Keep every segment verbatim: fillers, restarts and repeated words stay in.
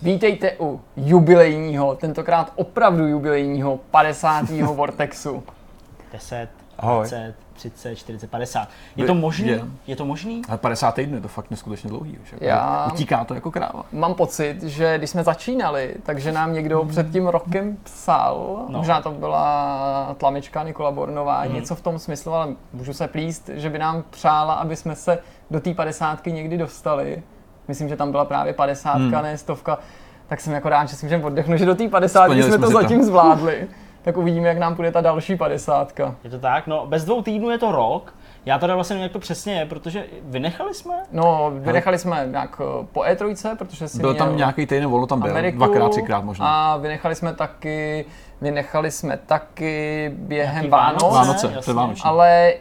Vítejte u jubilejního, tentokrát opravdu jubilejního padesátého Vortexu. deset, Ahoj. dvacet, třicet, čtyřicet, padesát. Je to možný? Je. Je to možný? Ale padesát týdnů je to fakt neskutečně dlouhý. Už, jako Já- utíká to jako kráva. Mám pocit, že když jsme začínali, takže nám někdo před tím rokem psal, No. možná to byla tlamička Nikola Bornová, Mhm. něco v tom smyslu, ale můžu se plíst, že by nám přála, aby jsme se do té padesátky někdy dostali. Myslím, že tam byla právě padesátka, Hmm. ne stovka. Tak jsem jako rád, že si můžeme oddechnout, že do té padesátky Splnili jsme jsme to si to. zatím zvládli. Tak uvidíme, jak nám půjde ta další padesátka. Je to tak? No, bez dvou týdnů je to rok. Já teda vlastně nevím, jak to přesně je, protože vynechali jsme? No, vynechali jsme nějak eh, po E tři, protože si Byl měl tam nějaký týden, volno tam byl, Ameriku, dvakrát, třikrát možná. A vynechali jsme taky, vynechali jsme taky během Nějaký Vánoc, Vánoce? Vánoce, jasně. předvánoční. ale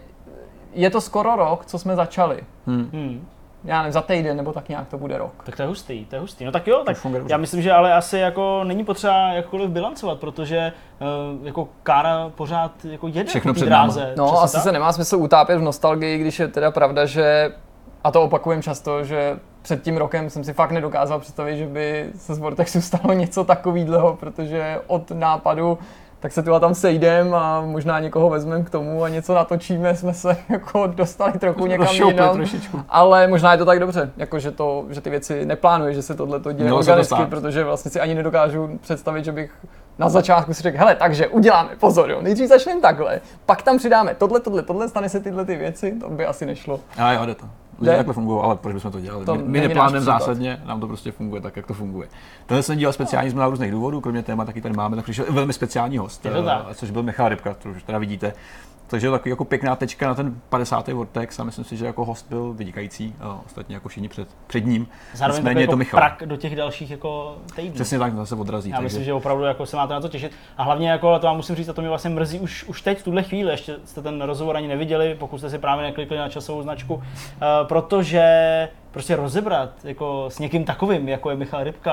je to skoro rok, co jsme začali. Hmm. Já nevím, za týden nebo tak nějak to bude rok. Tak to je hustý, to je hustý. No tak jo, tak funguje dobře. já myslím, že ale asi jako není potřeba jakkoliv bilancovat, protože uh, jako kára pořád jako jede Všechno po té před náma. dráze. No, Přesně asi tak? se nemá smysl utápět v nostalgii, když je teda pravda, že, a to opakujem často, že před tím rokem jsem si fakt nedokázal představit, že by se z Vortexu stalo něco takového, protože od nápadu tak se tu a tam sejdem a možná někoho vezmeme k tomu a něco natočíme, jsme se jako dostali trochu někam Rozšoupli jinam. trošičku. Ale možná je to tak dobře, jako že, to, že ty věci neplánuje, že se tohle to děje Mělo se to organicky, stát. protože vlastně si ani nedokážu představit, že bych na začátku si řekl, hele, takže uděláme, pozor, jo, nejdřív začneme takhle, pak tam přidáme tohle, tohle, tohle, stane se tyhle ty věci, to by asi nešlo. A jo, jde to. Jde? Lidi takhle fungují, ale proč bychom to dělali? To my my není náš neplánujeme případ. zásadně, nám to prostě funguje tak, jak to funguje. Tenhle jsem dělal speciální změna různých důvodů, kromě témat, taky tady máme, tak přišel i velmi speciální host, Je to tak. eh, což byl Michal Rybka, to už teda vidíte. Takže je to takový jako pěkná tečka na ten padesátý Vortex a myslím si, že jako host byl vynikající, a ostatně jako všichni před, před ním. Zároveň Nicméně takový je to jako Michal. prak do těch dalších jako týdnů. Přesně tak, to se odrazí. Já takže... myslím, že opravdu jako se máte na to těšit. A hlavně jako to vám musím říct, a to mě vlastně mrzí už, už teď v tuhle chvíli, ještě jste ten rozhovor ani neviděli, pokud jste si právě neklikli na časovou značku, uh, protože prostě rozebrat jako s někým takovým, jako je Michal Rybka,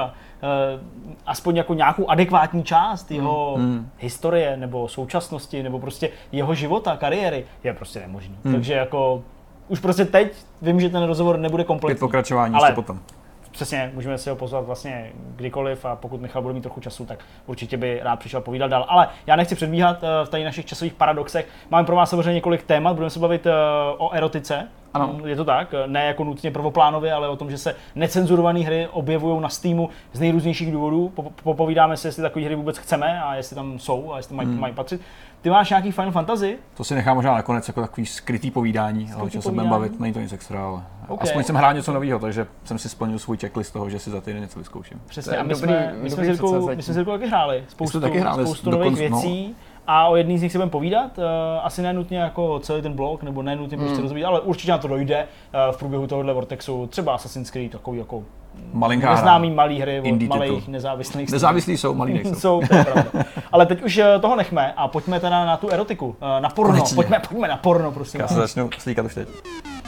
uh, aspoň jako nějakou adekvátní část jeho Hmm. historie nebo současnosti nebo prostě jeho života, kariéry, je prostě nemožný. Hmm. Takže jako už prostě teď vím, že ten rozhovor nebude Pět kompletní. pokračování Ale- ještě potom. Přesně, můžeme si ho pozvat vlastně kdykoliv a pokud Michal bude mít trochu času, tak určitě by rád přišel povídat dál. Ale já nechci předbíhat eh, v tady našich časových paradoxech. Máme pro vás samozřejmě několik témat, budeme se bavit eh, o erotice. Ano. Je to tak, ne jako nutně prvoplánově, ale o tom, že se necenzurované hry objevují na Steamu z nejrůznějších důvodů. Po- Popovídáme si, jestli takové hry vůbec chceme a jestli tam jsou a jestli mají, Hmm. mají patřit. Ty máš nějaký Final Fantasy? To si nechám možná nakonec jako takový skrytý povídání, ale Skrytý o čem se budeme povídání? bavit, není to nic extra, ale Ok. aspoň jsem hrál něco nového, takže jsem si splnil svůj checklist toho, že si za týden něco vyzkouším. Přesně, To je a my dobrý- jsme, my jsme, dobrý s Jirkou, předsevzetí. my jsme s Jirkou taky hráli. Spoustu, taky hráli spoustu dokon- nových no. věcí. A o jedný z nich si budeme povídat, uh, asi ne nutně jako celý ten blok, nebo ne nutně prostě Hmm. rozvíjet, ale určitě na to dojde uh, v průběhu tohohle Vortexu, třeba Assassin's Creed, takový jako Malinká neznámý hra. malý hry od Indie malých titul. nezávislých Nezávislí jsou, malí nejsou. jsou, to je pravda. Ale teď už uh, toho nechme a pojďme teda na tu erotiku, uh, na porno, Konečně. pojďme, pojďme na porno, prosím. Já se začnu slíkat už teď.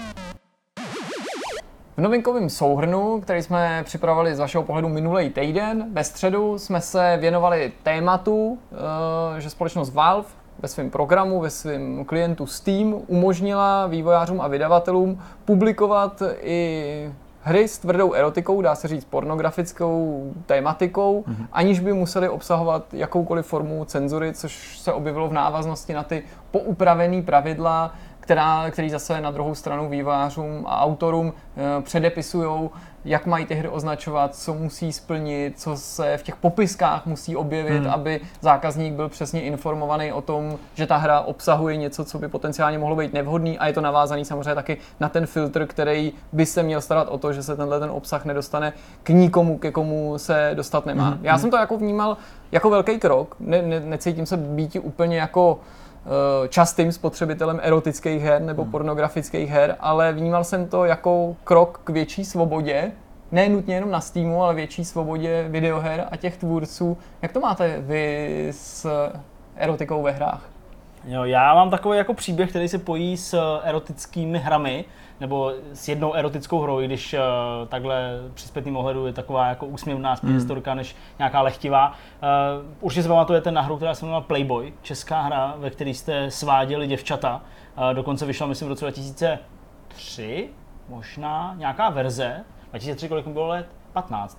V novinkovém souhrnu, který jsme připravovali z vašeho pohledu minulý týden, ve středu jsme se věnovali tématu, eh, že společnost Valve ve svém programu, ve svém klientu Steam umožnila vývojářům a vydavatelům publikovat i hry s tvrdou erotikou, dá se říct pornografickou tématikou, mm-hmm. aniž by museli obsahovat jakoukoliv formu cenzury, což se objevilo v návaznosti na ty poupravený pravidla, která, který zase na druhou stranu vývojářům a autorům e, předepisují, jak mají ty hry označovat, co musí splnit, co se v těch popiskách musí objevit, Hmm. aby zákazník byl přesně informovaný o tom, že ta hra obsahuje něco, co by potenciálně mohlo být nevhodný, a je to navázaný samozřejmě taky na ten filtr, který by se měl starat o to, že se tenhle ten obsah nedostane k nikomu, ke komu se dostat nemá. Hmm. Já jsem to jako vnímal jako velký krok, ne, ne, necítím se býti úplně jako častým spotřebitelem erotických her nebo Hmm. pornografických her, ale vnímal jsem to jako krok k větší svobodě, ne nutně jenom na Steamu, ale větší svobodě videoher a těch tvůrců. Jak to máte vy s erotikou ve hrách? Jo, já mám takový jako příběh, který se pojí s erotickými hrami, nebo s jednou erotickou hrou, i když uh, takhle při zpětným ohledu je taková jako úsměvná spíš historka než nějaká lehtivá. Uh, určitě si pamatujete na hru, která se jmenovala Playboy, česká hra, ve které jste sváděli děvčata. Uh, dokonce vyšla, myslím, v roce dva tisíce tři, možná nějaká verze. dva tisíce tři, kolik mi bylo let? patnáct.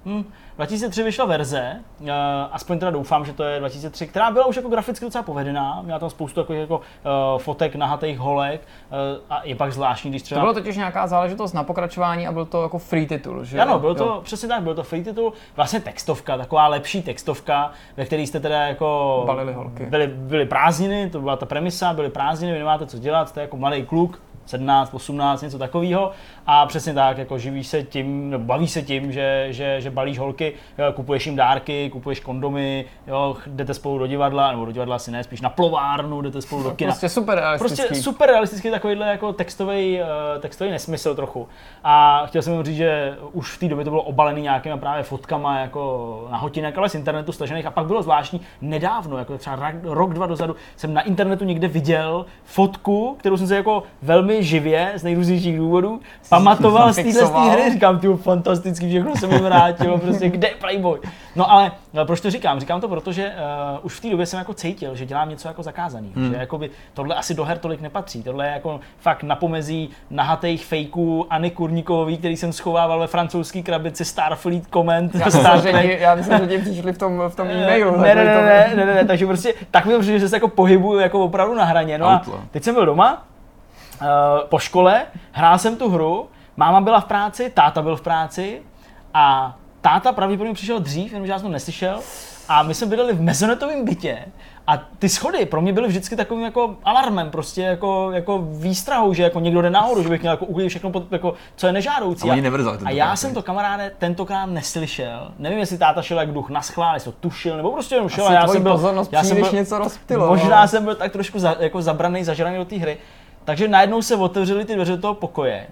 Hmm. dva tisíce tři vyšla verze, uh, aspoň teda doufám, že to je dva tisíce tři, která byla už jako graficky docela povedená, měla tam spoustu takových jako uh, fotek nahatých holek uh, a je pak zvláštní, když třeba... To bylo totiž nějaká záležitost na pokračování a byl to jako free titul, že? Ano, byl to jo. přesně tak, byl to free titul, vlastně textovka, taková lepší textovka, ve které jste teda jako... Balili holky. Byly, byly prázdniny, to byla ta premisa, byly prázdniny, vy nemáte co dělat, jste jako mladý kluk, sedmnáct, osmnáct, něco takového a přesně tak, jako živíš se tím, nebo bavíš se tím, že, že, že balíš holky, kupuješ jim dárky, kupuješ kondomy, jo, jdete spolu do divadla, nebo do divadla asi ne, spíš na plovárnu, jdete spolu do kina. Prostě super realistický. Prostě super realistický takovýhle jako textový, textový nesmysl trochu. A chtěl jsem říct, že už v té době to bylo obalený nějakýma právě fotkama jako na hotinek, ale z internetu stažených. A pak bylo zvláštní, nedávno, jako třeba rok, dva dozadu, jsem na internetu někde viděl fotku, kterou jsem se jako velmi živě, z nejrůznějších důvodů, pamatoval z téhle hry. Říkám, ty fantastický, všechno se mi vrátilo, prostě kde je Playboy. No ale no, proč to říkám? Říkám to proto, že uh, už v té době jsem jako cítil, že dělám něco jako zakázaného, hmm. že jakoby tohle asi do her tolik nepatří. Tohle je jako fakt na pomezí nahatých fejků Anny Kurníkový, který jsem schovával ve francouzské krabici Starfleet Comment. Já myslím, že, já myslím, že ti přišli v tom, v tom e-mailu. Ne, ne, ne, ne, ne, ne, ne, takže prostě tak mi to přijde, že se jako pohybuju jako opravdu na hraně. No a teď jsem byl doma, uh, po škole, hrál jsem tu hru, máma byla v práci, táta byl v práci a táta pravděpodobně přišel dřív, jenomže já jsem to neslyšel a my jsme bydleli v mezonetovém bytě a ty schody pro mě byly vždycky takovým jako alarmem, prostě jako, jako výstrahou, že jako někdo jde nahoru, že bych měl jako uklidit všechno, pod, jako, co je nežádoucí. A, a, a já jsem to, kamaráde, tentokrát neslyšel. Nevím, jestli táta šel jak duch na schvál, jestli to tušil, nebo prostě jenom šel. Asi a já jsem byl, já jsem byl, něco rozptylo. Možná no. jsem byl tak trošku za, jako zabraný, zažraný do té hry. Takže najednou se otevřely ty dveře do toho pokoje.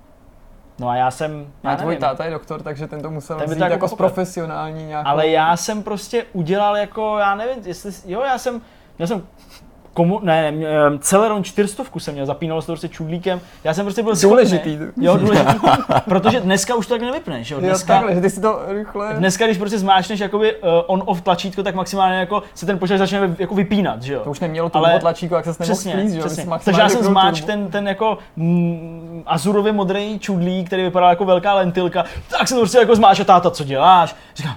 No a já jsem, já a tvůj táta je doktor, takže ten to musel ten vzít jako, jako z profesionální nějakou... Ale já jsem prostě udělal jako, já nevím, jestli, jo, já jsem, já jsem komu, ne, ne, Celeron čtyřstovku jsem měl, zapínalo se to prostě čudlíkem, já jsem prostě byl důležitý. Schopný, jo, důležitý, protože dneska už to tak nevypneš, jo, dneska, jo, takhle, že ty si to rychle... Dneska, když prostě zmáčneš jakoby uh, on-off tlačítko, tak maximálně jako se ten počítač začne jako vypínat, že jo. To už nemělo turbo tlačítko, jak se nemohl splíst, že jo. Takže já jsem zmáč ten, ten jako mm, azurově modrý čudlík, který vypadal jako velká lentilka, tak jsem to prostě jako zmáč a táta, co děláš? Říkám,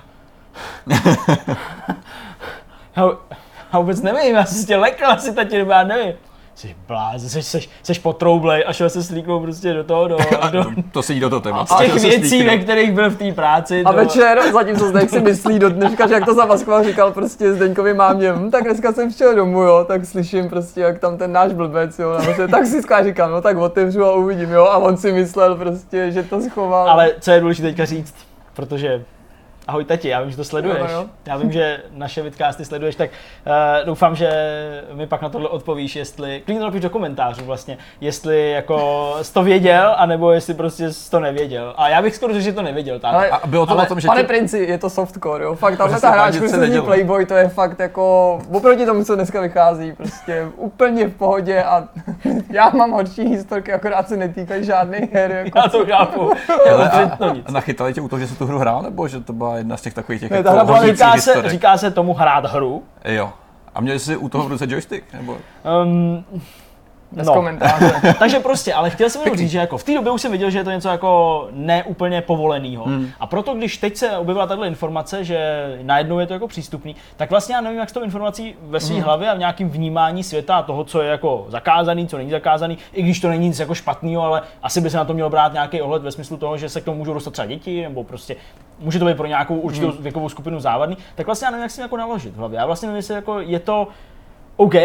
já vůbec nevím, já jsem si tě lekl asi tati, nebo já nevím. Jsi blázen, jsi, jsi, jsi potroublej a šel se slíknout prostě do toho, do, do to sedí do toho tématu. Z těch věcí, ve kterých byl v té práci. A do... večer, zatímco Zdeněk si myslí do dneška, že jak to zamaskoval, říkal prostě Zdeňkovi mámě, hm, tak dneska jsem šel domů, jo, tak slyším prostě, jak tam ten náš blbec, jo, nahoře, tak si říkám, no tak otevřu a uvidím, jo, a on si myslel prostě, že to schoval. Ale co je důležité teďka říct, protože ahoj tati, já vím, že to sleduješ, no, no. já vím, že naše vidcasty sleduješ, tak uh, doufám, že mi pak na tohle odpovíš, jestli, klidně to napiš do komentářů vlastně, jestli jako jsi to věděl, anebo jestli prostě jsi to nevěděl. A já bych skoro řekl, že to nevěděl, táta. Ale, a bylo to ale o tom, že pane tě... princi, je to softcore, jo, fakt tahle ta hráčka, co není Playboy, to je fakt jako, oproti tomu, co dneska vychází, prostě úplně v pohodě a já mám horší historky, akorát se netýkají žádných her, jako. Já to chápu. Ale a, a nachytali tě u toho, že jsi tu hru hrál, nebo že to byla jedna z těch takových těch ne, jako byla, říká, se, říká se tomu hrát hru. Jo. A měli jsi u toho v ruce joystick? Nebo? Um, Bez no. komentáře. Takže prostě, ale chtěl jsem jenom říct, že jako v té době už jsem viděl, že je to něco jako neúplně povolenýho. Hmm. A proto, když teď se objevila tato informace, že najednou je to jako přístupný, tak vlastně já nevím, jak s tou informací ve své hmm. hlavě a v nějakém vnímání světa a toho, co je jako zakázaný, co není zakázaný, i když to není nic jako špatného, ale asi by se na to mělo brát nějaký ohled ve smyslu toho, že se k tomu můžou dostat třeba děti, nebo prostě může to být pro nějakou určitou hmm. věkovou skupinu závadný, tak vlastně já nevím, jak si jako naložit v hlavě. Já vlastně nevím, jestli jako je to OK,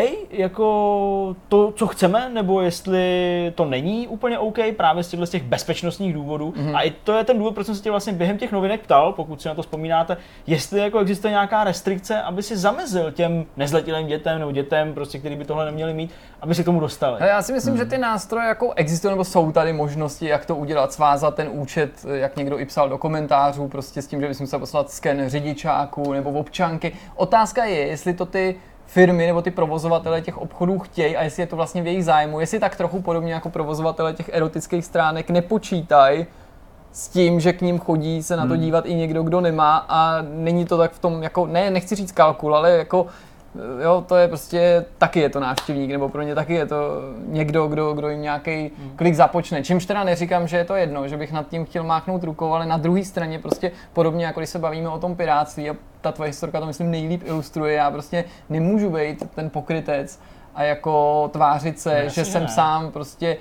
jako to, co chceme, nebo jestli to není úplně OK právě z těchto z těch bezpečnostních důvodů. Mm-hmm. A i to je ten důvod, proč jsem se tě vlastně během těch novinek ptal, pokud si na to vzpomínáte, jestli jako existuje nějaká restrikce, aby si zamezil těm nezletilým dětem nebo dětem, prostě, který by tohle neměli mít, aby si k tomu dostali. Já si myslím, mm. že ty nástroje jako existují, nebo jsou tady možnosti, jak to udělat, svázat ten účet, jak někdo i psal do komentářů, prostě s tím, že bys musel poslat sken řidičáku nebo občanky. Otázka je, jestli to ty firmy nebo ty provozovatele těch obchodů chtějí a jestli je to vlastně v jejich zájmu, jestli tak trochu podobně jako provozovatele těch erotických stránek nepočítají s tím, že k ním chodí se na to dívat hmm. i někdo, kdo nemá a není to tak v tom, jako, ne, nechci říct kalkul, ale jako jo, to je prostě, taky je to návštěvník, nebo pro ně taky je to někdo, kdo, kdo jim nějaký klik započne. Čímž teda neříkám, že je to jedno, že bych nad tím chtěl máchnout rukou, ale na druhé straně prostě podobně, jako když se bavíme o tom pirátství a ta tvoje historka to myslím nejlíp ilustruje, já prostě nemůžu být ten pokrytec a jako tvářit se, ne, že jsem ne. sám prostě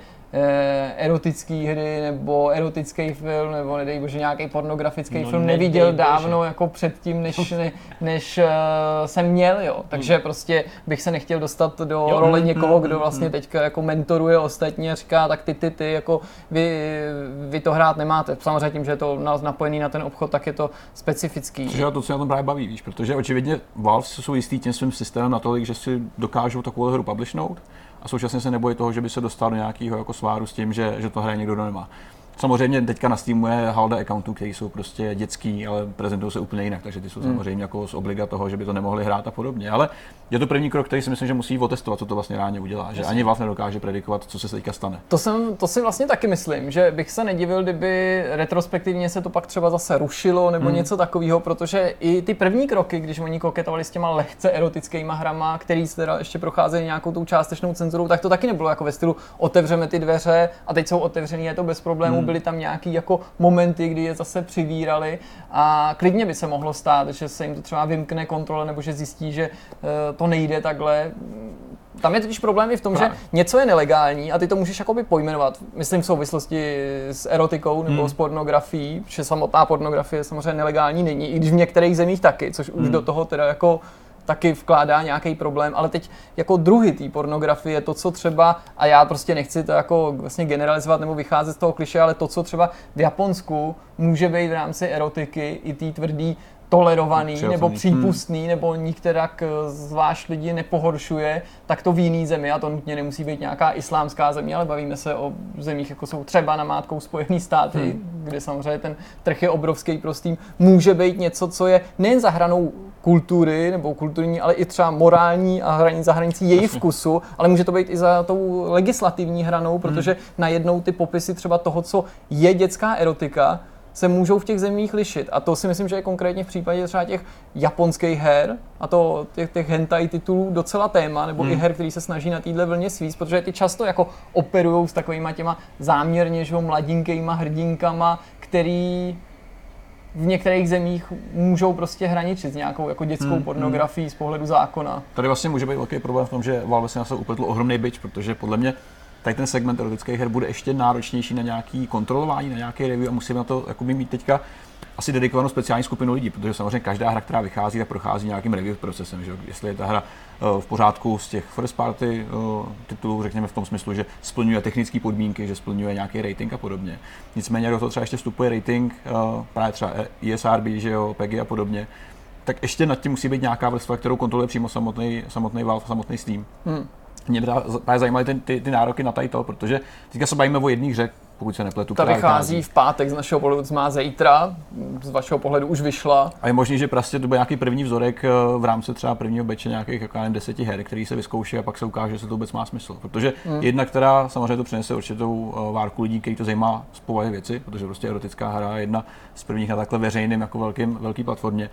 erotický hry nebo erotický film nebo nedej bože nějaký pornografický no, film neviděl bože. dávno jako předtím, než, ne, než uh, jsem měl, jo. Takže hmm. prostě bych se nechtěl dostat do jo, role hmm, někoho, kdo hmm, vlastně hmm. teďka jako mentoruje ostatní a říká, tak ty, ty, ty, jako vy, vy to hrát nemáte. Samozřejmě tím, že je to napojený na ten obchod, tak je to specifický. Což je to, co na tom právě baví, víš, protože očividně Valve jsou jistý tím svým systémem natolik, že si dokážou takovou hru publishnout, a současně se nebojí toho, že by se dostal do nějakého jako sváru s tím, že, že to hraje někdo, kdo nemá. Samozřejmě teďka na Steamu je halda accountů, které jsou prostě dětský, ale prezentují se úplně jinak, takže ty jsou hmm. samozřejmě jako z obliga toho, že by to nemohli hrát a podobně. Ale je to první krok, který si myslím, že musí otestovat, co to vlastně reálně udělá. Že ani Valve nedokáže predikovat, co se teďka stane. To, jsem, to si vlastně taky myslím, že bych se nedivil, kdyby retrospektivně se to pak třeba zase rušilo nebo hmm. něco takového, protože i ty první kroky, když oni koketovali s těma lehce erotickýma hrama, který se teda ještě procházejí nějakou tou částečnou cenzurou, tak to taky nebylo jako ve stylu otevřeme ty dveře a teď jsou otevřený, je to bez problémů. Hmm. Byly tam nějaký jako momenty, kdy je zase přivírali a klidně by se mohlo stát, že se jim to třeba vymkne kontrole nebo že zjistí, že uh, to nejde takhle. Tam je totiž problém i v tom, Právě. že něco je nelegální a ty to můžeš jakoby pojmenovat, myslím v souvislosti s erotikou nebo hmm. s pornografií, že samotná pornografie samozřejmě nelegální není, i když v některých zemích taky, což hmm. už do toho teda jako taky vkládá nějaký problém, ale teď jako druhy té pornografie, to, co třeba, a já prostě nechci to jako vlastně generalizovat nebo vycházet z toho kliše, ale to, co třeba v Japonsku může být v rámci erotiky i tý tvrdý tolerovaný Přirozený. nebo přípustný, hmm. nebo nikterak zvlášť lidi nepohoršuje, tak to v jiný zemi, a to nutně nemusí být nějaká islámská země, ale bavíme se o zemích, jako jsou třeba namátkou Spojený státy, hmm. kde samozřejmě ten trh je obrovský prostým, může být něco, co je nejen za hranou kultury nebo kulturní, ale i třeba morální a hraní za hranicí její vkusu, ale může to být i za tou legislativní hranou, protože hmm. najednou ty popisy třeba toho, co je dětská erotika, se můžou v těch zemích lišit. A to si myslím, že je konkrétně v případě třeba těch japonských her a to těch, těch hentai titulů docela téma, nebo hmm. i her, který se snaží na téhle vlně svíst, protože ty často jako operujou s takovýma těma záměrně že mladinkýma hrdinkama, který v některých zemích můžou prostě hraničit s nějakou jako dětskou hmm, pornografií hmm. z pohledu zákona. Tady vlastně může být velký problém v tom, že Valve si na sebe upletl ohromný bič, protože podle mě tady ten segment erotických her bude ještě náročnější na nějaký kontrolování, na nějaký review a musíme na to jako mít teďka asi dedikovanou speciální skupinu lidí, protože samozřejmě každá hra, která vychází, tak prochází nějakým review procesem, že? Jestli je ta hra uh, v pořádku z těch first party uh, titulů, řekněme v tom smyslu, že splňuje technické podmínky, že splňuje nějaký rating a podobně. Nicméně do toho třeba ještě vstupuje rating, uh, právě třeba I S R B, že jo, P E G I a podobně, tak ještě nad tím musí být nějaká vrstva, kterou kontroluje přímo samotný, samotný Valve, samotný Steam. Hmm. Mě právě zajímaly ty, ty, ty nároky na title, protože teďka se bavíme o jedné hře, pokud se nepletu. Ta vychází v pátek z našeho pohledu, co má zítra, z vašeho pohledu už vyšla. A je možné, že prostě to bude nějaký první vzorek v rámci třeba prvního beče nějakých jako nevím, deseti her, který se vyzkouší a pak se ukáže, že to vůbec má smysl. Protože hmm. jedna, která samozřejmě to přinese určitou várku lidí, který to zajímá z povahy věci, protože prostě erotická hra je jedna z prvních na takhle veřejným jako velkým, velký platformě.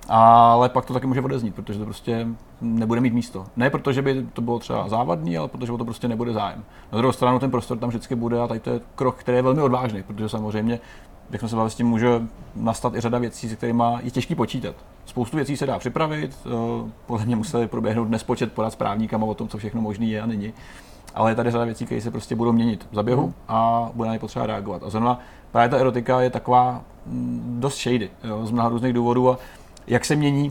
Ale pak to taky může odeznít, protože to prostě nebude mít místo. Ne protože by to bylo třeba závadný, ale protože to prostě nebude zájem. Na druhou stranu ten prostor tam vždycky bude a tady to je krok, který je velmi odvážný, protože samozřejmě, jak jsme se bavili, s tím může nastat i řada věcí, se kterými je těžký počítat. Spoustu věcí se dá připravit, podle mě museli proběhnout nespočet porad s právníkama o tom, co všechno možný je a není. Ale je tady řada věcí, které se prostě budou měnit v zaběhu mm. a bude na ně potřeba reagovat. A zrovna právě ta erotika je taková dost shady, jo, z mnoha různých důvodů. A jak se mění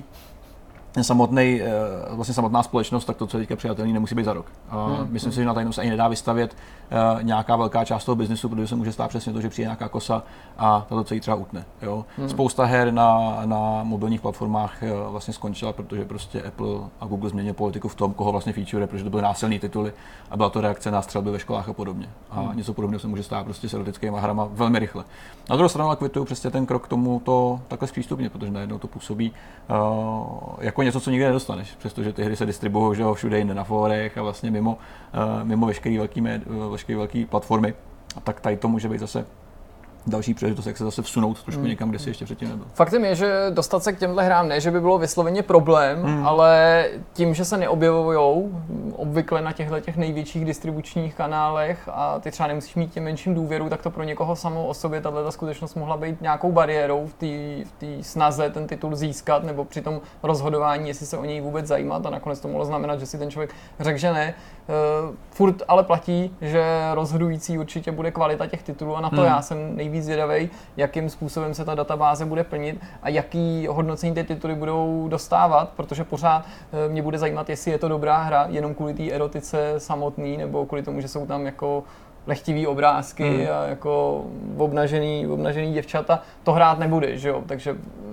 samotný, vlastně samotná společnost, tak to, co je teďka přijatelný, nemusí být za rok. Hmm. Myslím si, že na tajnou se ani nedá vystavět nějaká velká část toho biznesu, protože se může stát přesně to, že přijde nějaká kosa a to celý třeba utne. Jo? Hmm. Spousta her na, na mobilních platformách vlastně skončila, protože prostě Apple a Google změnili politiku v tom, koho vlastně feature, protože to byly násilný tituly a byla to reakce na střelby ve školách a podobně. A hmm. něco podobného se může stát prostě s erotickými hrama velmi rychle. Na druhou stranu kvituju přesně ten krok k tomu to takhle zpřístupnit, protože najednou to působí uh, jako něco, co nikdy nedostaneš, přestože ty hry se distribuují všude jinde na fórech a vlastně mimo, uh, mimo veškeré velké uh, veškeré velké platformy, tak tady to může být zase další příležitost, jak se zase vsunout trošku hmm. někam, kde si ještě předtím nebyl. Faktem je, že dostat se k těmhle hrám ne, že by bylo vysloveně problém, hmm. ale tím, že se neobjevují obvykle na těchto těch největších distribučních kanálech a ty třeba nemusíš mít těm menším důvěru, tak to pro někoho samou o sobě tato skutečnost mohla být nějakou bariérou v té v té snaze ten titul získat nebo při tom rozhodování, jestli se o něj vůbec zajímat, a nakonec to mohlo znamenat, že si ten člověk řekl, že ne. Uh, furt ale platí, že rozhodující určitě bude kvalita těch titulů a na to hmm. já jsem nejvíc zvědavej, jakým způsobem se ta databáze bude plnit a jaký hodnocení ty tituly budou dostávat, protože pořád uh, mě bude zajímat, jestli je to dobrá hra jenom kvůli té erotice samotný nebo kvůli tomu, že jsou tam jako lehtivý obrázky hmm. a jako obnažený, obnažený děvčata. To hrát nebude, že jo, takže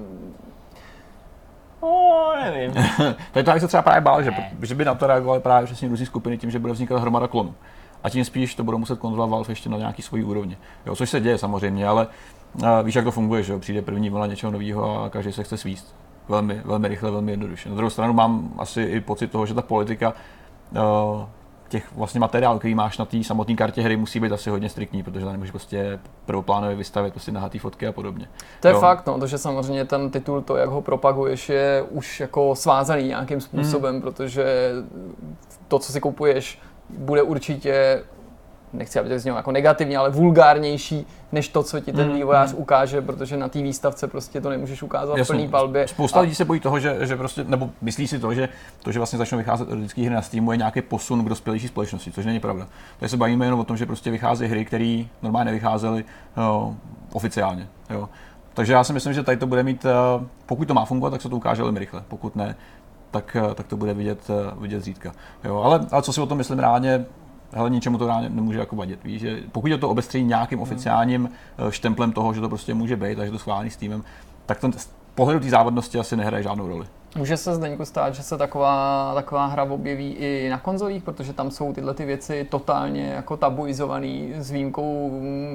No, nevím. Tady to bych se třeba právě bál, že, že by na to reagovali právě přesně různý skupiny tím, že bude vznikat hromada klonů. A tím spíš to budou muset kontrolovat Valve ještě na nějaký svojí úrovni. Jo, což se děje samozřejmě, ale uh, víš, jak to funguje, že jo? Přijde první vlna něčeho nového a každý se chce svíst. Velmi, velmi rychle, velmi jednoduše. Na druhou stranu mám asi i pocit toho, že ta politika uh, těch vlastně materiálů, který máš na té samotné kartě hry, musí být asi hodně striktní, protože tam nemůžeš prostě prvoplánově vystavit prostě nahatý fotky a podobně. To je jo. fakt, no, protože samozřejmě ten titul, to, jak ho propaguješ, je už jako svázaný nějakým způsobem, mm. protože to, co si kupuješ, bude určitě, nechci, aby to znělo jako negativně, ale vulgárnější, než to, co ti ten vývojář mm. ukáže, protože na té výstavce prostě to nemůžeš ukázat v plný palbě. Spousta a... lidí se bojí toho, že, že prostě, nebo myslí si to, že to, že vlastně začnou vycházet erotické hry na Steamu, je nějaký posun k dospělejší společnosti, což není pravda. Tady se bavíme jenom o tom, že prostě vychází hry, které normálně nevycházely jo, oficiálně. Jo. Takže já si myslím, že tady to bude mít, pokud to má fungovat, tak se to ukáže velmi rychle, pokud ne, tak, tak to bude vidět, vidět zřídka. Jo. Ale, ale co si o tom myslím reálně, hele, ničemu to reálně nemůže jako vadit, víš, že pokud je to obestření nějakým oficiálním štemplem toho, že to prostě může být a že to schválený s týmem, tak ten z pohledu té závadnosti asi nehraje žádnou roli. Může se, Zdeňku, stát, že se taková, taková hra objeví i na konzolích, protože tam jsou tyhle ty věci totálně jako tabuizovaný s výjimkou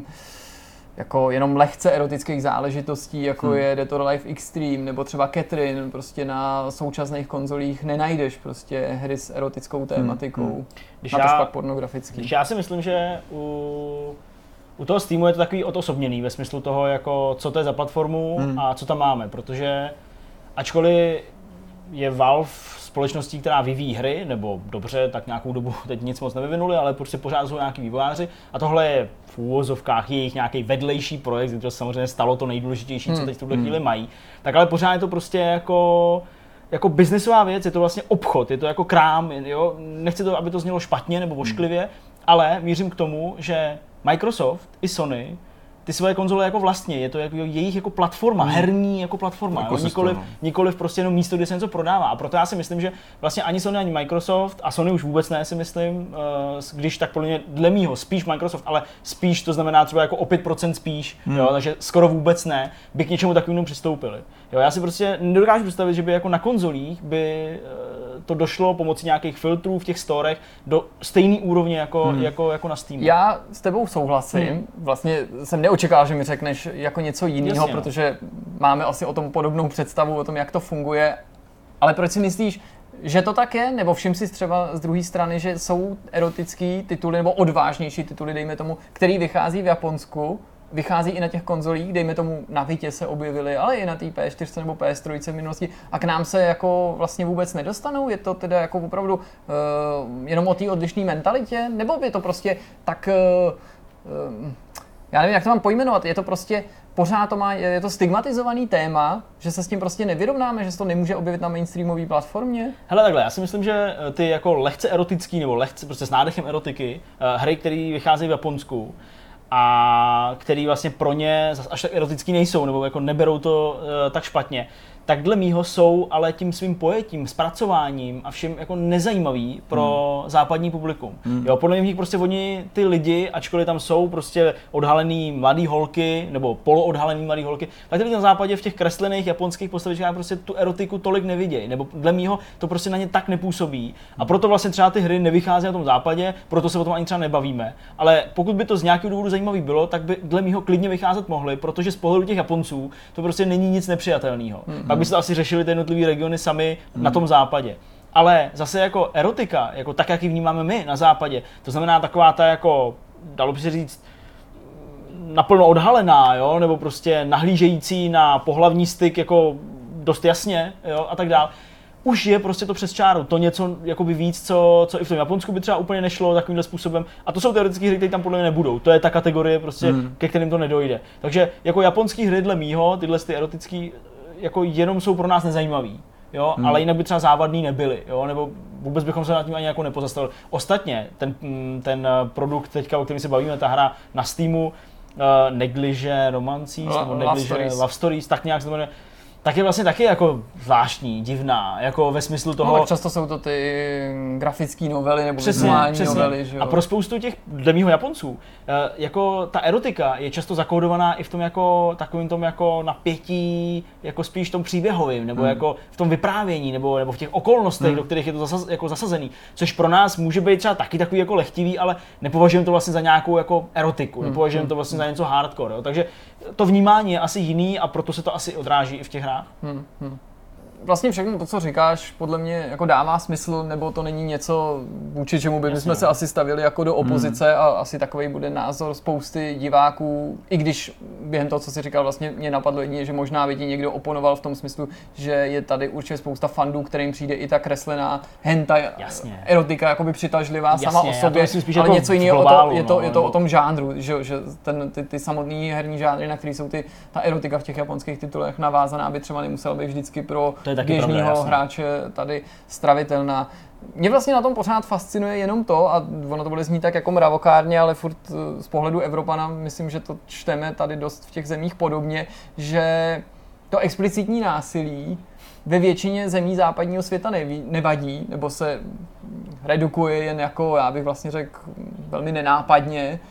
jako jenom lehce erotických záležitostí, jako hmm. je Dead or Alive Extreme nebo třeba Catherine, prostě na současných konzolích nenajdeš prostě hry s erotickou tématikou, hmm. Když na to já, pak pornografický. Když já si myslím, že u, u toho Steamu je to takový odosobněný ve smyslu toho, jako co to je za platformu hmm. a co tam máme, protože ačkoliv je Valve společností, která vyvíjí hry, nebo dobře, tak nějakou dobu teď nic moc nevyvinuli, ale prostě pořád jsou nějaký vývojáři a tohle je v úvozovkách jejich nějaký vedlejší projekt, kdy to samozřejmě stalo to nejdůležitější, co teď v tuhle hmm. chvíli mají, tak ale pořád je to prostě jako jako biznesová věc, je to vlastně obchod, je to jako krám, jo? Nechci to, aby to znělo špatně nebo ošklivě, hmm. ale mířím k tomu, že Microsoft i Sony ty svoje konzole jako vlastně, je to jako jejich jako platforma, hmm. herní jako platforma, jako nikoliv, nikoliv prostě jenom místo, kde se něco prodává. A proto já si myslím, že vlastně ani Sony, ani Microsoft, a Sony už vůbec ne, si myslím, když tak podle mě dle mýho spíš Microsoft, ale spíš to znamená třeba jako o pět procent spíš, hmm. jo, takže skoro vůbec ne, by k něčemu takovému přistoupili. Jo, já si prostě nedokážu představit, že by jako na konzolích by to došlo pomocí nějakých filtrů v těch storech do stejné úrovně jako, hmm. jako, jako na Steamu. Já s tebou souhlasím. Hmm. Vlastně jsem neočekával, že mi řekneš jako něco jiného, protože máme asi o tom podobnou představu, o tom, jak to funguje. Ale proč si myslíš, že to tak je? Nebo všim si třeba z druhé strany, že jsou erotický tituly nebo odvážnější tituly, dejme tomu, který vychází v Japonsku, vychází i na těch konzolích, dejme tomu na Vitě se objevily, ale i na té P S čtyři nebo P S tři v minulosti a k nám se jako vlastně vůbec nedostanou? Je to teda jako opravdu uh, jenom o té odlišné mentalitě? Nebo je to prostě tak, uh, uh, já nevím, jak to mám pojmenovat, je to prostě pořád to má, je to stigmatizovaný téma, že se s tím prostě nevyrovnáme, že se to nemůže objevit na mainstreamové platformě? Hele takhle, já si myslím, že ty jako lehce erotický nebo lehce prostě s nádechem erotiky, uh, hry, které vycházejí v Japonsku, a který vlastně pro ně až tak erotický nejsou, nebo jako neberou to uh, tak špatně, tak dle mýho jsou ale tím svým pojetím, zpracováním a všem jako nezajímavý pro hmm. západní publikum. Hmm. Jo, podle mě prostě oni ty lidi, ačkoliv tam jsou prostě odhalený mladý holky, nebo poloodhalený mladý holky, tak ty lidi na západě v těch kreslených japonských postavičkách prostě tu erotiku tolik nevidějí, nebo dle mýho to prostě na ně tak nepůsobí. A proto vlastně třeba ty hry nevychází na tom západě, proto se o tom ani třeba nebavíme. Ale pokud by to z nějakého důvodu zajímavý bylo, tak by dle mýho klidně vycházet mohly, protože z pohledu těch Japonců to prostě není nic nepřijatelného. Hmm. By se to asi řešili ty jednotlivé regiony sami hmm. na tom západě. Ale zase jako erotika, jako tak, jak ji vnímáme my na západě, to znamená taková ta jako, dalo by se říct, naplno odhalená, jo, nebo prostě nahlížející na pohlavní styk jako dost jasně, jo, a tak dále. Už je prostě to přes čáru, to něco jakoby víc, co, co i v tom Japonsku by třeba úplně nešlo takovýmhle způsobem. A to jsou teoretické hry, které tam podle mě nebudou. To je ta kategorie, prostě, mm. ke kterým to nedojde. Takže jako japonský hry dle mýho, tyhle ty erotický, jako jenom jsou pro nás nezajímavý. Jo, hmm. ale jinak by třeba závadný nebyly, jo, nebo vůbec bychom se nad tím ani jako nepozastavili. Ostatně, ten, ten produkt teďka, o kterém se bavíme, ta hra na Steamu, uh, Neglige Romances, L- nebo Love Neglige Stories. Love Stories, tak nějak se to jmenuje, tak je vlastně taky jako zvláštní, divná, jako ve smyslu toho... No, tak často jsou to ty grafické novely nebo přesně, vizuální přesně. novely, že jo? A pro spoustu těch, dle mýho Japonců, jako ta erotika je často zakódovaná i v tom jako takovým tom jako napětí, jako spíš v tom příběhovým, nebo hmm. jako v tom vyprávění, nebo, nebo v těch okolnostech, hmm. do kterých je to zasaz, jako zasazený, což pro nás může být třeba taky takový jako lehtivý, ale nepovažujeme to vlastně za nějakou jako erotiku, hmm. nepovažujeme to vlastně za něco hardcore, jo? Takže to vnímání je asi jiný a proto se to asi odráží i v těch hrách. Hmm, hmm. Vlastně všechno to, co říkáš, podle mě jako dává smysl, nebo to není něco, vůči čemu by jsme se asi stavili jako do opozice hmm. a asi takový bude názor spousty diváků, i když během toho, co jsi říkal, vlastně mě napadlo jedině, že možná by ti někdo oponoval v tom smyslu, že je tady určitě spousta fandů, kterým přijde i ta kreslená hentai Jasně. erotika jakoby přitažlivá Jasně, sama o sobě, ale jako něco jiného globálu, je to, no, je to nebo... o tom žánru, že, že ten, ty, ty samotný herní žánry, na který jsou ty, ta erotika v těch japonských titulech navázaná, aby třeba nemusela být vždycky pro běžného hráče tady stravitelná. Mě vlastně na tom pořád fascinuje jenom to, a ono to bude znít tak jako mravokárně, ale furt z pohledu Evropana, myslím, že to čteme tady dost v těch zemích podobně, že to explicitní násilí ve většině zemí západního světa neví, nevadí, nebo se redukuje jen jako, já bych vlastně řekl, velmi nenápadně,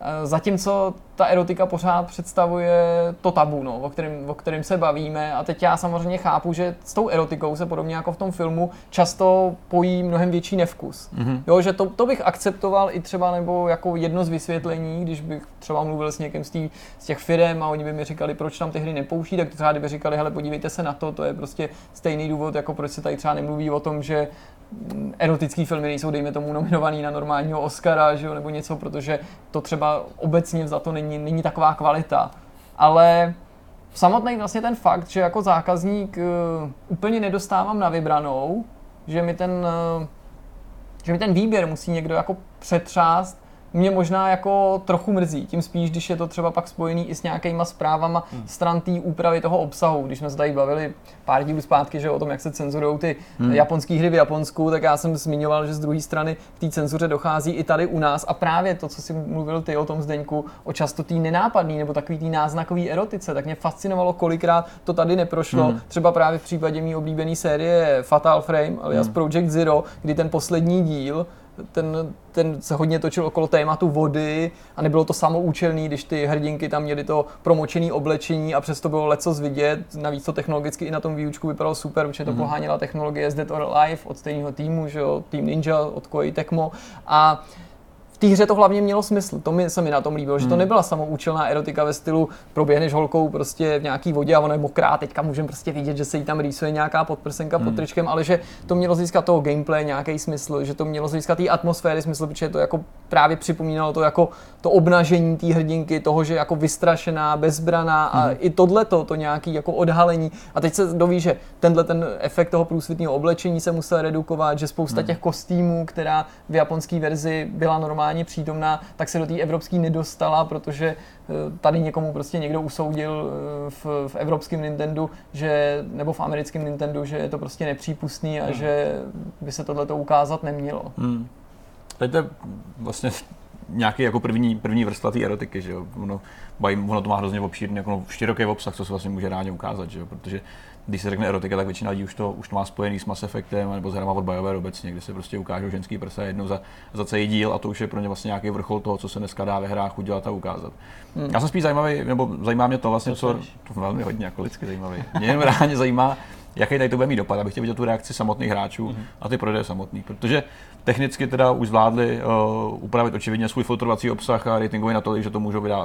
zatímco ta erotika pořád představuje to tabu, no, o, kterém, o kterém se bavíme. A teď já samozřejmě chápu, že s tou erotikou se podobně jako v tom filmu často pojí mnohem větší nevkus. Mm-hmm. Jo, že to, to bych akceptoval i třeba nebo jako jedno z vysvětlení, když bych třeba mluvil s někým z, tý, z těch firem a oni by mi říkali, proč tam ty hry nepouští, tak třeba kdyby říkali, hele, podívejte se na to, to je prostě stejný důvod, jako proč se tady třeba nemluví o tom, že erotický filmy nejsou, dejme tomu, nominovaný na normálního Oscara, že jo, nebo něco, protože to třeba obecně vzato není, není taková kvalita. Ale samotný vlastně ten fakt, že jako zákazník uh, úplně nedostávám na vybranou, že mi ten, uh, že mi ten výběr musí někdo jako přetřást, mě možná jako trochu mrzí, tím spíš, když je to třeba pak spojený i s nějakýma zprávama hmm. stran té úpravy toho obsahu. Když jsme se tady bavili pár dílů zpátky, že o tom, jak se cenzurujou ty hmm. japonské hry v Japonsku, tak já jsem zmiňoval, že z druhé strany k té cenzuře dochází i tady u nás a právě to, co jsi mluvil ty o tom, Zdeňku, o často té nenápadný nebo takový té náznakový erotice, tak mě fascinovalo, kolikrát to tady neprošlo. Hmm. Třeba právě v případě mý oblíbené série Fatal Frame alias hmm. Project Zero, kdy ten poslední díl Ten, ten se hodně točil okolo tématu vody a nebylo to samoučelný, když ty hrdinky tam měly to promočené oblečení a přesto bylo lecos vidět. Navíc to technologicky i na tom výučku vypadalo super, protože to mm-hmm. poháněla technologie z Dead or Alive od stejného týmu, že jo, Team Ninja od Koei Tecmo. A v té hře to hlavně mělo smysl, to mi, se mi na tom líbilo, že to nebyla samoučelná erotika ve stylu proběhneš holkou prostě v nějaký vodě a ona je mokrá, teďka můžeme prostě vidět, že se jí tam rýsuje nějaká podprsenka hmm. pod tričkem, ale že to mělo získat toho gameplay nějaký smysl, že to mělo získat té atmosféry smysl, protože to jako právě připomínalo to jako to obnažení té hrdinky, toho, že jako vystrašená, bezbraná a hmm. i tohleto, to nějaký jako odhalení. A teď se doví, že tenhle ten efekt toho průsvitného oblečení se musel redukovat, že spousta hmm. těch kostýmů, která v japonské verzi byla normální přítomná, tak se do té evropské nedostala, protože tady někomu prostě někdo usoudil v, v evropském Nintendo, že, nebo v americkém Nintendo, že je to prostě nepřípustný a hmm. že by se tohleto ukázat nemělo. Hmm. Teď to je vlastně nějaký jako první, první vrstva té erotiky, že jo? Ono, ono to má hrozně obšírný, jako široký obsah, co se vlastně může rádi ukázat, že jo? Protože když se řekne erotika, tak většina lidí už to, už to má spojený s Mass Effectem nebo s hrama od BioWare obecně, kde se prostě ukážou ženský prsa jednou za, za celý díl a to už je pro ně vlastně nějaký vrchol toho, co se dneska dá ve hrách udělat a ukázat. Hmm. Já jsem spíš zajímavý, nebo zajímá mě to vlastně, co, to velmi hodně jako lidsky zajímavý. Mě jen reálně zajímá, jaký tady to bude mít dopad, abych chtěl vidět tu reakci samotných hráčů mm-hmm. a ty prodeje samotný, protože technicky teda už zvládli uh, upravit očividně svůj filtrovací obsah a ratingový natolik, že to můžou vydat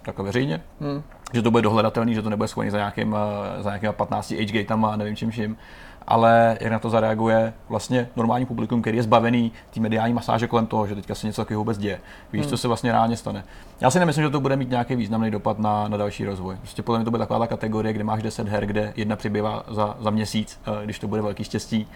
jako veřejně, Hmm. že to bude dohledatelný, že to nebude schovaný za nějakým, za nějakým patnácti agegatama a nevím čím vším. Ale jak na to zareaguje vlastně normální publikum, který je zbavený té mediální masáže kolem toho, že teďka se něco takového vůbec děje. Víš, hmm. co se vlastně reálně stane. Já si nemyslím, že to bude mít nějaký významný dopad na, na další rozvoj. Prostě podle mě to bude taková ta kategorie, kde máš deset her, kde jedna přibývá za, za měsíc, když to bude velký štěstí.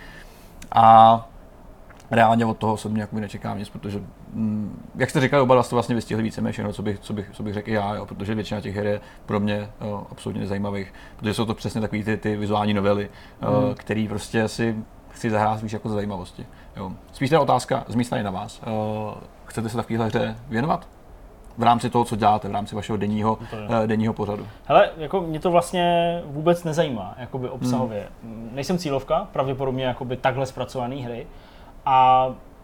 A reálně od toho osobně jako nečekám nic, protože, hm, jak jste říkali, oba vás to vlastně vystihli víceméně všechno, co bych, co bych, co bych řekl i já, jo, protože většina těch her je pro mě jo, absolutně nezajímavých, protože jsou to přesně takový ty, ty vizuální novely, mm. jo, který prostě si chci zahrát spíš jako zajímavosti. Jo. Spíš ta otázka z mé strany na vás. Jo, chcete se takovéhle hře věnovat? V rámci toho, co děláte, v rámci vašeho denního, denního pořadu. Hele, jako mě to vlastně vůbec nezajímá, jakoby obsahově. Hmm. Nejsem cílovka, pravděpodobně jakoby takhle zpracované hry. A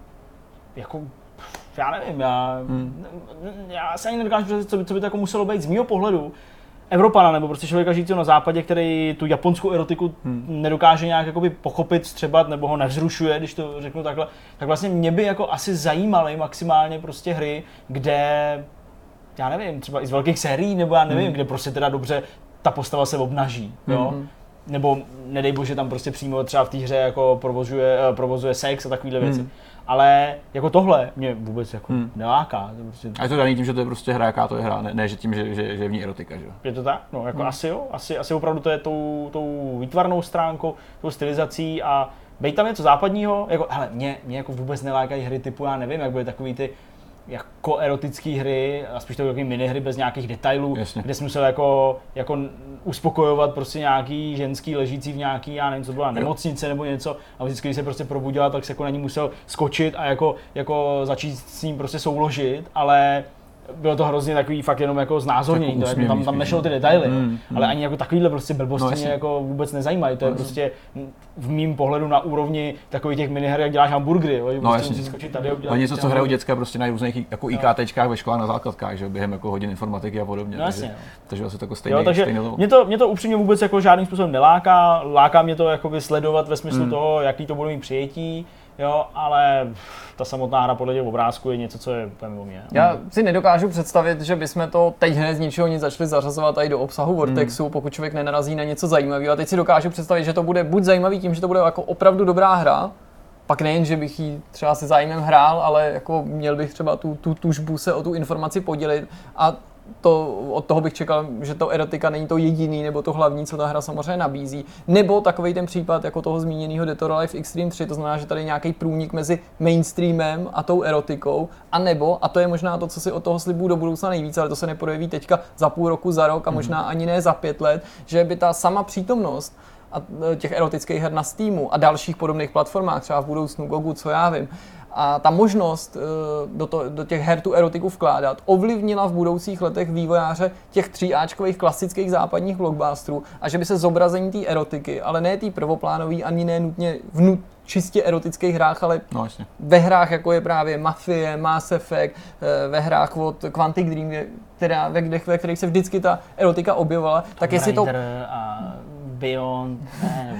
jako, já nevím, já, hmm. já se ani nedokážu představit, co by, co by to jako muselo být z mýho pohledu. Evropana, nebo prostě člověka žijícího na západě, který tu japonskou erotiku hmm. nedokáže nějak jakoby pochopit, vstřebat, nebo ho nevzrušuje, když to řeknu takhle, tak vlastně mě by jako asi zajímaly maximálně prostě hry, kde, já nevím, třeba i z velkých sérií, nebo já nevím, hmm. kde prostě teda dobře ta postava se obnaží, jo. Hmm. Nebo nedej bože tam prostě přímo třeba v té hře jako provozuje, provozuje sex a takovéhle věci. Hmm. Ale jako tohle mě vůbec jako hmm. neláká. To prostě... A je to daný tím, že to je prostě hra, jaká to je hra, ne, ne že tím, že, že, že je v ní erotika, že jo? Je to tak? No jako hmm. asi jo, asi, asi opravdu to je tou, tou výtvarnou stránkou, tou stylizací a bej tam něco západního, jako hele, mě, mě jako vůbec nelákají hry typu, já nevím, jak byly takový ty jako erotické hry, a spíš takové minihry bez nějakých detailů, Jasně. kde jsi musel jako, jako uspokojovat prostě nějaký ženský ležící v nějaký, já nevím, co byla nemocnice nebo něco, a vždycky, když se prostě probudila, tak se jako na ní musel skočit a jako, jako začít s ním prostě souložit, ale bylo to hrozně takový fakt jenom jako znázornění, to, jako tam, tam nešlo ty detaily, mm, mm. ale ani jako takovýhle prostě blbosti no, mě jako vůbec nezajímají, to je no, prostě v mým pohledu na úrovni takových těch miniher, jak děláš hamburgery, jo, no, prostě musíš skočit tady. No něco, co hrajou děcka prostě na různých jako IKTčkách ve školách na základkách, že během jako hodin informatiky a podobně. No, takže, jasně, takže asi tako stejný, jo, takže stejný mě to, mě to upřímně vůbec jako žádným způsobem neláká, láká mě to jakoby sledovat ve smyslu mm. toho, jaký to bude mít přijetí. Jo, ale ta samotná hra podle těch obrázků je něco, co je úplně mimo mě. Já si nedokážu představit, že bychom to teď hned z ničeho nic začali zařazovat tady do obsahu Vortexu, hmm. pokud člověk nenarazí na něco zajímavého. A teď si dokážu představit, že to bude buď zajímavý tím, že to bude jako opravdu dobrá hra, pak nejen, že bych ji třeba se zájmem hrál, ale jako měl bych třeba tu, tu tužbu se o tu informaci podělit a to, od toho bych čekal, že to erotika není to jediný nebo to hlavní, co ta hra samozřejmě nabízí. Nebo takovej ten případ jako toho zmíněného Dead or Alive Extreme tři, to znamená, že tady je nějaký průnik mezi mainstreamem a tou erotikou, a nebo, a to je možná to, co si od toho slibuju do budoucna nejvíc, ale to se neprojeví teďka za půl roku, za rok a možná ani ne za pět let, že by ta sama přítomnost a těch erotických her na Steamu a dalších podobných platformách, třeba v budoucnu Gogu, co já vím, a ta možnost do, to, do těch her tu erotiku vkládat ovlivnila v budoucích letech vývojáře těch tříáčkových klasických západních blockbusterů a že by se zobrazení té erotiky, ale ne té prvoplánový, ani ne nutně v nut, čistě erotických hrách, ale no, ve hrách, jako je právě Mafie, Mass Effect, ve hrách od Quantic Dream, která, ve, ve kterých se vždycky ta erotika objevovala, tak jestli to... A... Beyond, ne.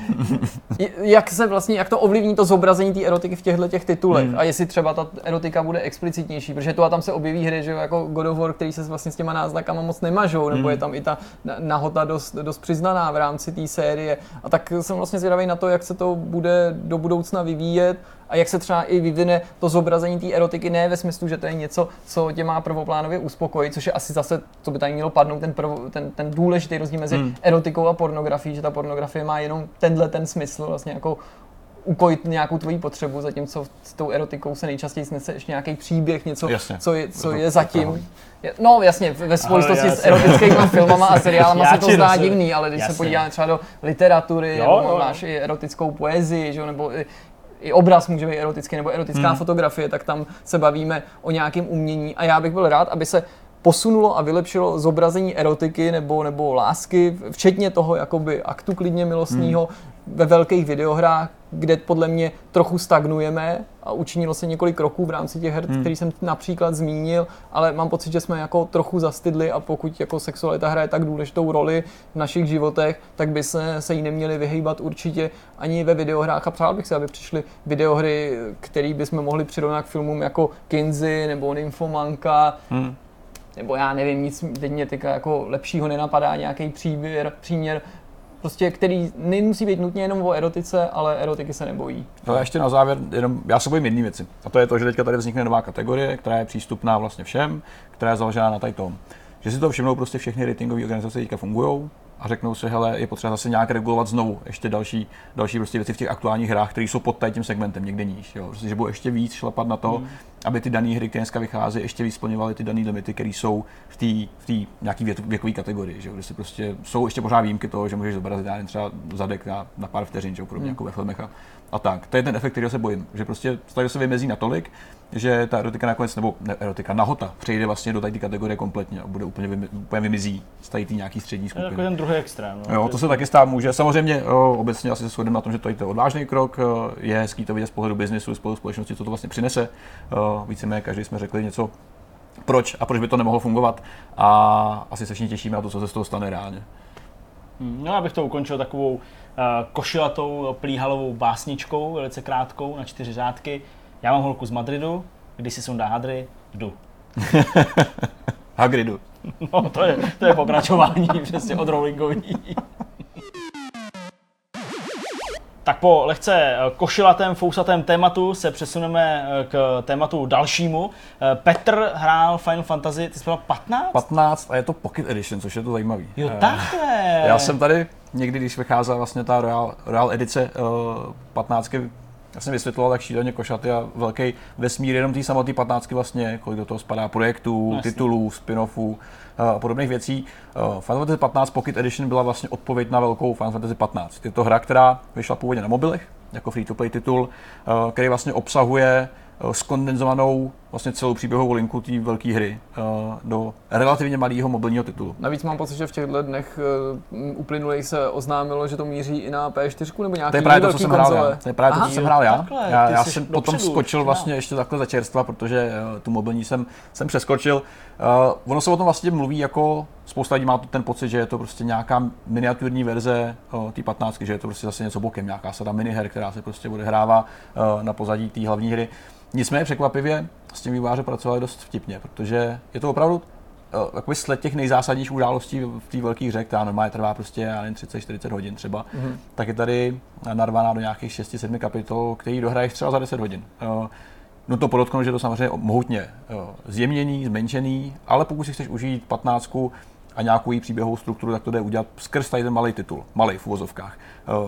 Jak se vlastně, jak to ovlivní to zobrazení té erotiky v těchto těch titulech hmm. a jestli třeba ta erotika bude explicitnější, protože tu a tam se objeví hry, že jo, jako God of War, který se vlastně s těma náznakama moc nemažou, nebo hmm. je tam i ta nahota dost, dost přiznaná v rámci té série, a tak jsem vlastně zvědavý na to, jak se to bude do budoucna vyvíjet a jak se třeba i vyvine to zobrazení té erotiky, ne ve smyslu, že to je něco, co tě má prvoplánově uspokojit, což je asi zase, co by tady mělo padnout, ten, prvo, ten, ten důležitý rozdíl mezi hmm. erotikou a pornografií, že ta pornografie má jenom tenhle ten smysl, vlastně jako ukojit nějakou tvoji potřebu, zatímco s tou erotikou se nejčastěji snese ještě nějaký příběh, něco, jasně, co je, co je zatím. No jasně, ve spojitosti s erotickými filmama a seriálama se to zdá divný, ale když jasně. se podíváme třeba do literatury, jo, nebo máš i erotickou poezii, že? Nebo i, i obraz může být erotický, nebo erotická hmm. fotografie, tak tam se bavíme o nějakém umění a já bych byl rád, aby se posunulo a vylepšilo zobrazení erotiky nebo, nebo lásky, včetně toho jakoby aktu klidně milostného hmm. ve velkých videohrách, kde podle mě trochu stagnujeme a učinilo se několik kroků v rámci těch her, hmm. který jsem například zmínil, ale mám pocit, že jsme jako trochu zastydli a pokud jako sexualita hraje tak důležitou roli v našich životech, tak by se, se jí neměli vyhýbat určitě ani ve videohrách a přál bych si, aby přišly videohry, které bychom mohli přirovnat k filmům jako Kinsey nebo Nymfomanka, hmm. nebo já nevím, nic teď mě teďka jako lepšího nenapadá, nějaký příběr, příměr, prostě který nemusí být nutně jenom o erotice, ale erotiky se nebojí. No a ještě na závěr, jenom, já se bojím jedné věci. A to je to, že teďka tady vznikne nová kategorie, která je přístupná vlastně všem, která je založená na tady tom. Že si to všimnou prostě všechny ratingové organizace teďka fungujou a řeknou si, hele, je potřeba zase nějak regulovat znovu ještě další, další prostě věci v těch aktuálních hrách, které jsou pod tím segmentem někde níž. Jo. Prostě, že budou ještě víc šlapat na to, hmm. aby ty dané hry, které dneska vychází, ještě víc splňovaly ty dané limity, které jsou v té v nějaké věkové kategorii. Že? Kde si prostě jsou ještě pořád výjimky toho, že můžeš zobrazit třeba zadek na, na pár vteřin, že? Podobně hmm. jako ve filmech a, a tak. To je ten efekt, který se bojím, že prostě tady se vymezí natolik, že ta erotika nakonec, nebo ne, erotika, nahota přejde vlastně do té kategorie kompletně a bude úplně, vymi, úplně vymizí z tady nějaký střední skupiny. Jako ten druhý extrém. No. Jo, to se taky stát může. Samozřejmě o, obecně asi se shodneme na tom, že to je odvážný krok, je hezký to vidět z pohledu biznesu, z pohledu společnosti, co to vlastně přinese. Víceméně každý jsme řekli něco, proč a proč by to nemohlo fungovat a asi se všichni těšíme na to, co se z toho stane reálně. No, abych to ukončil takovou uh, košilatou, plíhalovou básničkou, velice krátkou, na čtyři řádky. Já mám holku z Madridu, když si sundá hadry, jdu. Hagridu. No, to je, to je pokračování přesně od Rowlingový. Tak po lehce košilatém, fousatém tématu se přesuneme k tématu dalšímu. Petr hrál Final Fantasy, ty jsi byl patnáct? patnáct a je to Pocket Edition, což je to zajímavý. Jo, takhle. Já jsem tady někdy, když vycházela vlastně ta Royal, Royal edice patnáctky, já jsem vysvětloval, jak šíleně košatý a velký vesmír jenom té samotné patnáctky vlastně, kolik do toho spadá projektů, no, titulů, spin-offů a podobných věcí. Final Fantasy patnáct Pocket Edition byla vlastně odpověď na velkou Final Fantasy patnáct. Je to hra, která vyšla původně na mobilech, jako free-to-play titul, který vlastně obsahuje skondenzovanou vlastně celou příběhovou linku té velké hry do relativně malého mobilního titulu. Navíc mám pocit, že v těchto dnech uplynulých se oznámilo, že to míří i na P čtyři nebo nějaký velký konzole. To, co hrál já. To je právě Aha, to, co jsem hrál já. Takhle, já, já jsem potom dopředu, skočil vlastně ještě takhle za čerstva, protože tu mobilní jsem, jsem přeskočil. Uh, ono se o tom vlastně mluví jako, spousta lidí má ten pocit, že je to prostě nějaká miniaturní verze uh, té patnáctky, že je to prostě zase něco bokem, nějaká sada miniher, která se prostě odehrává uh, na pozadí té hlavní hry. Nicméně překvapivě s tím vývojáři pracovali dost vtipně, protože je to opravdu uh, sled těch nejzásadnějších událostí v té velké hře, která normálně trvá prostě já nevím, třicet čtyřicet hodin třeba, mm-hmm. tak je tady narvaná do nějakých šest sedm kapitol, který dohraješ třeba za deset hodin. Uh, No to podotknout, že to samozřejmě mohutně jo, zjemněný, zmenšený, ale pokud si chceš užít patnáctku a nějakou její příběhovou strukturu, tak to jde udělat skrz tady ten malý titul, malý v uvozovkách.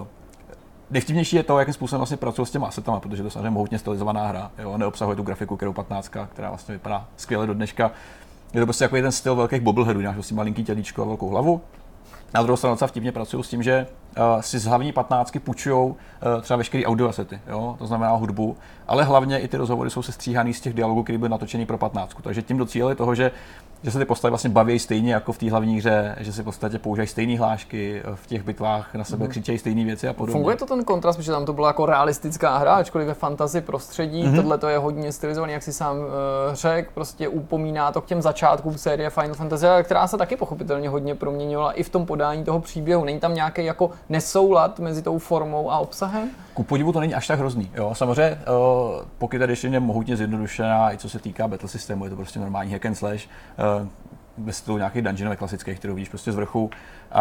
Nejvtipnější je to, jakým způsobem vlastně pracují s těma asetama, protože to je samozřejmě mohutně stylizovaná hra, jo, neobsahuje tu grafiku, kterou patnáctka, která vlastně vypadá skvěle do dneška. Je to prostě jako ten styl velkých bobbleheadů, nějak vlastně malinký tělíčko a velkou hlavu. Na druhou stranu docela vtipně pracují s tím, že uh, si z hlavní patnáctky půjčujou uh, třeba veškeré audioasety, jo? To znamená hudbu, ale hlavně i ty rozhovory jsou sestříhaný z těch dialogů, které byly natočený pro patnáctku. Takže tím docílili toho, že, že se ty postavy vlastně baví stejně jako v té hlavní hře, že si v podstatě používají stejné hlášky, v těch bitvách na sebe mm. křičejí stejné věci a podobně. Funguje to ten kontrast, protože tam to byla jako realistická hra, ačkoliv ve fantasy prostředí, mm-hmm. tohle to je hodně stylizovaný, jak si sám uh, řekl, prostě upomíná to k těm začátkům série Final Fantasy, která se taky pochopitelně hodně proměnila i v tom podání toho příběhu. Není tam nějaký jako nesoulad mezi tou formou a obsahem? Ku podivu to není až tak hrozný. Jo. Samozřejmě, uh, pokud edition je mohutně zjednodušená, i co se týká battle systému, je to prostě normální hack and slash, uh, ve stylu nějakých dungeonových klasických, kterou vidíš prostě z vrchu,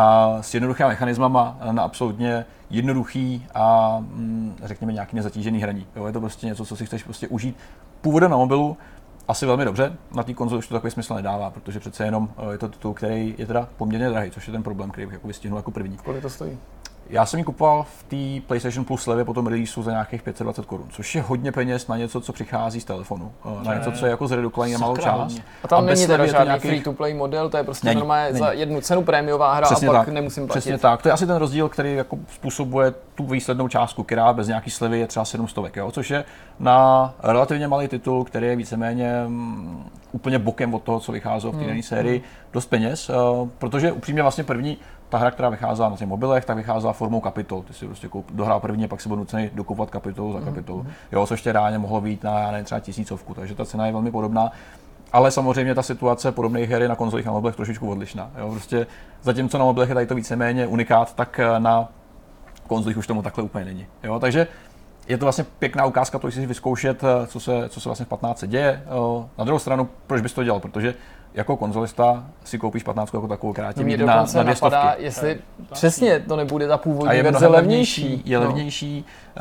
a s jednoduchými mechanismama na absolutně jednoduchý a mm, řekněme nějaký nezatížený hraní. Jo. Je to prostě něco, co si chceš prostě užít původem na mobilu, asi velmi dobře, na té konzoli už to takový smysl nedává, protože přece jenom je to titul, který je teda poměrně drahý, což je ten problém, který bych jako vystihnul jako první. Kolik to stojí? Já jsem ji kupoval v té PlayStation Plus slevě po tom releaseu za nějakých pět set dvacet korun, což je hodně peněz na něco, co přichází z telefonu, na něco, co je jako zredukovaný na malou část. A tam a není teda žádný nějakých... free-to-play model, to je prostě není, normálně není. Za jednu cenu prémiová hra přesně a pak tak, nemusím platit. Přesně tak, to je asi ten rozdíl, který jako způsobuje tu výslednou částku, která bez nějaký slevy je třeba sedm set, jo, což je na relativně malý titul, který je víceméně um, úplně bokem od toho, co vycházelo v té hmm. sérii, dost peněz, uh, protože upřímně vlastně první ta hra, která vycházela na těch mobilech, tak vycházela formou kapitol. Ty si prostě koup, dohrál první a pak si byl nucený dokupovat kapitolu za kapitolu. Mm-hmm. Jo, což tě reálně mohlo být na, já nevím, třeba tisícovku, takže ta cena je velmi podobná. Ale samozřejmě ta situace podobných her je na konzolích na mobilech trošičku odlišná. Jo, prostě zatímco na mobilech je tady to víceméně unikát, tak na konzolích už tomu takhle úplně není. Jo, takže je to vlastně pěkná ukázka toho, jestli si vyzkoušet, co se, co se vlastně v patnáctce děje. Na druhou stranu, proč bys to dělal? Protože jako konzolista si koupíš patnáctku jako takovou, která ti mě vyjde na, na dvě stovky. napadá, jestli to, to přesně to nebude ta původní a je verze levnější. levnější. Je no. levnější.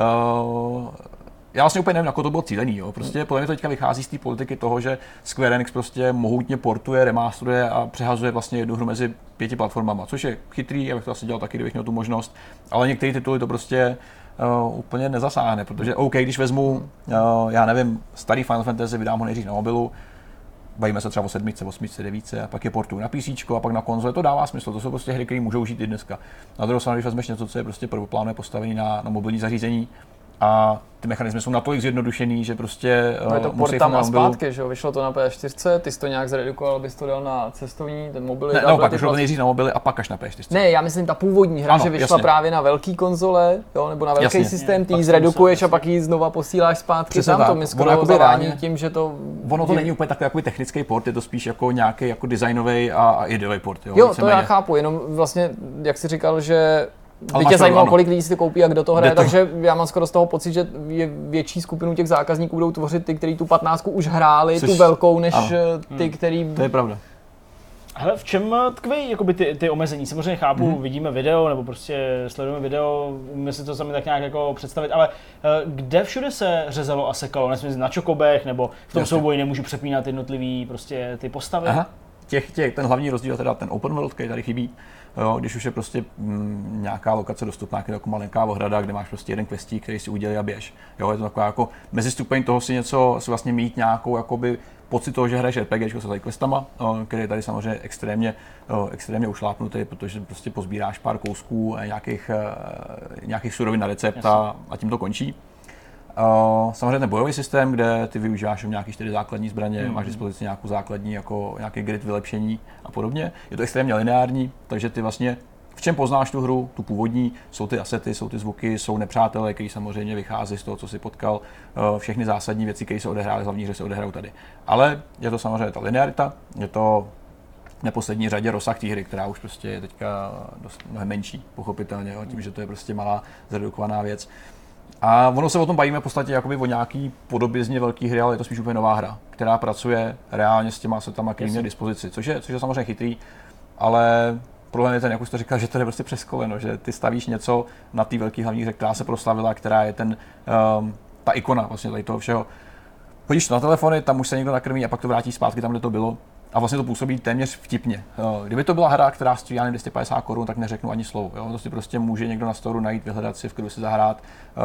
Uh, já vlastně úplně nevím, na koho to bylo cílený. Jo. Prostě podle mě to teďka vychází z té politiky toho, že Square Enix prostě mohutně portuje, remasteruje a přehazuje vlastně jednu hru mezi pěti platformama, což je chytrý, já bych to asi dělal taky, kdybych měl tu možnost, ale některé tituly to prostě uh, úplně nezasáhne, protože OK, když vezmu, uh, já nevím, starý Final Fantasy, vydám ho nejdřív na mobilu, bavíme se třeba o sedmičce, osmičce, devítce, a pak je portuju na P C a pak na konzole, to dává smysl, to jsou prostě hry, které můžou žít i dneska. Na druhou stranu, když vezmeš něco, co je prostě prvoplánové postavení na, na mobilní zařízení, a ty mechanismy jsou natolik zjednodušený, že prostě no je to uh, port tam a zpátky, že jo, vyšlo to na P S čtyři, ty jsi to nějak zredukoval, bys to dal na cestovní, ten mobil. Ne, naopak, vyšlo to nejdřív na mobily a pak až na P S čtyři. Ne, já myslím ta původní hra, ano, že vyšla jasně. právě na velký konzole, jo, nebo na velký Jasně. systém, ty ji Pak zredukuješ musel, a pak ji znova posíláš zpátky Přesně tam, tak. to mi Ono skoro jakoby zavání reálně- tím, že to... Ono to není úplně takový jakoby technický port, je to spíš jako nějaký jako designový a, a ideový port. Jo, Jo, to víceméně. já chápu, jenom vlastně, jak jsi říkal, že Ale by máš tě zajímalo, pravdu, kolik lidí si to koupí a kdo to hraje, Jde to- takže já mám skoro z toho pocit, že je větší skupinu těch zákazníků budou tvořit ty, kteří tu patnáctku už hráli, Což- tu velkou, než ano. eh, ty, který... To je pravda. Hele, v čem tkví jakoby ty, ty omezení? Samozřejmě chápu, mm-hmm. vidíme video, nebo prostě sledujeme video, umíme si to sami tak nějak jako představit, ale uh, kde všude se řezalo a sekalo? Nesmím na čokobech, nebo v tom Jasně. souboji nemůžu přepínat jednotlivý prostě ty postavy? Aha. Těch, těch, ten hlavní rozdíl je teda ten open world, který tady chybí. Jo, když už je prostě mm, nějaká lokace dostupná, jako malinká ohrada, kde máš prostě jeden questík, který si udělí a běž. Jo, je to taková jako mezistupeň toho si něco, si vlastně mít nějakou jakoby pocit toho, že hraješ RPGčko se tady questama, o, který je tady samozřejmě extrémně, o, extrémně ušlápnutý, protože prostě pozbíráš pár kousků a nějakých, uh, nějakých surovin na recept a, a tím to končí. Uh, samozřejmě ten bojový systém, kde ty využíváš nějaké čtyři základní zbraně, mm. máš k dispozici nějakou základní, jako nějaký grid vylepšení a podobně. Je to extrémně lineární, takže ty vlastně v čem poznáš tu hru, tu původní, jsou ty asety, jsou ty zvuky, jsou nepřátelé, kteří samozřejmě vychází z toho, co si potkal, uh, všechny zásadní věci, které se odehrály, hlavní hře se odehrajou tady. Ale je to samozřejmě ta linearita, je to v neposlední řadě rozsah té hry, která už prostě je teďka dost mnohem menší, pochopitelně, jo, tím, že to je prostě malá zredukovaná věc. A ono se o tom bavíme v podstatě jakoby o nějaký podobizně velký hry, ale je to spíš úplně nová hra, která pracuje reálně s těma setama, který měl k dispozici, což je, což je samozřejmě chytrý, ale problém je ten, jak už to říkal, že to je prostě přes koleno, že ty stavíš něco na té velké hlavní hře, která se proslavila, která je ten, um, ta ikona vlastně tady toho všeho. Chodíš na telefony, tam už se někdo nakrmí a pak to vrátí zpátky tam, kde to bylo. A vlastně to působí téměř vtipně. Kdyby to byla hra, která stojí dvě stě padesát korun, tak neřeknu ani slovo. Jo? To si prostě může někdo na storu najít, vyhledat si, v klidu si zahrát,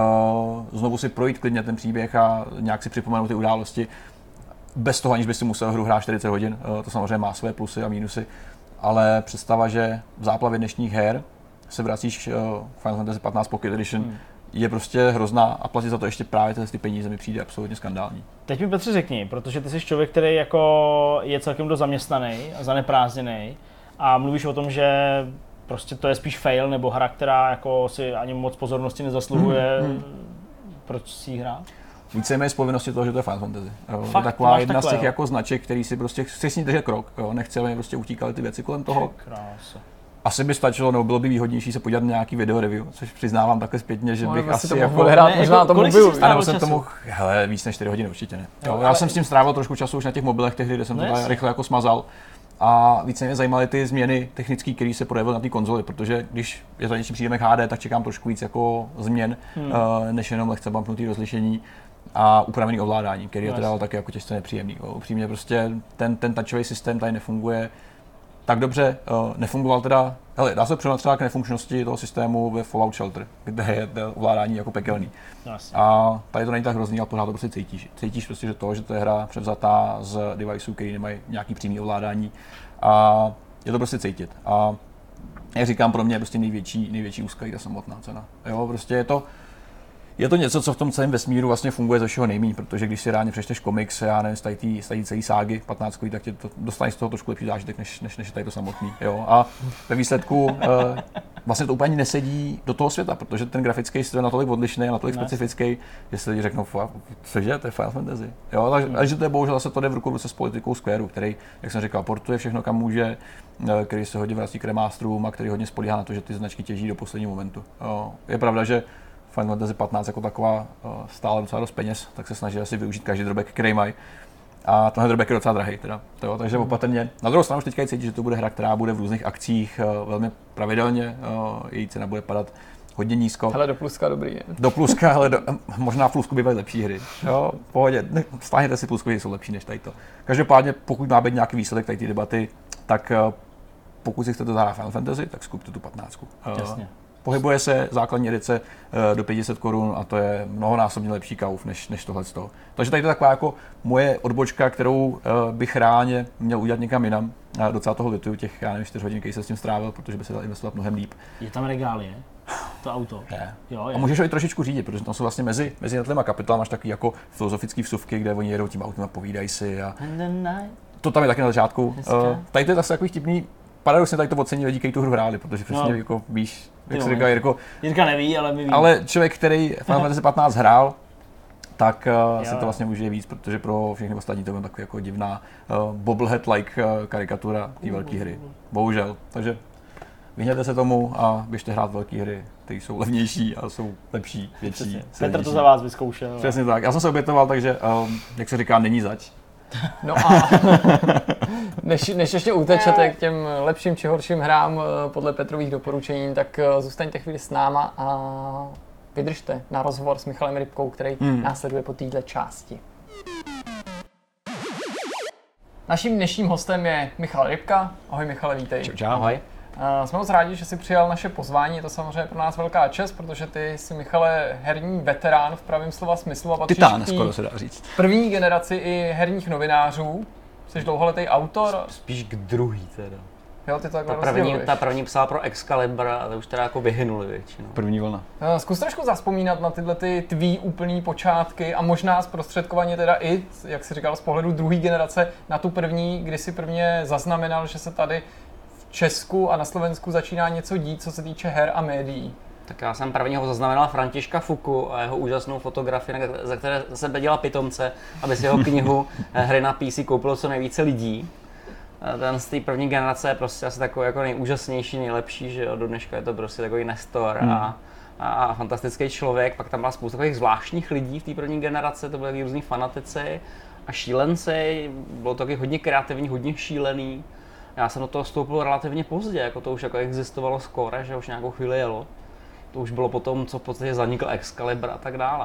znovu si projít klidně ten příběh a nějak si připomenout ty události. Bez toho, aniž by si musel hru hrát čtyřicet hodin. To samozřejmě má své plusy a mínusy. Ale představa, že v záplavě dnešních her se vracíš Final Fantasy patnáct Pocket Edition, hmm. je prostě hrozná a platit za to ještě právě ty peníze mi přijde absolutně skandální. Teď mi Petře řekni, protože ty jsi člověk, který jako je celkem dost zaměstnaný a zaneprázdněný a mluvíš o tom, že prostě to je spíš fail nebo hra, která jako si ani moc pozornosti nezasluhuje, hmm. Hmm. Proč si ji hrát? Víceméně z povinnosti toho, že to je Final Fantasy. Jo. Fakt, taková jedna takhle, z těch jo. jako značek, který si prostě chce s ní držet krok, jo. Nechce, aby prostě utíkaly ty věci kolem toho. Krása. Asi by stačilo, nebo bylo by výhodnější se podívat na nějaký video review, což přiznávám takhle zpětně, že No, bych asi asi to jako... mohl hrát Ne, možná jako na tom kolik jsi mobilu. si A nebo strávil jsem času? tomu, hele, víc než čtyři hodiny určitě ne. Jo, Jo, já ale- jsem s tím strávil trošku času už na těch mobilech tehdy, kde jsem No to jasně. rychle jako smazal. A více mě zajímaly ty změny technické, které se projevily na té konzoli, protože když je to něčím přijdeme k H D, tak čekám trošku víc jako změn, hmm. uh, než jenom lehce bumpnutý rozlišení a upravený ovládání, který je No teda jasně. taky jako těžce nepříjemný. Jo. Upřímně prostě ten, ten touchový systém tady nefunguje tak dobře, uh, nefungoval teda, hele, dá se přirovnat třeba k nefunkčnosti toho systému ve Fallout Shelter, kde je to ovládání jako pekelný. Jasně. A tady to není tak hrozný, ale pořád to prostě cítíš. Cítíš prostě, že to, že to je hra převzatá z deviceů, který nemají nějaký přímý ovládání a je to prostě cítit. A jak říkám, pro mě je prostě největší, největší úskalí ta samotná cena. Jo, prostě je to, je to něco, co v tom celém vesmíru vlastně funguje ze všeho nejméně, protože když si ráně přečteš komiks, já nevím, z tady tý- z tady celý ságy patnáctkový, tak tě to dostaneš z toho trošku lepší zážitek, než, než, než je tady to samotný. Jo. A ve výsledku uh, vlastně to úplně nesedí do toho světa, protože ten grafický styl je natolik odlišný a natolik Ne. specifický, že si lidi řeknou, cože, to je Final Fantasy. Jo, takže, hmm. takže to je bohužel zase to jde v ruku v ruce s politikou Squareu, který, jak jsem říkal, portuje všechno, kam může, který se hodně vrací k remasterům a který hodně spolíhá na to, že ty značky těží do posledního momentu. Jo. Je pravda, že Final Fantasy patnáct jako taková uh, stále docela dost peněz, tak se snaží asi využít každý drobek, který mají. A tenhle drobek je docela drahý, teda. To, takže hmm. opatrně. Na druhou stranu už teďka cítí, že to bude hra, která bude v různých akcích uh, velmi pravidelně, uh, její cena bude padat hodně nízko. Hele, do pluska dobrý je. Do pluska, ale do, možná v plusku bývají lepší hry. Jo, v pohodě, stáhněte si plusku, jsou lepší než tady to. Každopádně, pokud má být nějaký výsledek tady té debaty, tak uh, pokud si chcete zahrát Final Fantasy, tak skupte tu patnáctku. Jasně. Pohybuje se základní edice do pět set korun a to je mnohonásobně lepší kauf než, než tohle. Takže tady to je taková jako moje odbočka, kterou bych reálně měl udělat někam jinam. A docela toho lituju těch, já nevím, čtyři hodin, který se s tím strávil, protože by se dal investovat mnohem líp. Je tam regálie? To auto? Je. Jo, je. A můžeš ho i trošičku řídit, protože tam jsou vlastně mezi, mezi jednotlivými kapitolami máš takový jako filozofický vsuvky, kde oni jedou tím autem a povídají si. A to tam je taky na začátku. Uh, tady to je zase takový vtipný. Paradoxně tady to ocení lidi, kteří tu hru hráli, protože přesně no. jako víš, jak se říká Jirko. Jirka neví, ale my víme. Ale člověk, který Final Fantasy patnáct hrál, tak uh, se to vlastně užije víc, protože pro všechny ostatní to byla taková jako divná uh, bobblehead-like uh, karikatura té velké hry. Bohužel. Takže vyhněte se tomu a běžte hrát velké hry, které jsou levnější a jsou lepší, větší. Petr to za vás vyzkoušel. Přesně tak. Já jsem se obětoval, takže um, jak se říká, není zač. No a než, než ještě utečete k těm lepším či horším hrám podle Petrových doporučení, tak zůstaňte chvíli s náma a vydržte na rozhovor s Michalem Rybkou, který hmm. následuje po této části. Naším dnešním hostem je Michal Rybka. Ahoj Michale, vítej. Čau, čau. Ahoj. Uh, jsme moc rádi, že jsi přijal naše pozvání, je to samozřejmě pro nás velká čest, protože ty jsi, Michale, herní veterán v pravém slova smyslu a patříš Titán, skoro se dá říct. První generaci i herních novinářů. Jsi dlouholetý autor. Spíš k druhý teda. Jo, ty to takhle ta první, ta první psala pro Excalibur a to už teda jako vyhynuli většinou. První vlna. Uh, zkus trošku zazpomínat na tyhle ty tvý úplný počátky a možná zprostředkovaně teda i, jak jsi říkal, z pohledu druhé generace na tu první, kdy jsi prvně zaznamenal, že se tady v Česku a na Slovensku začíná něco dít, co se týče her a médií. Tak já jsem prvního zaznamenal Františka Fuku a jeho úžasnou fotografii, za které sebe dělal pitomce, aby si jeho knihu Hry na P C koupilo co nejvíce lidí. Ten z té první generace je prostě asi takový jako nejúžasnější, nejlepší, že jo, do dneška je to prostě takový nestor hmm. a, a, a fantastický člověk. Pak tam byla spousta takových zvláštních lidí v té první generaci, to byli různí fanatici a šílenci, bylo to taky hodně kreativní, hodně šílený. Já jsem do toho vstoupil relativně pozdě, jako to už jako existovalo skoro, že už nějakou chvíli jelo. To už bylo potom, co v podstatě zanikl Excalibur a tak dále.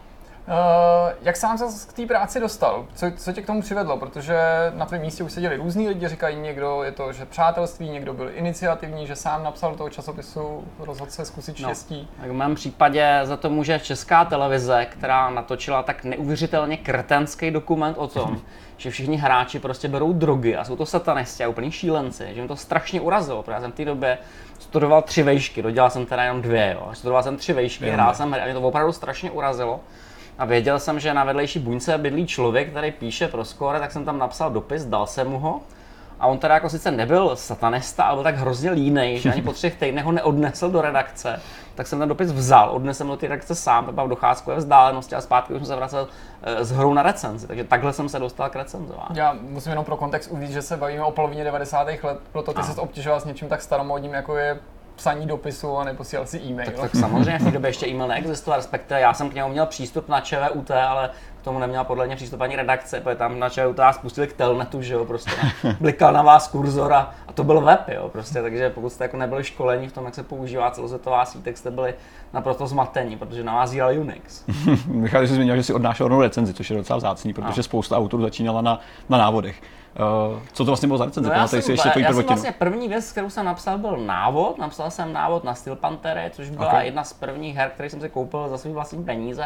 Uh, jak sám se k té práci dostal? Co, co tě k tomu přivedlo? Protože na tvém místě už seděli různý lidi, říkají někdo je to, že přátelství, někdo byl iniciativní, že sám napsal do toho časopisu, rozhodl se zkusit štěstí. No, tak v mém případě za to může Česká televize, která natočila tak neuvěřitelně kretenský dokument o tom, že všichni hráči prostě berou drogy a jsou to satanisti a úplní šílenci, že mi to strašně urazilo, protože já jsem v té době studoval tři vejšky, dodělal jsem teda jenom dvě, jo. Studoval jsem tři vejšky, hrál jsem hry a mě to opravdu strašně urazilo. A věděl jsem, že na vedlejší buňce bydlí člověk, který píše pro Score, tak jsem tam napsal dopis, dal jsem mu ho. A on teda jako sice nebyl satanista, ale byl tak hrozně línej, že ani po třech týdnech ho neodnesl do redakce. Tak jsem ten dopis vzal, odnesl do té redakce sám, pak v docházkové vzdálenosti a zpátky už jsem se vracel s hrou na recenzi. Takže takhle jsem se dostal k recenzování. Já musím jenom pro kontext uvést, že se bavíme o polovině devadesátých let, proto ty se obtěžoval s něčím tak staromódním, jako je psaní dopisu a neposílal si e-mail. Tak, tak samozřejmě v té době ještě e-mail neexistoval, respektive já jsem k němu měl přístup na ČVUT, ale k tomu neměla podle mě přístup ani redakce, protože tam na ČVUT vás pustili k telnetu, že jo, prostě blikal na vás kurzor a, a to byl web, jo, prostě, takže pokud jste jako nebyli školení v tom, jak se používá celosvětová síť, tak jste byli naprosto zmatení, protože na vás dělal Unix. Michal, jsi zmínil, že si odnášel rovnou recenzi, což je docela vzácný, protože no. spousta autorů začínala na, na návodech. Uh, co to vlastně bylo za recenze? No já jsem, si ještě já jsem vlastně první věc, kterou jsem napsal, byl návod. Napsal jsem návod na Steel Panthery, což byla okay. jedna z prvních her, který jsem si koupil za svý vlastní peníze.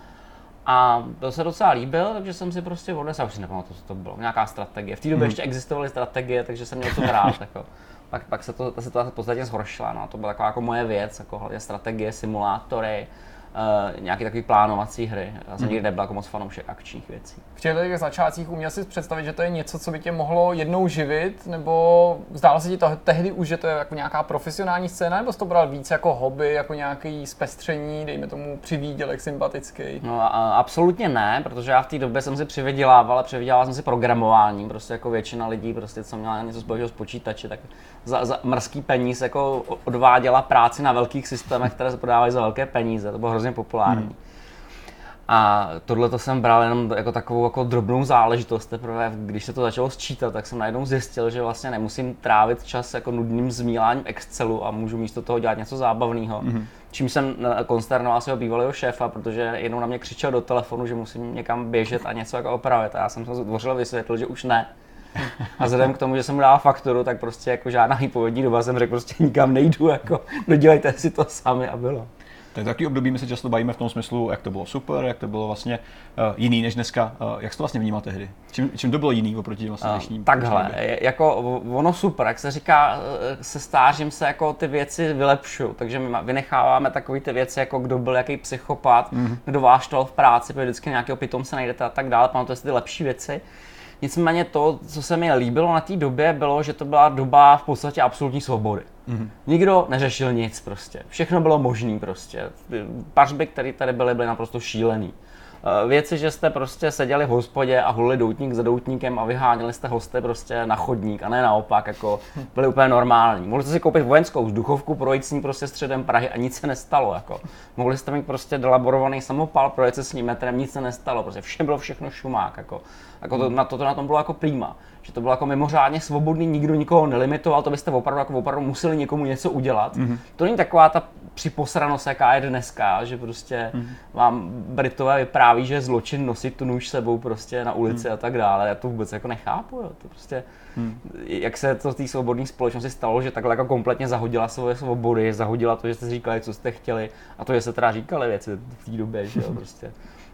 A to se docela líbil, takže jsem si prostě odnesl, já už si nepamatuju, co to bylo, nějaká strategie. V té době hmm. ještě existovaly strategie, takže jsem měl co hrát. Jako. Pak, pak se to, ta situace v podstatě zhoršila, no. To byla taková jako moje věc, jako hlavně strategie, simulátory, Uh, nějaký takový plánovací hry. Já jsem nikdy nebyl jako moc fanoušek akčních věcí. V těch začátcích uměl si představit, že to je něco, co by tě mohlo jednou živit, nebo zdálo se ti to tehdy už, že to je jako nějaká profesionální scéna, nebo jsi to bral víc jako hobby, jako nějaký zpestření, dejme tomu přivídělek sympatický? No a, a absolutně ne, protože já v té době jsem si přivydělával, ale přivydělával jsem si programováním, prostě jako většina lidí, prostě co měla něco společného s počítači, tak za, za mrzký peníz jako odváděla práci na velkých systémech, které se prodávají za velké peníze. To bylo hrozně populární. Hmm. A tohle to jsem bral jenom jako takovou jako drobnou záležitost, teprve když se to začalo sčítat, tak jsem najednou zjistil, že vlastně nemusím trávit čas jako nudným zmíláním Excelu a můžu místo toho dělat něco zábavného. Mm-hmm. Čím jsem konsternoval svého bývalého šéfa, protože jednou na mě křičel do telefonu, že musím někam běžet a něco jako opravit. A já jsem se zdvořile vysvětlil, že už ne. A vzhledem k tomu, že jsem mu dal fakturu, tak prostě jako žádná výpovědní doba jsem řekl, prostě nikam nejdu, jako dodělejte si to sami a bylo. Tak takový období my se často bavíme v tom smyslu, jak to bylo super, jak to bylo vlastně uh, jiný než dneska. Uh, jak jsi to vlastně vnímal tehdy? Čím, čím to bylo jiný oproti vlastně dnešním? Uh, takhle, jako ono super, jak se říká, se stářím se jako ty věci vylepšují, takže my vynecháváme takové ty věci, jako kdo byl jaký psychopat, mm-hmm. kdo váštoval v práci, protože vždycky nějakého pitomce najdete a tak dále, pamatujete si ty lepší věci. Nicméně to, co se mi líbilo na té době, bylo, že to byla doba v podstatě absolutní svobody. Mm-hmm. Nikdo neřešil nic prostě. Všechno bylo možný prostě. Pařby, které tady byly, byly naprosto šílený. Věci, že jste prostě seděli v hospodě a hulili doutník za doutníkem a vyháněli jste hosty prostě na chodník a ne naopak, jako byly úplně normální. Mohli jste si koupit vojenskou vzduchovku, projít s ní prostě středem Prahy a nic se nestalo, jako. Mohli jste mít prostě delaborovaný samopal, projet se s ním metrem, nic se nestalo, prostě vše bylo všechno šumák, jako. Jako to, na to, to na tom bylo jako prima, že to bylo jako mimořádně svobodný, nikdo nikoho nelimitoval, to byste opravdu, jako opravdu museli někomu něco udělat. Mm-hmm. To není taková ta připosranost, jaká je dneska, že prostě mm-hmm. vám Britové vypráví, že je zločin nosit tu nůž sebou prostě na ulici mm-hmm. a tak dále. Já to vůbec jako nechápu, jo. To prostě, mm. jak se to v té svobodné společnosti stalo, že takhle jako kompletně zahodila svoje svobody, zahodila to, že jste říkali, co jste chtěli a to, že se teda říkali věci v té době, že jo, prostě.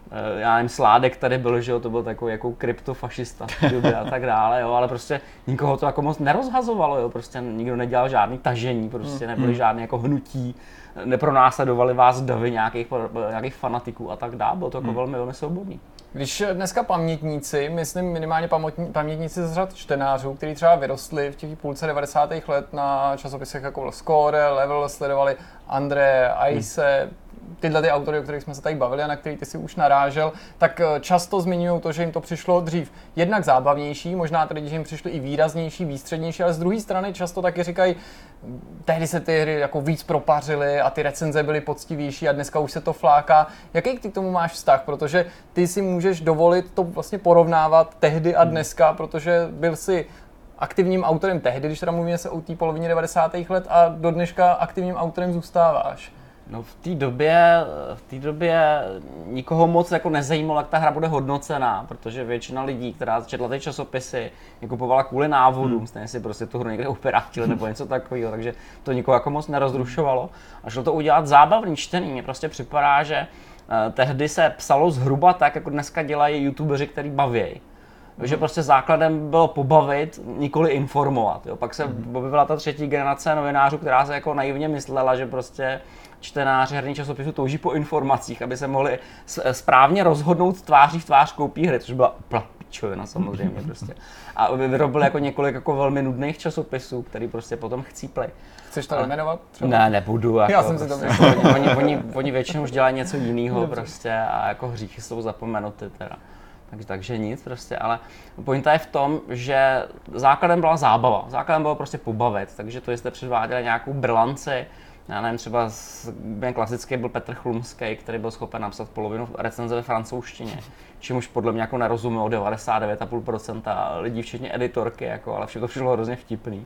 Já nevím, Sládek tady byl, že jo, to byl takový jako kryptofašista v té době a tak dále, jo, ale prostě nikoho to jako moc nerozhazovalo, jo, prostě nikdo nedělal žádný tažení, prostě nebyly žádné jako hnutí, nepronásledovali vás davy nějakých, nějakých fanatiků a tak dále, bylo to jako hmm. velmi, velmi svobodný. Když dneska pamětníci, myslím minimálně pamětníci z řad čtenářů, kteří třeba vyrostli v těch půlce devadesátých let na časopisech jako byl Score, Level, sledovali André, Aise, hmm. tyhle ty autory, o kterých jsme se tady bavili a na který ty si už narážel, tak často zmiňují to, že jim to přišlo dřív jednak zábavnější, možná tedy, že jim přišly i výraznější, výstřednější, ale z druhé strany často taky říkají, tehdy se ty hry jako víc propařily a ty recenze byly poctivější a dneska už se to fláká. Jaký ty k tomu máš vztah? Protože ty si můžeš dovolit to vlastně porovnávat tehdy a dneska, protože byl si aktivním autorem tehdy, když teda mluvíme se o té polovině devadesátých let a do dneška aktivním autorem zůstáváš. No v té době, v té době nikoho moc jako nezajímalo, jak ta hra bude hodnocená, protože většina lidí, která četla ty časopisy, je kupovala kvůli návodům, hmm. stejně si prostě tu hru někde upirátili nebo něco takového, takže to nikoho jako moc nerozrušovalo. A šlo to udělat zábavný čtení, mně prostě připadá, že uh, tehdy se psalo zhruba tak, jako dneska dělají youtubeři, který bavějí. Že prostě základem bylo pobavit, nikoli informovat. Jo. Pak se objevila ta třetí generace novinářů, která se jako naivně myslela, že prostě čtenáři herních časopisů touží po informacích, aby se mohli správně rozhodnout tváří v tvář koupí hry, což byla úplná pičovina samozřejmě prostě. A vyrobili jako několik jako velmi nudných časopisů, který prostě potom chcípli. Chceš to jmenovat? Ne, nebudu. Jako Já jsem prostě, si to myslel. Oni, oni, oni většinou už dělají něco jiného prostě a jako hříchy jsou zapomenuty teda. Takže, takže nic prostě, ale pointa je v tom, že základem byla zábava, základem bylo prostě pobavit, takže to jste předváděli nějakou brilanci, já nevím, třeba klasický byl Petr Chlumský, který byl schopen napsat polovinu recenze ve francouzštině, čemuž podle mě jako nerozumělo devadesát devět celá pět procenta lidí, včetně editorky, jako, ale všechno přišlo hrozně vtipný.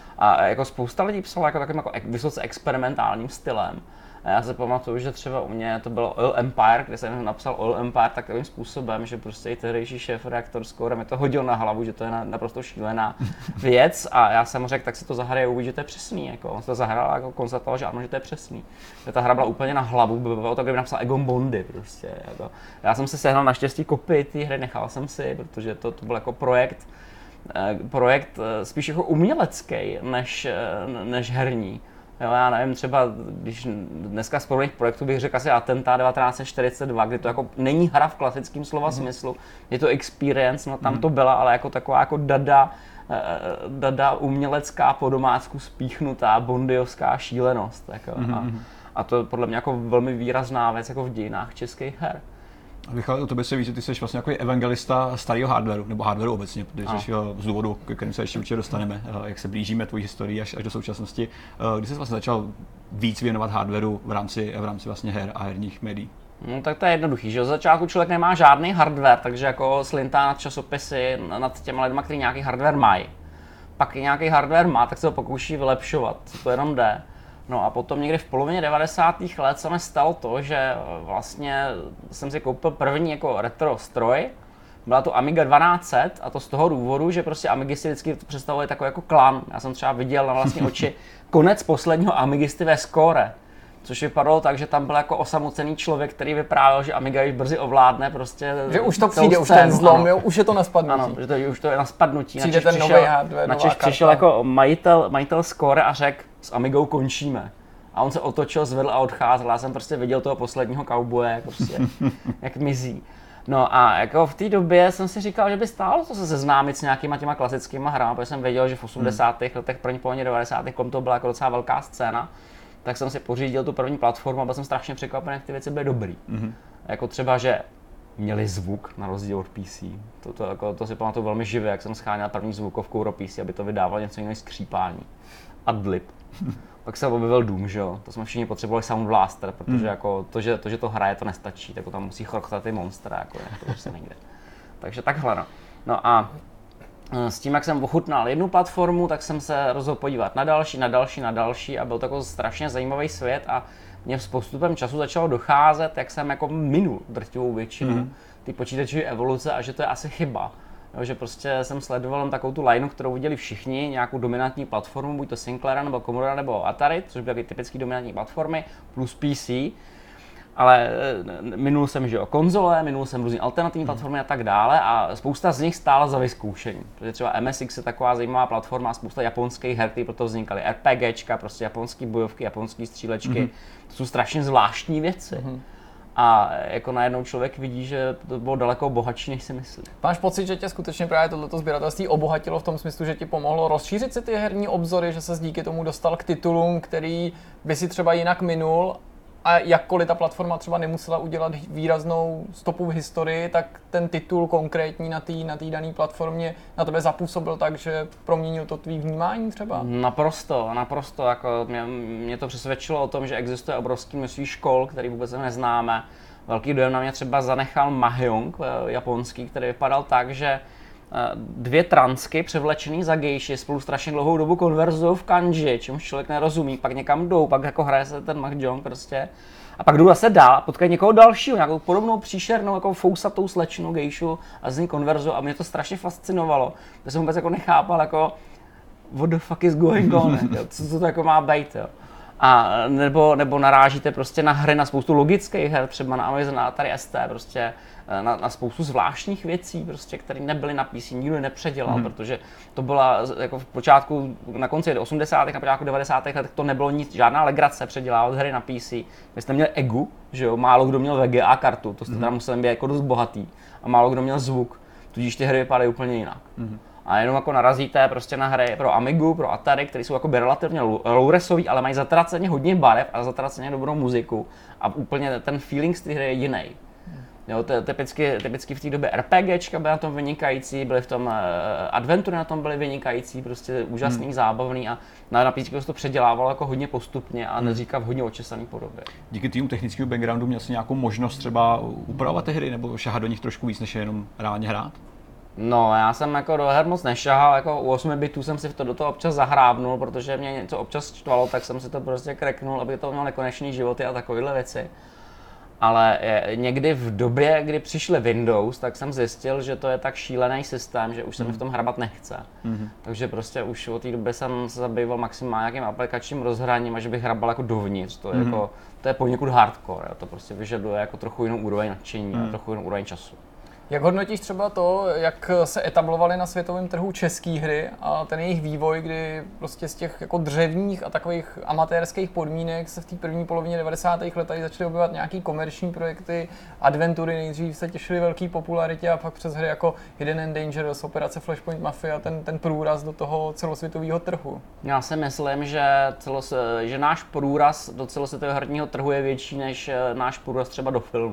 A jako spousta lidí psalo jako takovým jako vysoce experimentálním stylem. A já si pamatuju, že třeba u mě to bylo Oil Empire, kde jsem napsal Oil Empire takovým způsobem, že prostě i tehdejší šéf-redaktor Score mi to hodil na hlavu, že to je naprosto šílená věc a já jsem mu řekl, tak si to zahraje a uvidí, že to je přesný. Jako. On se to zahrál a jako konstatoval, že ano, že to je přesný. Že ta hra byla úplně na hlavu, bylo to, kdyby napsal Egon Bondy prostě. Jako. Já jsem si sehnal naštěstí kopii té hry, nechal jsem si, protože to, to byl jako projekt, projekt spíš jako umělecký než, než herní. Jo, já nevím, třeba když dneska z podobných projektů bych řekl asi Atentát devatenáct set čtyřicet dva, kdy to jako není hra v klasickém slova mm. smyslu, je to experience, no tam mm. to byla, ale jako taková jako dada, dada umělecká po domácku spíchnutá bondiovská šílenost. Jako, mm. a, a to je podle mě jako velmi výrazná věc jako v dějinách českých her. Michal, o tobě se ví, že ty jsi vlastně jako evangelista starého hardwareu, nebo hardwareu obecně, protože jsi z důvodu, k kterým se ještě určitě dostaneme, jak se blížíme tvojí historii až, až do současnosti. Kdy jsi vlastně začal víc věnovat hardwareu v rámci, v rámci vlastně her a herních médií? No tak to je jednoduchý, že od začátku člověk nemá žádný hardware, takže jako slintá nad časopisy, nad těma lidma, kteří nějaký hardware mají. Pak nějaký hardware má, tak se ho pokouší vylepšovat, to jenom jde. No a potom někdy v polovině devadesátých let se mi stalo to, že vlastně jsem si koupil první jako retro stroj. Byla to Amiga dvanáct set a to z toho důvodu, že prostě Amigisty vždycky představovali takový jako klan. Já jsem třeba viděl na vlastní oči konec posledního Amigisty ve Score. Což vypadalo tak, že tam byl jako osamocený člověk, který vyprávěl, že Amiga již brzy ovládne prostě. Že už to přijde, už ten zlom, jo, už je to na spadnutí. Ano, že to, už to je na spadnutí. Přijde ten nový hardware, na Češ přišel jako majitel, majitel Score a řekl, s Amigou končíme. A on se otočil, zvedl a odcházel. Já jsem prostě viděl toho posledního kauboje, prostě, jak mizí. No a jako v té době jsem si říkal, že by stálo to se seznámit s nějakýma těma klasickýma hrami, protože jsem věděl, že v osmdesátých letech, první polovině devadesátých kolem toho byla jako docela velká scéna. Tak jsem si pořídil tu první platformu a byl jsem strašně překvapený, jak ty věci byly dobrý. Mm-hmm. Jako třeba, že měli zvuk na rozdíl od P C. To, to, jako, to si pamatuju velmi živě, jak jsem scháněl první zvukovku pro P C, aby to vydávalo něco jiného skřípání. Adlib. Pak se objevil Doom, že jo? To jsme všichni potřebovali Sound Blaster, protože mm. jako to, že, to, že to hraje, to nestačí, tak tam musí chrochtat ty monstra, jako to prostě nejde. Takže takhle no. No a s tím, jak jsem ochutnal jednu platformu, tak jsem se rozhodl podívat na další, na další, na další a byl to jako strašně zajímavý svět a mě s postupem času začalo docházet, jak jsem jako minul drtivou většinu mm. ty počítačové evoluce a že to je asi chyba. Jo, že prostě jsem sledoval takovou tu lineu, kterou viděli všichni, nějakou dominantní platformu, buď to Sinclaira nebo Commodore nebo Atari, což byly typické dominantní platformy, plus P C. Ale minul jsem, že jo, konzole, minul jsem různé alternativní platformy a tak dále a spousta z nich stála za vyzkoušení. Protože třeba M S X je taková zajímavá platforma a spousta japonských her, které proto vznikaly. RPGčka, prostě japonský bojovky, japonský střílečky, mm-hmm. to jsou strašně zvláštní věci. Mm-hmm. A jako najednou člověk vidí, že to bylo daleko bohatší, než si myslí. Máš pocit, že tě skutečně právě tohleto sběratelství obohatilo v tom smyslu, že ti pomohlo rozšířit si ty herní obzory, že ses díky tomu dostal k titulům, který by si třeba jinak minul? A jakkoliv ta platforma třeba nemusela udělat výraznou stopu v historii, tak ten titul konkrétní na té na té dané platformě na tebe zapůsobil tak, že proměnil to tvý vnímání třeba? Naprosto, naprosto. Jako mě, mě to přesvědčilo o tom, že existuje obrovský množství škol, který vůbec neznáme. Velký dojem na mě třeba zanechal Mahjong, japonský, který vypadal tak, že dvě transky převlečený za gejši spolu strašně dlouhou dobu konverzují v kanji, čemuž člověk nerozumí, pak někam jdou, pak jako hraje se ten mahjong prostě. A pak jdou zase dál, potkají někoho dalšího, nějakou podobnou příšernou, jako fousatou slečnu gejšu a z ní konverzují a mě to strašně fascinovalo. To jsem vůbec jako nechápal, jako what the fuck is going on, co, co to jako má být, jo. A nebo, nebo narážíte prostě na hry, na spoustu logických her, třeba na Amazon, na Atari S T, prostě na, na spoustu zvláštních věcí, prostě, které nebyly na P C, nikdo nepředělal, mm. protože to byla jako v počátku, na konci osmdesátých, na počátku devadesátých let, to nebylo nic, žádná legrace předělávat hry na P C. Vy jste měli E G U, že jo, málo kdo měl V G A kartu, to jste mm. teda museli být jako dost bohatý, a málo kdo měl zvuk, tudíž ty hry vypadají úplně jinak. Mm. A jenom jako narazíte prostě na hry pro Amigu, pro Atari, které jsou jako relativně low-resový, ale mají zatraceně hodně barev a zatraceně dobrou muziku a úplně ten feeling z té hry je jiný. Jo, typicky, typicky v té době RPGčka byly na tom vynikající, byly v tom uh, adventury na tom byly vynikající, prostě úžasný, hmm. zábavný a na napíčku se to předělávalo jako hodně postupně a neříká v hodně očesaný podobě. Díky týmu technického backgroundu měl jsi nějakou možnost třeba upravovat ty hry nebo šahat do nich trošku víc, než jenom reálně hrát? No, já jsem jako do her moc nešahal, jako u osmi bitů jsem si to do toho občas zahrábnul, protože mě něco občas štvalo, tak jsem si to prostě kreknul, aby to mělo nekonečný životy a takovéhle věci. Ale někdy v době, kdy přišly Windows, tak jsem zjistil, že to je tak šílený systém, že už se mi v tom hrabat nechce. Mm-hmm. Takže prostě už od té doby jsem se zabýval maximálně nějakým aplikačním rozhraním a že bych hrabal jako dovnitř. To je, mm-hmm. jako, to je poněkud hardcore, jo. To prostě vyžaduje jako trochu jinou úroveň nadšení mm. a trochu jinou úroveň času. Jak hodnotíš třeba to, jak se etablovaly na světovém trhu české hry a ten jejich vývoj, kdy prostě z těch jako dřevních a takových amatérských podmínek se v té první polovině devadesátých let tady začaly objevovat nějaký komerční projekty, adventury nejdřív se těšily velké popularitě a pak přes hry jako Hidden and Dangerous, Operace Flashpoint Mafia, ten, ten průraz do toho celosvětového trhu. Já si myslím, že, celos, že náš průraz do celosvětového herního trhu je větší než náš průraz třeba do filmu.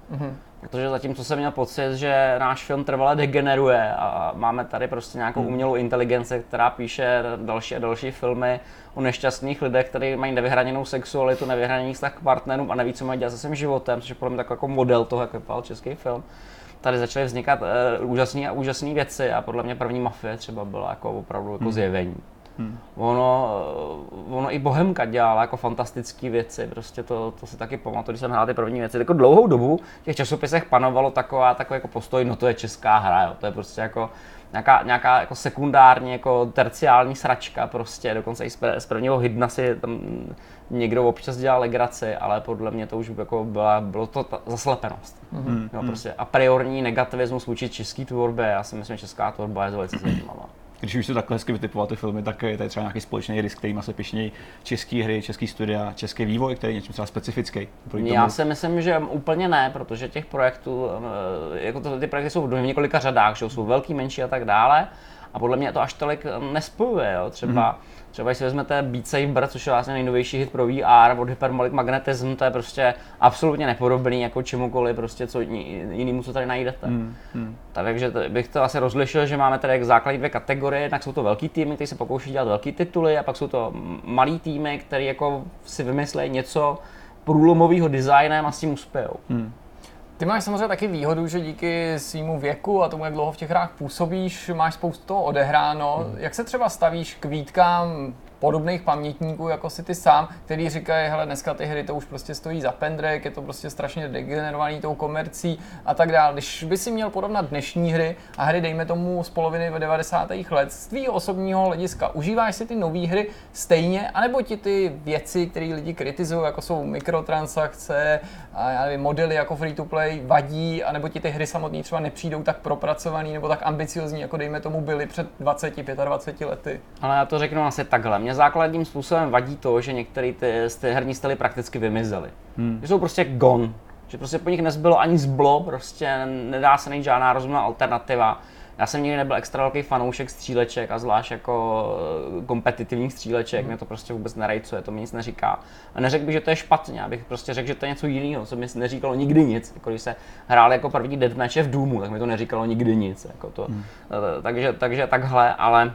Mm-hmm. Protože zatímco jsem měl pocit, že náš film trvale degeneruje a máme tady prostě nějakou umělou inteligenci, která píše další a další filmy o nešťastných lidech, kteří mají nevyhraněnou sexualitu, nevyhraněný vztah k partnerům a neví, co mají dělat se svým životem, což je podle mě takový jako model toho, jak vypadal český film. Tady začaly vznikat uh, úžasné a úžasné věci a podle mě první Mafie třeba byla jako opravdu jako zjevení. Hmm. Ono, ono i Bohemka dělala jako fantastické věci, prostě to, to si taky pamatuju, když jsem hrál ty první věci. Jako dlouhou dobu v těch časopisech panovalo taková, takový jako postoj, no to je česká hra, jo. To je prostě jako nějaká, nějaká jako sekundární, jako terciální sračka prostě, dokonce i z, z prvního hydna si tam někdo občas dělal legraci, ale podle mě to už jako byla, bylo to ta zaslepenost. Hmm. Jo, prostě a priorní negativismus vůči české tvorbě, já si myslím, že česká tvorba je velice zajímavá. Když už to takhle hezky vytipoval ty filmy, tak je tady třeba nějaký společný risk, kterýma se pišnějí české hry, český studia, český vývoj, který je něčím třeba specifický. Já si myslím, že úplně ne, protože těch projektů, jako to, ty projekty jsou v několika řadách, že jsou velký, menší a tak dále. A podle mě to až tolik nespojuje, jo. Třeba, mm. třeba když si vezmete Beat Saber, což je vlastně nejnovější hit pro V R od Hypermolic Magnetism, to je prostě absolutně nepodobný jako čemukoliv, prostě co jinému, co tady najdete. Mm. Mm. Takže to, bych to asi rozlišil, že máme tady základní dvě kategorie, jednak jsou to velký týmy, kteří se pokouší dělat velký tituly, a pak jsou to malý týmy, který jako si vymyslejí něco průlomového designem a s tím uspějou. Mm. Ty máš samozřejmě taky výhodu, že díky svýmu věku a tomu, jak dlouho v těch hrách působíš, máš spoustu toho odehráno. Hmm. Jak se třeba stavíš k výtkám podobných pamětníků, jako si ty sám, který říkají, hele, dneska ty hry to už prostě stojí za pendrek, je to prostě strašně degenerovaný tou komercí a tak dále. Když by si měl porovnat dnešní hry a hry, dejme tomu z poloviny devadesátých let, z tvýho osobního hlediska, užíváš si ty nové hry stejně, anebo ti ty věci, které lidi kritizují, jako jsou mikrotransakce a já nevím, modely jako free to play, vadí, anebo ti ty hry samotné třeba nepřijdou tak propracovaný nebo tak ambiciozní, jako dejme tomu byly před dvaceti, dvaceti pěti lety? Ale já to řeknu asi takhle. Mě základním způsobem vadí to, že některé ty, ty herní styly prakticky vymizely. Hmm. Že jsou prostě gone. Že prostě po nich nezbylo ani zblo, prostě nedá se najít žádná rozumná alternativa. Já jsem nikdy nebyl extra velký fanoušek stříleček a zvlášť jako kompetitivních stříleček, hmm. mě to prostě vůbec nerejcuje, to mi nic neříká. A neřekl bych, že to je špatně, abych prostě řekl, že to je něco jiného, co mi neříkalo nikdy nic. Jako když se hrál jako první deathmatche v Doomu, tak mi to neříkalo nikdy nic. Jako to. Hmm. Takže, takže takhle, ale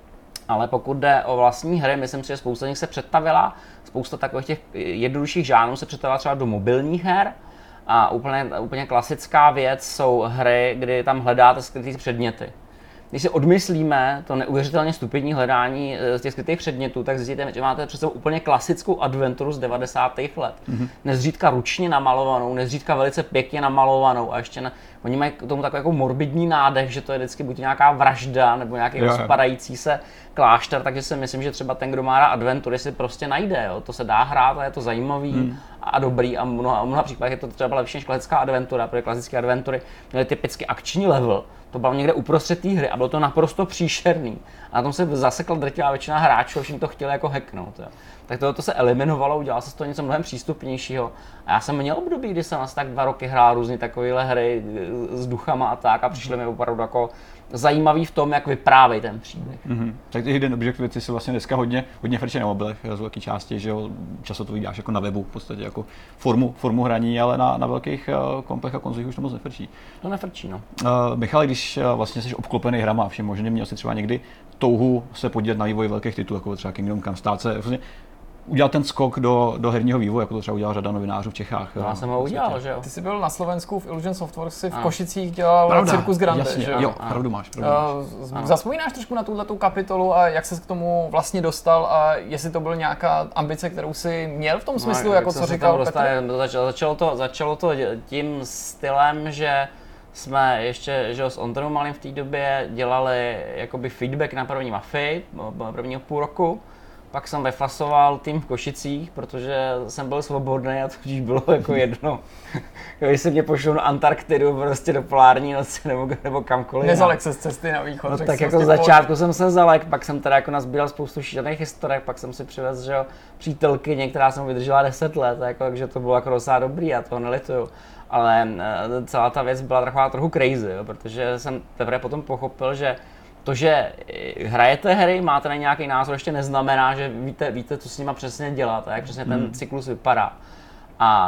Ale pokud jde o vlastní hry, myslím si, že spousta z nich se přetavila, spousta takových těch jednodušších žánrů se přetavila třeba do mobilních her a úplně, úplně klasická věc jsou hry, kdy tam hledáte skrytý předměty. Když si odmyslíme to neuvěřitelně stupidní hledání z těch skrytých předmětů, tak zjistíte, že máte před sebou úplně klasickou adventuru z devadesátých let. Mm-hmm. Nezřídka ručně namalovanou, nezřídka velice pěkně namalovanou a ještě na, oni mají k tomu takový jako morbidní nádech, že to je vždycky buď nějaká vražda nebo nějaký rozpadající se klášter, takže si myslím, že třeba ten, kdo má rád adventury, si prostě najde, jo. To se dá hrát a je to zajímavý mm. a dobrý a v mnoha, mnoha případech je to třeba lepší než klasická adventura, protože klasické adventury měly typicky akční level. To bylo někde uprostřed té hry a bylo to naprosto příšerný. A na tom se zasekla drtivá většina hráčů a všichni to chtěli jako hacknout. Jo. Tak tohle to se eliminovalo, udělalo se z toho něco mnohem přístupnějšího. A já jsem měl období, kdy jsem asi tak dva roky hrál různé takovéhle hry s duchama a tak a přišly mi opravdu jako zajímavý v tom, jak vyprávějí ten příběh. Mm-hmm. Tak ty hidden object věci jsou vlastně dneska hodně, hodně frčí na mobilech, z velké části, že jo, často to vydáš jako na webu, v podstatě jako formu, formu hraní, ale na, na velkých uh, kompech a konzolích už to moc nefrčí. To nefrčí, no. Uh, Michal, když uh, vlastně jsi obklopený hrama a všem možným, měl jsi třeba někdy touhu se podílet na vývoji velkých titulů, jako třeba Kingdom Come, stát se vlastně udělat ten skok do, do herního vývoje, jako to třeba udělala řada novinářů v Čechách. Já jsem ho udělal, že jo. Ty jsi byl na Slovensku v Illusion Softworks, si v Košicích dělal Pravda. Cirkus Grande, Jasně, že jo? Jo, pravdu máš, pravdu máš. Uh, Zavzpomínáš trošku na tuhletu kapitolu a jak ses k tomu vlastně dostal a jestli to byl nějaká ambice, kterou jsi měl v tom smyslu, no, jako co říkal Petr? Začalo, začalo, to, začalo to tím stylem, že jsme ještě že s Ondrou Malým v té době dělali jakoby feedback na první Mafii, prvního půl roku. Pak jsem vyfasoval tým v Košicích, protože jsem byl svobodný a to už bylo jako jedno. Když se mě pošlou na Antarktidu, prostě do polární noci nebo, nebo kamkoliv. Nezalek se z cesty na východ. No, tak jako z začátku jsem se zalek, pak jsem teda jako nazbíral spoustu šílených historek, pak jsem si přivez, že jo, přítelkyně, která jsem vydržela deset let, jako, takže to bylo jako docela dobrý, já toho nelituju. Ale celá ta věc byla taková trochu crazy, jo, protože jsem teprve potom pochopil, že to, že hrajete hry, máte na nějaký názor, ještě neznamená, že víte, víte, co s nima přesně dělat a jak přesně ten cyklus vypadá. A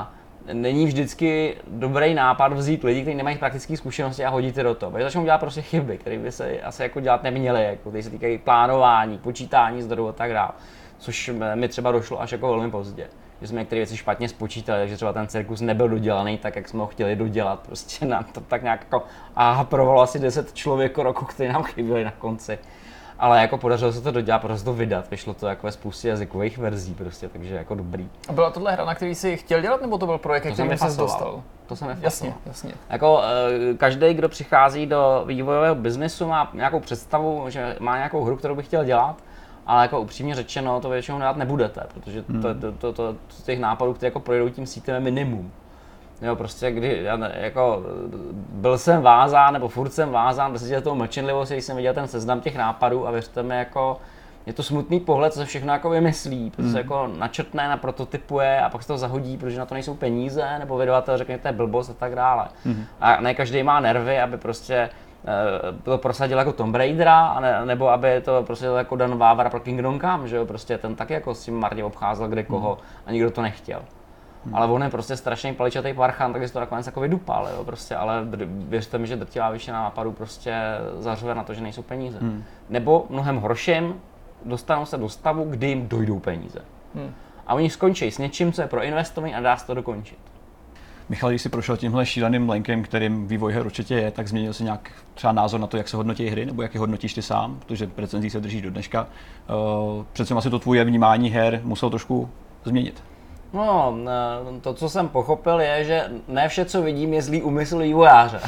není vždycky dobrý nápad vzít lidi, kteří nemají praktické zkušenosti a hodit je do toho. Protože začnou dělat prostě chyby, které by se asi jako dělat neměly, jako ty se týkají plánování, počítání zdrojů a tak dále. Což mi třeba došlo až jako velmi pozdě. Že jsme některé věci špatně spočítali, takže třeba ten cirkus nebyl dodělaný tak, jak jsme ho chtěli dodělat. Prostě nám to tak nějak jako áhaprovalo asi deset člověk roku, který nám chyběli na konci. Ale jako podařilo se to dodělat, podařilo se to vydat, vyšlo to jako ve spoustě jazykových verzí prostě, takže jako dobrý. A byla tohle hra, na který jsi chtěl dělat, nebo to byl projekt, To který jsi dostal? To jsem Jasně, jasně. Jako každý, kdo přichází do vývojového biznesu, má nějakou představu, že má nějakou hru, kterou by chtěl dělat, ale jako upřímně řečeno, to většinou dělat nebudete, protože to, to, to, to, to těch nápadů, které jako projdou tím sítem, je minimum. Jo, prostě kdy, jako, byl jsem vázán, nebo furt jsem vázán, prostě tou mlčenlivosti, když jsem viděl ten seznam těch nápadů a věřte mi, jako, je to smutný pohled, co se všechno jako vymyslí, protože se jako načrtne, naprototypuje a pak se to zahodí, protože na to nejsou peníze, nebo vydavatel řekne, že to je blbost a tak dále. Mm. A ne každý má nervy, aby prostě to prosadil jako Tomb Raidera, a ne, nebo aby to prostě jako Dan Vávra pro Kingdom Come, že jo, prostě ten taky jako s tím marně obcházel kde koho a nikdo to nechtěl. Hmm. Ale on je prostě strašný paličatý parchan, takže se to nakonec jako vydupal, jo, prostě, ale věřte mi, že drtivá většina nápadů prostě zařve na to, že nejsou peníze. Hmm. Nebo mnohem horším, dostanou se do stavu, kdy jim dojdou peníze. Hmm. A oni skončí s něčím, co je proinvestovaný a dá se to dokončit. Michal, když jsi prošel tímhle šíleným lenkem, kterým vývoj her určitě je, tak změnil jsi nějak třeba názor na to, jak se hodnotí hry, nebo jak je hodnotíš ty sám, protože recenzí se drží do dneška. Uh, přece asi to tvoje vnímání her muselo trošku změnit. No, to, co jsem pochopil, je, že ne vše, co vidím, je zlý úmysl vývojáře.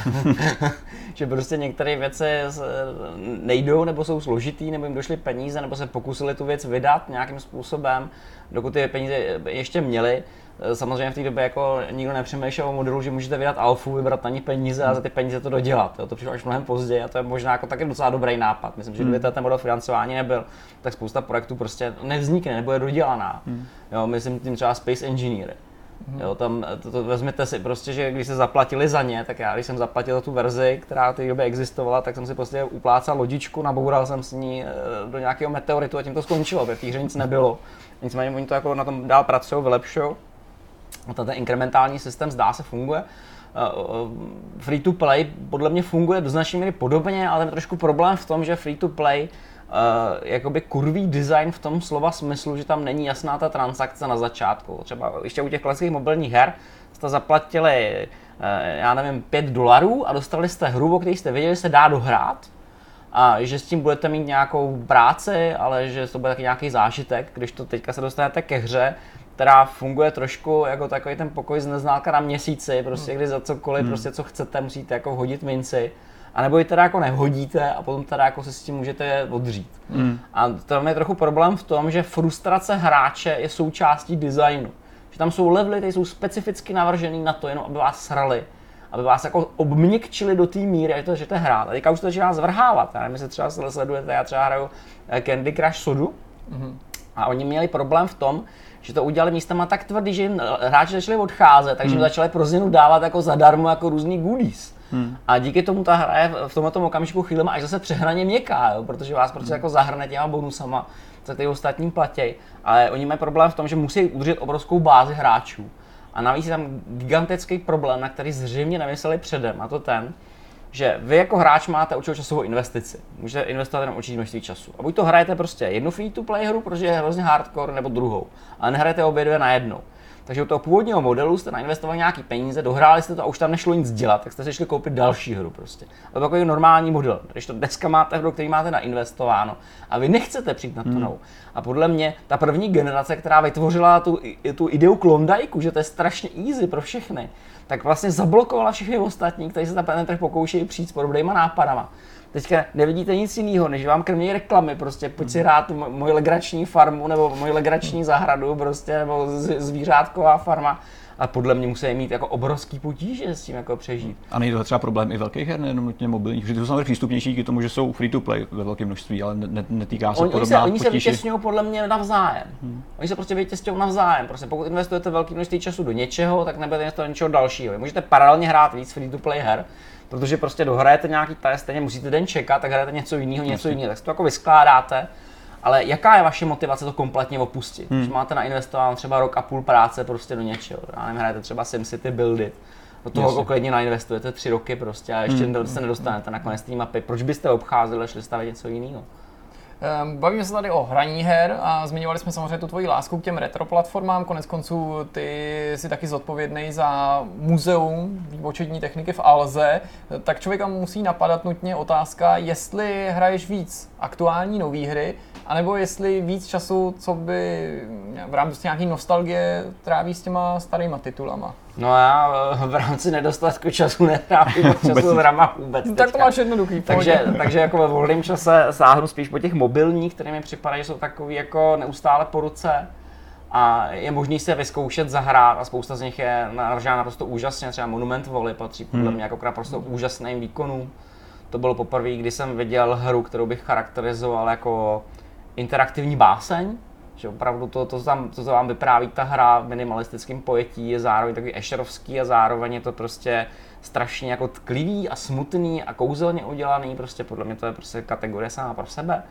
Že prostě některé věci nejdou, nebo jsou složitý, nebo jim došly peníze, nebo se pokusili tu věc vydat nějakým způsobem, dokud ty peníze ještě měli. Samozřejmě v té době jako nikdo nepřemýšlel o modelu, že můžete vydat alfu, vybrat na ní peníze a za ty peníze to dodělat. Jo, to přišlo až mnohem později a to je možná jako taky docela dobrý nápad. Myslím, že kdyby ten model financování nebyl, tak spousta projektů prostě nevznikne, nebo je dodělaná. Jo, myslím tím třeba Space Engineer. Jo, tam to, to vezměte si prostě, že když se zaplatili za ně, tak já když jsem zaplatil tu verzi, která v té době existovala, tak jsem si prostě uplácal lodičku, naboural jsem s ní do nějakého meteoritu a tím to skončilo, protože v té hře nic nebylo. Nicméně oni to jako na tom dál pracují, vylepšují. Ten inkrementální systém zdá se funguje. Free to play podle mě funguje do značné míry podobně, ale je trošku problém v tom, že free to play uh, jakoby kurví design v tom slova smyslu, že tam není jasná ta transakce na začátku. Třeba ještě u těch klasických mobilních her jste zaplatili, uh, já nevím, pět dolarů a dostali jste hru, o které jste věděli, že se dá dohrát. A že s tím budete mít nějakou práci, ale že to bude taky nějaký zážitek, když to teďka se dostanete ke hře, která funguje trošku jako takový ten pokoj z neználka na měsíci, prostě kdy za cokoliv, hmm. prostě co chcete, musíte jako hodit minci. A nebo ji teda jako nehodíte a potom teda jako se s tím můžete odřít. Hmm. A to je trochu problém v tom, že frustrace hráče je součástí designu. Že tam jsou levely, které jsou specificky navržený na to, jenom aby vás srali. Aby vás jako obměkčili do té míry, že to můžete hrát. A teďka už to začíná zvrhávat. Já nevím, jestli třeba sledujete, já třeba hraju Candy Crush Sodu. Hmm. A oni měli problém v tom, že to udělali místama tak tvrdý, že jim hráči začali odcházet, takže jim hmm. začali pro změnu dávat jako zadarmo jako různý goodies. Hmm. A díky tomu ta hra je v tomto okamžiku chvílema až zase přehraně měkká, jo? Protože vás prostě hmm. jako zahrne těma bonusama, co ty ostatní platí. Ale oni mají problém v tom, že musí udržet obrovskou bázi hráčů. A navíc je tam gigantický problém, na který zřejmě nemysleli předem, a to ten, že vy jako hráč máte určitou časovou investici. Můžete investovat jenom určitý množství času. A buď to hrajete prostě jednu free-to-play hru, protože je hrozně hardcore, nebo druhou. Ale nehrajete obě dvě najednou. Takže u toho původního modelu jste nainvestovali nějaký peníze, dohráli jste to a už tam nešlo nic dělat, tak jste si šli koupit další hru prostě. To je takový normální model. Když to dneska máte hru, který máte nainvestováno a vy nechcete přijít na to novou. Hmm. A podle mě ta první generace, která vytvořila tu, tu ideu Klondajku, že to je strašně easy pro všechny, tak vlastně zablokovala všechny ostatní, kteří se na trh pokoušejí přijít s podobnýma nápadama. Teďka nevidíte nic jiného, než vám krmějí reklamy, prostě pojď si hrát tu moji legrační farmu, nebo moji legrační zahradu, prostě, nebo zvířátková farma. A podle mě musí mít jako obrovský potíže s tím jako přežít. A nejde to třeba problém i velkých her, nejenom nutně mobilních, protože to jsou samozřejmě přístupnější k tomu, že jsou free to play ve velkém množství, ale ne, netýká se oni, podobná oni se, potíže. Oni se vytěsňují podle mě navzájem. Hmm. Oni se prostě vytěsňují navzájem. Prostě pokud investujete velké množství času do něčeho, tak nebudete investovat do něčeho dalšího. Můžete paralelně hrát víc free to play her, protože prostě dohrajete nějaký test, stejně musíte den čekat, tak hrajete něco jiného, něco jiného, tak si to jako vyskládáte Ale jaká je vaše motivace to kompletně opustit? Hmm. Když máte nainvestováno třeba rok a půl práce prostě do něčeho, já nevím, hrajete třeba SimCity Buildit, do toho klidně nainvestujete tři roky prostě a ještě hmm. se nedostanete nakonec té mapy. Proč byste obcházeli a šli stavit něco jiného? Bavíme se tady o hraní her a zmiňovali jsme samozřejmě tu tvoji lásku k těm retro platformám. Konec konců ty jsi taky zodpovědný za muzeum výpočetní techniky v Alze. Tak člověka musí napadat nutně otázka, jestli hraješ víc aktuální nové hry, anebo jestli víc času, co by v rámci nějaký nostalgie tráví s těma starýma titulama. No já v rámci nedostatku času netrávím času v hrama vůbec. Tak teďka. To máš jednoduchý. Takže, takže jako ve volném čase sáhnu spíš po těch mobilních, které mi připadají, že jsou takový jako neustále po ruce. A je možný si je vyzkoušet, zahrát a spousta z nich je navržená naprosto úžasně. Třeba Monument Valley patří podle hmm. mě jako k naprosto úžasným výkonům. To bylo poprvé, kdy jsem viděl hru, kterou bych charakterizoval jako interaktivní báseň. Že opravdu to, to, tam, to, to vám vypráví ta hra v minimalistickém pojetí, je zároveň takový ešerovský a zároveň je to prostě strašně jako tklivý a smutný a kouzelně udělaný, prostě podle mě to je prostě kategorie sama pro sebe.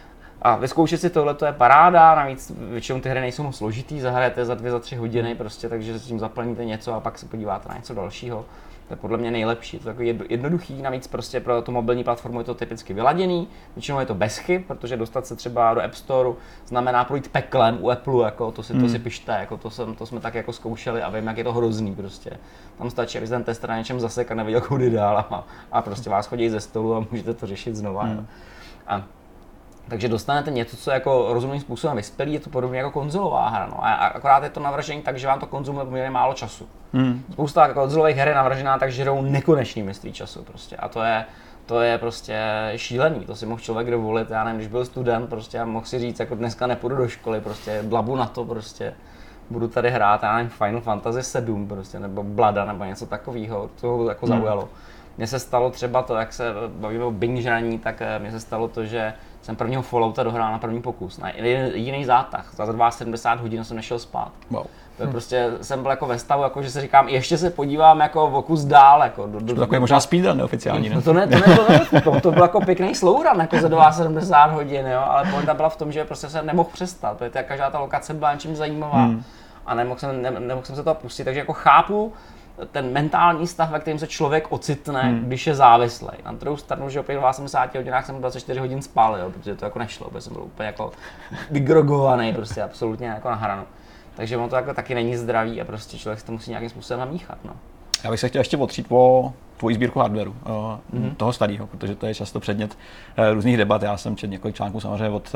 A vyzkoušet si tohle, to je paráda, navíc většinou ty hry nejsou moc složitý, zahrajete za dvě, za tři hodiny prostě, takže s tím zaplníte něco a pak se podíváte na něco dalšího. To je podle mě nejlepší, to je takový jednoduchý, navíc prostě pro tu mobilní platformu je to typicky vyladěný, většinou je to bez chyb, protože dostat se třeba do App Store znamená projít peklem u Apple, jako to si, to si pište, jako to, jsem, to jsme tak jako zkoušeli a vím, jak je to hrozný prostě. Tam stačí, aby ten tester na něčem zasek a nevěděl, kudy dál a, a prostě vás chodí ze stolu a můžete to řešit znova. Hmm. A, takže dostanete něco, co je jako rozumným způsobem vyspělý, je to podobně jako konzolová hra. No. A akorát je to navržení tak, že vám to konzumuje poměrně málo času. Hmm. Spousta konzolových her je navržená tak, že jdou nekonečný množství času prostě. A to je, to je prostě šílený. To si mohl člověk dovolit, já nevím, když byl student prostě a mohl si říct, jako dneska nepůjdu do školy, prostě dlabu na to prostě. Budu tady hrát, já nevím, Final Fantasy sedm prostě, nebo Blada, nebo něco takového, to ho jako hmm. zaujalo. Mně se stalo třeba to, jak se bavíme o bingeření, tak mně se stalo to, že jsem prvního Fallouta dohrál na první pokus, na jiný zátah, za sedmdesát dva hodin jsem nešel spát. Wow. To prostě jsem byl jako ve stavu, jako, že si říkám, ještě se podívám jako o kus dál. Jako, do, do, to takový možná speedrun neoficiální, ne? No to ne, to ne, to ne, to, to byl jako pěkný slow run, jako za sedmdesát dva hodin, jo, ale pointa byla v tom, že prostě jsem nemohl přestat, protože každá ta lokace byla něčím zajímavá hmm. a nemohl jsem, ne, nemohl jsem se to pustit, takže jako chápu ten mentální stav, ve kterém se člověk ocitne, hmm. když je závislý. Na druhou stranu, že opět v osmdesáti hodinách jsem dvacet čtyři hodin spal, jo, protože to jako nešlo, protože jsem byl úplně jako vygrogovaný, prostě absolutně jako na hranu. Takže ono to jako taky není zdravý a prostě člověk si to musí nějakým způsobem namíchat. No. Já bych se chtěl ještě otřít o tvoji sbírku hardwareu, mm-hmm. toho starého, protože to je často předmět různých debat. Já jsem četl několik článků samozřejmě od,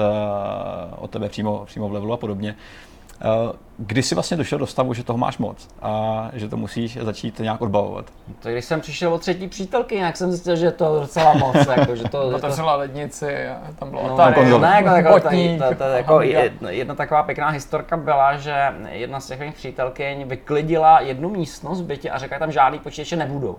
od tebe přímo, přímo v Levelu a podobně. Kdy jsi vlastně došel do stavu, že toho máš moc a že to musíš začít nějak odbavovat? To když jsem přišel od třetí přítelky, nějak jsem zjistil, že to je docela moc. Jako, že to, otevřela lednici a tam bylo no, Atari, no, ne, jako, jako, botník, ta, ta, ta, jako jedna, jedna taková pěkná historka byla, že jedna z těch mých přítelkyň vyklidila jednu místnost v bytě a řekla, že tam žádný počítače nebudou.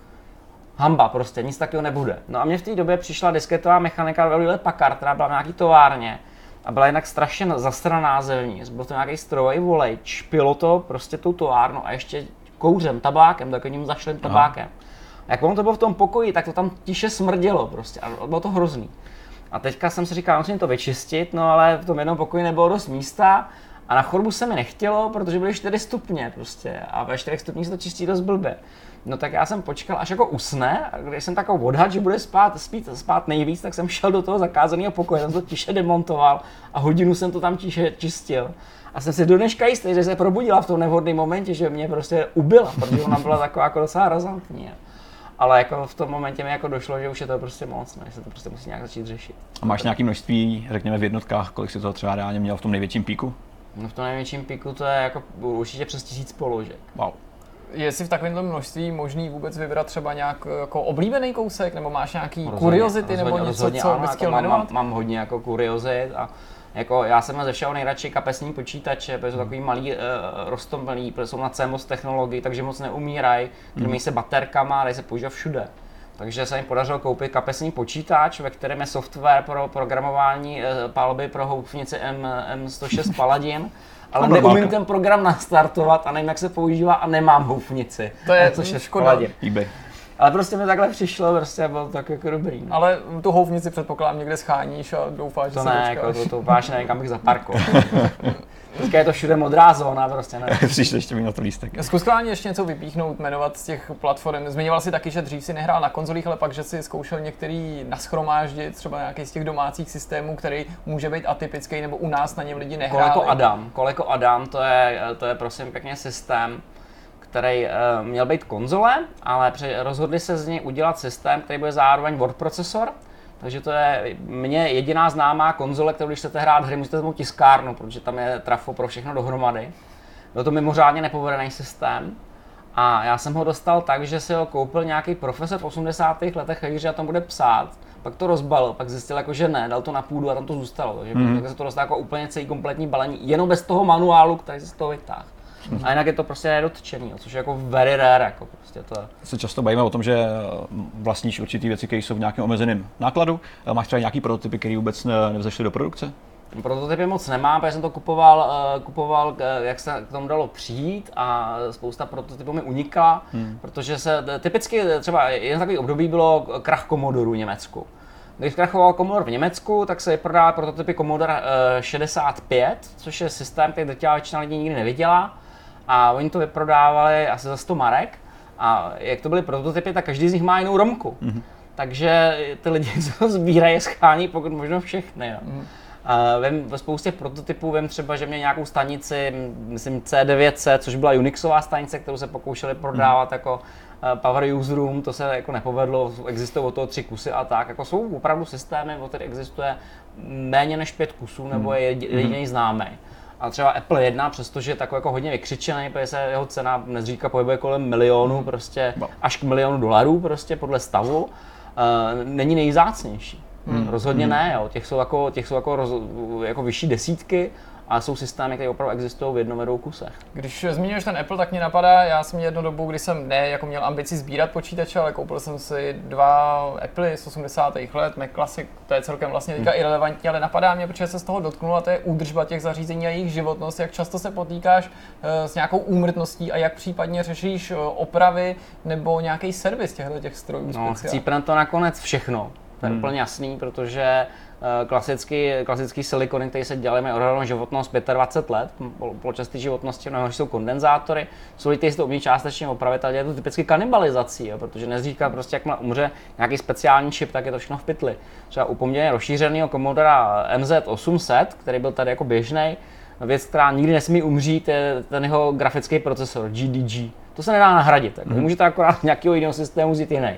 Hamba prostě, nic takového nebude. No a mě v té době přišla disketová mechanika ve Hewlett Packard, která byla v nějaký továrně. A byla jinak strašně zasraná zevnitř, byl to nějaký strojový volej, čpilo to prostě tou továrnou a ještě kouřem, tabákem, takovým zašlým tabákem. A jak ono to bylo v tom pokoji, tak to tam tiše smrdělo prostě a bylo to hrozný. A teďka jsem si říkal, musím to vyčistit, no ale v tom jednom pokoji nebylo dost místa a na chodbu se mi nechtělo, protože byly čtyři stupně prostě a ve čtyřech stupních se to čistí dost blbě. No tak já jsem počkal, až jako usne, a když jsem takový odhad, že bude spát, spít, spát nejvíc, tak jsem šel do toho zakázaného pokoje, jsem to tiše demontoval a hodinu jsem to tam tiše čistil. A jsem si do dneška jistý, že se probudila v tom nevhodném momentě, že mě prostě ubila, protože ona byla taková jako docela razantní. Ale jako v tom momentě mi jako došlo, že už je to prostě moc, ne? Že se to prostě musí nějak začít řešit. A máš nějaké množství, řekněme v jednotkách, kolik jsi to třeba reálně měl v tom největším píku? No v tom největším píku to je jako určitě přes tisíc položek. Wow. Je si v takovémhle množství možný vůbec vybrat třeba nějak jako oblíbený kousek, nebo máš nějaký rozhodně, kuriozity rozhodně, nebo něco, rozhodně, co ano, bys jako chtěl mám, jmenovat? Mám, mám hodně jako kuriozit a jako já jsem ze všeho nejradši kapesní počítače, protože jsou takový malý, uh, roztomilý, protože jsou na C M O S technologii, takže moc neumírají, krmí mm. se baterkama a dají se používat všude. Takže se mi podařilo koupit kapesní počítač, ve kterém je software pro programování uh, palby pro houfnici M sto šest Paladin. Ale neumím ten program nastartovat a nevím, jak se používá a nemám houfnici. To je což je škoda. eBay. Ale prostě mi takhle přišlo, prostě bylo to tak jako dobrý. No. Ale tu houfnici předpokládám někde scháníš a doufáš, že to se ne, dočkáš. jako to, to váš nevím, kam bych zaparkoval. Teďka je to všude modrá zóna, prostě ne. Přišli ještě mít na to lístek. Zkus schválně ještě něco vypíchnout, jmenovat z těch platform. Zmiňoval si taky, že dřív si nehrál na konzolích, ale pak, že si zkoušel některý nashromáždit, třeba nějaký z těch domácích systémů, který může být atypický, nebo u nás na něm lidi nehráli. Koleko Adam, Koleko Adam, to je, to je prosím pěkně systém, který uh, měl být konzole, ale pře- rozhodli se z něj udělat systém, který bude zároveň word procesor. Takže to je mně jediná známá konzole, kterou když chcete hrát hry, musíte vezmout tiskárnu, protože tam je trafo pro všechno dohromady. Byl to mimořádně nepovedený systém. A já jsem ho dostal tak, že si ho koupil nějaký profesor v osmdesátých letech, že na tom bude psát. Pak to rozbalil, pak zjistil, jako, že ne, dal to na půdu a tam to zůstalo. Takže mm. se to dostal jako úplně celý kompletní balení, jenom bez toho manuálu, který se z toho vytáhl. A jinak je to prostě nedotčený, což je jako very rare, jako prostě to je. Se často bavíme o tom, že vlastníš určitý věci, které jsou v nějakém omezeném nákladu. Máš třeba nějaký prototypy, které vůbec nevzešly do produkce? Prototypy moc nemám, protože jsem to kupoval, kupoval, jak se k tomu dalo přijít a spousta prototypů mi unikla, hmm. protože se typicky třeba jeden takový období bylo krach Commodoru v Německu. Když krachoval Commodore v Německu, tak se prodává prototypy Commodore šedesát pět, což je systém, který drtivá většina lidí nikdy neviděla. A oni to vyprodávali asi za sto marek. A jak to byly prototypy, tak každý z nich má jinou romku. Mm-hmm. Takže ty lidi se sbírají, schání pokud možno všechny. Jo. Mm. A vím, ve spoustě prototypů vím třeba, že mě nějakou stanici, myslím C devět set, což byla Unixová stanice, kterou se pokoušeli prodávat mm. jako Power User Room, to se jako nepovedlo, existují od toho tři kusy a tak. Jako jsou opravdu systémy, o kterých existuje méně než pět kusů, nebo je jediný mm. známý. A třeba Apple jedna, přestože je takový jako hodně vykřičený, protože se jeho cena nezříká pohybuje kolem milionu, prostě až k milionu dolarů prostě podle stavu, uh, není nejvzácnější. Hmm. Rozhodně hmm. ne, jo. Těch jsou jako, těch jsou jako, roz, jako vyšší desítky a jsou systémy, které opravdu existují v jednom a dvou kusech. Když zmiňuješ ten Apple, tak mě napadá, já jsem jednu dobu, kdy jsem ne jako měl ambici sbírat počítače, ale koupil jsem si dva Apple z osmdesátých let, Mac Classic, to je celkem vlastně teďka hmm. irelevantní, ale napadá mě, protože se z toho dotknul, a to je údržba těch zařízení a jejich životnost, jak často se potýkáš uh, s nějakou úmrtností a jak případně řešíš uh, opravy nebo nějaký servis těchto těch strojů. No, chcípne to nakonec všechno. To je hmm. úplně jasný, protože uh, klasický, klasický silikony, které se dělají, mají odhadovanou životnost dvacet pět let, poločasté životnosti, mnoho jsou kondenzátory, jsou lidi, kteří si to umí částečně opravit, ale je to typicky kanibalizací, jo, protože nezříká prostě, jakmile umře nějaký speciální čip, tak je to všechno v pytli. Třeba u poměrně rozšířeného Commodore M Z osm set, který byl tady jako běžný, věc, která nikdy nesmí umřít, je ten jeho grafický procesor G D G. To se nedá nahradit, jako. Hmm. Můžete akorát nějakého jiného systému vzít jiný.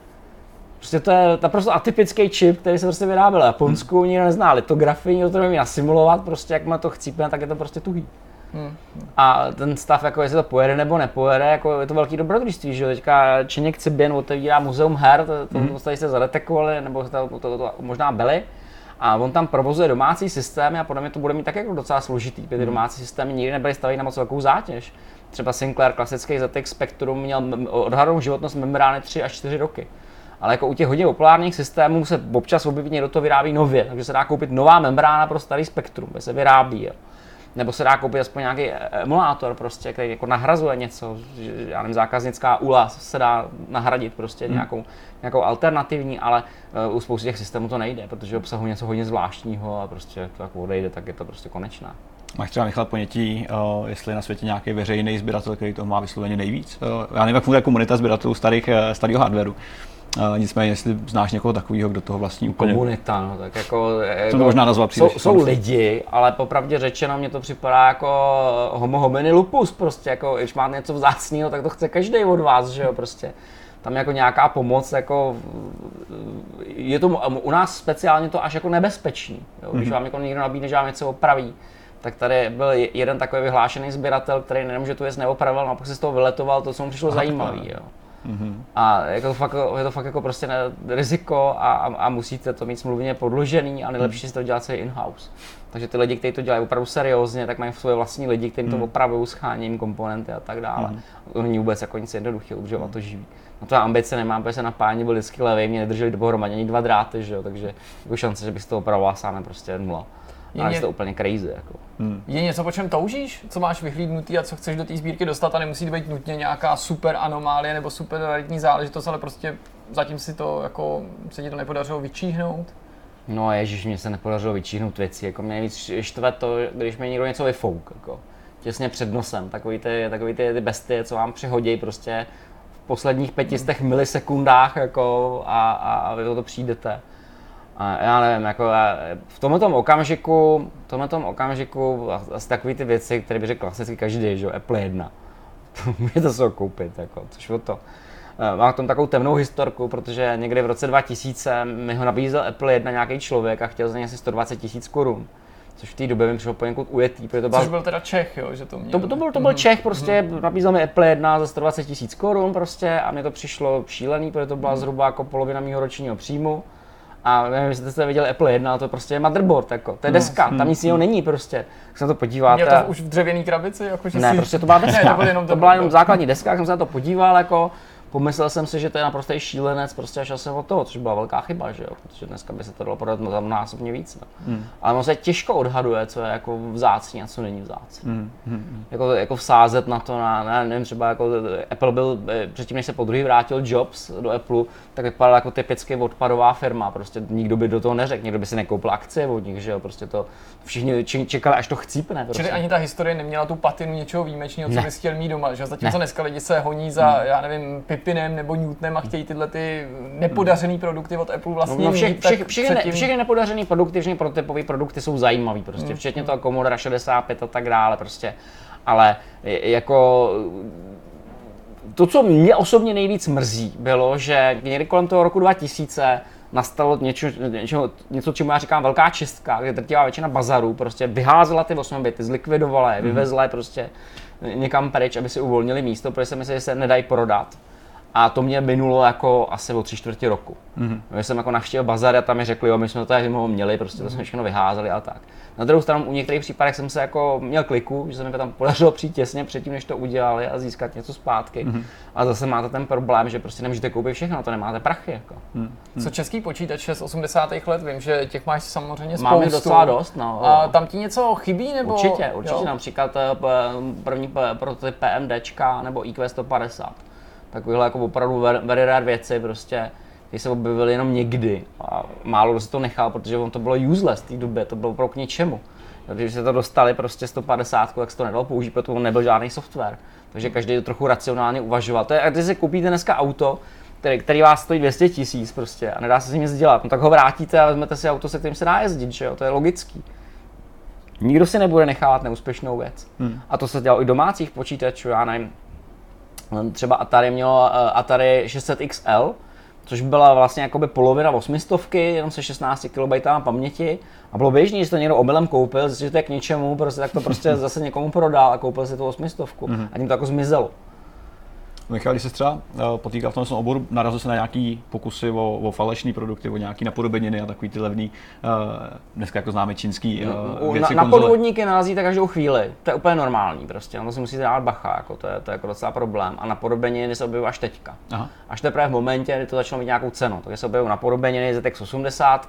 Prostě to je naprosto atypický čip, který se prostě vyráběl v Japonsku, nikdo nezná litografii, nikdo to nemůže nasimulovat, prostě jak má to chcípne, tak je to prostě tuhý. Hmm. A ten stav, jako jestli to pojede nebo nepojede, jako je to velký dobrodružství, že jo, teďka Čeněk Ciběn otevírá muzeum her, to, to, to tady jste zadetekovali, nebo to, to, to, to možná byli. A on tam provozuje domácí systémy a podle mě to bude mít tak jako docela složitý, protože ty domácí systémy nikdy nebyly stavěny na moc velkou zátěž. Třeba Sinclair klasický Z X Spectrum měl odhadovanou životnost membrány tři až čtyři roky. Ale jako u těch hodně populárních systémů se občas objeví, někdo to vyrábí nově, takže se dá koupit nová membrána pro starý Spektrum, kde se vyrábí. Jo. Nebo se dá koupit aspoň nějaký emulátor, prostě, který jako nahrazuje něco, já nevím, zákaznická úla se dá nahradit prostě hmm. nějakou, nějakou alternativní, ale uh, u spousty těch systémů to nejde, protože obsahují něco hodně zvláštního a prostě jak to tak odejde, tak je to prostě konečná. Máš třeba, Michal, ponětí, uh, jestli je na světě nějaký veřejný sběratel, který toho má vysloveně nejvíc? Uh, já nevím, jak funguje komunita sběratelů starých, uh, starého hardwareu. Uh, nicméně, jestli znáš někoho takového, kdo toho vlastní úplně. Komunita, no, tak jako, jako to možná nazvat příliš. Jsou, jsou lidi, ale popravdě řečeno mně to připadá jako homo homini lupus, prostě jako, když máte něco vzácného, tak to chce každý od vás, že jo, prostě. Tam jako nějaká pomoc, jako, je to u nás speciálně to až jako nebezpečný, jo? Když vám jako někdo nabídne, že vám něco opraví. Tak tady byl jeden takový vyhlášený sběratel, který nejenom, že tu věc neopravil, no a pak si z toho vyletoval to, co mu přišlo Aha, zajímavý. Jo. Mm-hmm. A je to, fakt, je to fakt jako prostě ne, riziko a, a, a musíte to mít smluvně podložený a nejlepší mm. si to dělat celý in-house. Takže ty lidi, kteří to dělají opravdu seriózně, tak mají svoje vlastní lidi, kteří mm. to opravují, schánějí komponenty a tak dále. Mm. To není vůbec jako nic jednoduchého, udržovat to živý. No to ambice nemám, protože se napájení byl vždycky levej, mě nedrželi dohromady ani dva dráty, že jo, takže jako šance, že bych to opravoval sám, je prostě nula. Je, ale je to úplně crazy. Jako. Hmm. Je něco, po čem toužíš? Co máš vyhlídnutý a co chceš do té sbírky dostat a nemusí to být nutně nějaká super anomálie nebo super raritní záležitost, ale prostě zatím si to jako se ti to nepodařilo vyčíhnout? No ježiš, mě se nepodařilo vyčíhnout věci, jako mě nejvíc štve to, když mi někdo něco vyfouk, jako těsně před nosem, takový ty, takový ty, ty bestie, co vám přihodí prostě v posledních pětistech hmm. milisekundách jako a, a, a vy to přijdete. A já nevím, jako v tomhletom okamžiku, v tomhletom okamžiku asi takový ty věci, které by řekl klasicky každý, že jo, Apple jedna. Můžete se ho koupit, jako, což o to. Mám k tomu takovou temnou historku, protože někdy v roce dva tisíce mi ho nabízel Apple jedna nějaký člověk a chtěl za něj asi sto dvacet tisíc korun. Což v té době mi přišlo poněkud ujetý, protože to byl... Což byl teda Čech, jo, že to měl... To, to, byl, to byl Čech, prostě mm-hmm. nabízel mi Apple jedna za sto dvacet tisíc korun prostě a mně to přišlo šílený, protože to byla zhruba jako polovina mýho ročního příjmu. A nevím, jestli jste viděli Apple jedna, ale to prostě je motherboard, jako, to je deska, no, tam nic jiného není prostě. Když se na to podíváte... Měl to už v dřevěný krabici? Jako, že ne, si... prostě to byla deska, ne, to, jenom to byla jenom základní deska, jak jsem se na to podíval, jako, pomyslel jsem si, že to je naprostý šílenec, prostě a šel jsem od toho, což byla velká chyba, že jo, protože dneska by se to dalo prodat násobně víc. No. Hmm. Ale on se těžko odhaduje, co je jako vzácný a co není vzácný. Hmm. Hmm. Jako, jako vsázet na to, na, na, nevím, třeba jako Apple byl, předtím než se po druhý vrátil Jobs do Apple, tak vypadal jako typicky odpadová firma, prostě nikdo by do toho neřekl, nikdo by si nekoupil akcie od nich, že jo, prostě to všichni čekali, až to chcípne. Prostě. Čili ani ta historie neměla tu patinu něčeho výjimečného, co bys chtěl mít doma, že zatímco dneska lidi se honí za, hmm. já nevím, Pipinem nebo Newtonem a chtějí tyhle ty nepodařený produkty od Apple vlastně no, všech, mít, všech, tak všechny, předtím... všechny nepodařený produkty, všechny prototypové produkty jsou zajímavý prostě, hmm. včetně toho Commodore šedesát pět a tak dále prostě, ale jako to, co mě osobně nejvíc mrzí, bylo, že někdy kolem toho roku dva tisíce nastalo něco, něco, něco, čemu já říkám velká čistka, kde drtivá většina bazarů prostě vyházela ty osm bity, zlikvidovala je, vyvezla je prostě někam pryč, aby si uvolnili místo, protože si myslím, že se nedají prodat. A to mě minulo jako asi o tři čtvrtě roku. Mm-hmm. Já jsem jako navštívil bazar a tam mi řekli, jo, my jsme to tady měli, prostě to jsme všechno vyházeli a tak. Na druhou stranu u některých případech jsem se jako měl kliku, že se mi tam podařilo přijít těsně předtím, než to udělali a získat něco zpátky. Mm-hmm. A zase máte ten problém, že prostě nemůžete koupit všechno, to nemáte prachy. Jako. Mm-hmm. Co český počítače z osmdesátých let, vím, že těch máš samozřejmě spoustu. Mám jich docela dost, no. A tam ti něco chybí, nebo? Určitě, určitě, jo? Například první prototyp PMDčka nebo I Q sto padesát. Takovéhle jako opravdu very rare věci prostě, které se objevily jenom někdy a málo kdo se to nechal, protože on to bylo useless v té době, to bylo opravdu k ničemu. Když se to dostali prostě sto padesát, tak se to nedalo použít, protože on nebyl žádný software. Takže každý to trochu racionálně uvažoval. To je, a když si koupíte dneska auto, který, který vás stojí dvě stě tisíc prostě a nedá se s ním nic dělat, no tak ho vrátíte a vezmete si auto, se kterým se dá jezdit, že jo, to je logický. Nikdo si nebude nechávat neúspěšnou věc. Hmm. A to se dělalo i domácích počítačů, já nevím. Třeba Atari mělo Atari šest set X L, což byla vlastně jakoby polovina osmistovky, jenom se šestnácti kilobajtama paměti. A bylo běžný, že to někdo omylem koupil, zjistil, že to je k ničemu, prostě, tak to prostě zase někomu prodal a koupil si tu osmistovku. Mm-hmm. A tím to jako zmizelo. Michal, když se třeba potýkal v tom oboru, narazil se na nějaký pokusy o, o falešný produkty, o nějaký napodobeniny a takový ty levný, uh, dneska jako známe čínský uh, věci, na, na podvodníky narazíte každou chvíli, to je úplně normální prostě, na to si musíte dát bacha, jako to, je, to je jako docela problém. A napodobeniny se objevují až teďka. Aha. Až teprve v momentě, kdy to začalo mít nějakou cenu, takže se objevují napodobeniny Z X osmdesát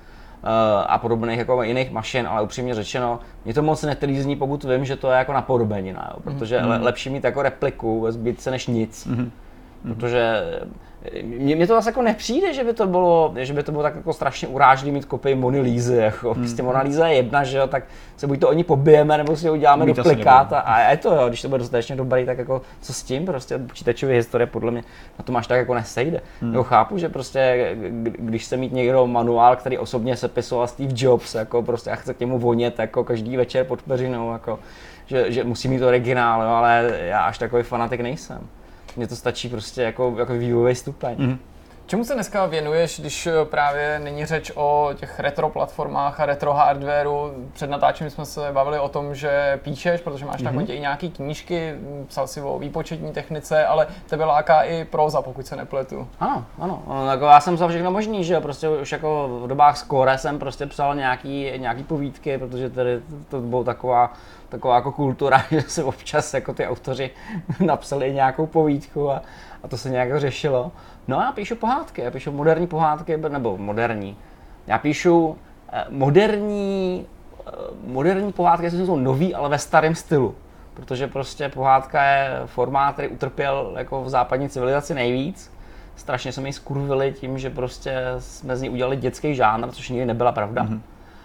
a podobných jako jiných mašin, ale upřímně řečeno, mě to moc netrýzní, pokud vím, že to je jako napodobenina, jo, protože mm-hmm. le, lepší mít jako repliku ve zbytce než nic, mm-hmm. protože mně, mně to zase jako nepřijde, že by to bylo, že by to bylo tak jako strašně urážlivý mít kopii Mony Lízy, jako mm-hmm. prostě Mona Lisa je jedna, že jo, tak se buď to oni pobijeme, nebo si ho uděláme duplikát a, a je to jo, když to bude dostatečně dobrý, tak jako co s tím, prostě počítačové historie podle mě na tom až tak jako nesejde. Mm. Jo, chápu, že prostě když se mít někdo manuál, který osobně sepisoval Steve Jobs, jako prostě a chce k němu vonět jako každý večer pod peřinou, jako že, že musí mít originál, jo, ale já až takový fanatik nejsem. Mně to stačí prostě jako, jako vývojový stupeň. Mm. Čemu se dneska věnuješ, když právě není řeč o těch retro platformách a retro hardwareu? Před natáčením jsme se bavili o tom, že píšeš, protože máš mm-hmm. tak i nějaký knížky, psal si o výpočetní technice, ale tebe láká i próza, pokud se nepletu. Ano, ano. Jako já jsem psal všechno možný, že jo, prostě už jako v dobách skóre jsem prostě psal nějaký, nějaký povídky, protože tady to byla taková taková jako kultura, že se občas jako ty autoři napsali nějakou povídku a, a to se nějak řešilo. No a já píšu pohádky, já píšu moderní pohádky, nebo moderní. Já píšu moderní moderní pohádky jsou nový, ale ve starém stylu. Protože prostě pohádka je formát, který utrpěl jako v západní civilizaci nejvíc. Strašně jsme ji skurvili tím, že prostě jsme z ní udělali dětský žánr, což nikdy nebyla pravda. Mm-hmm.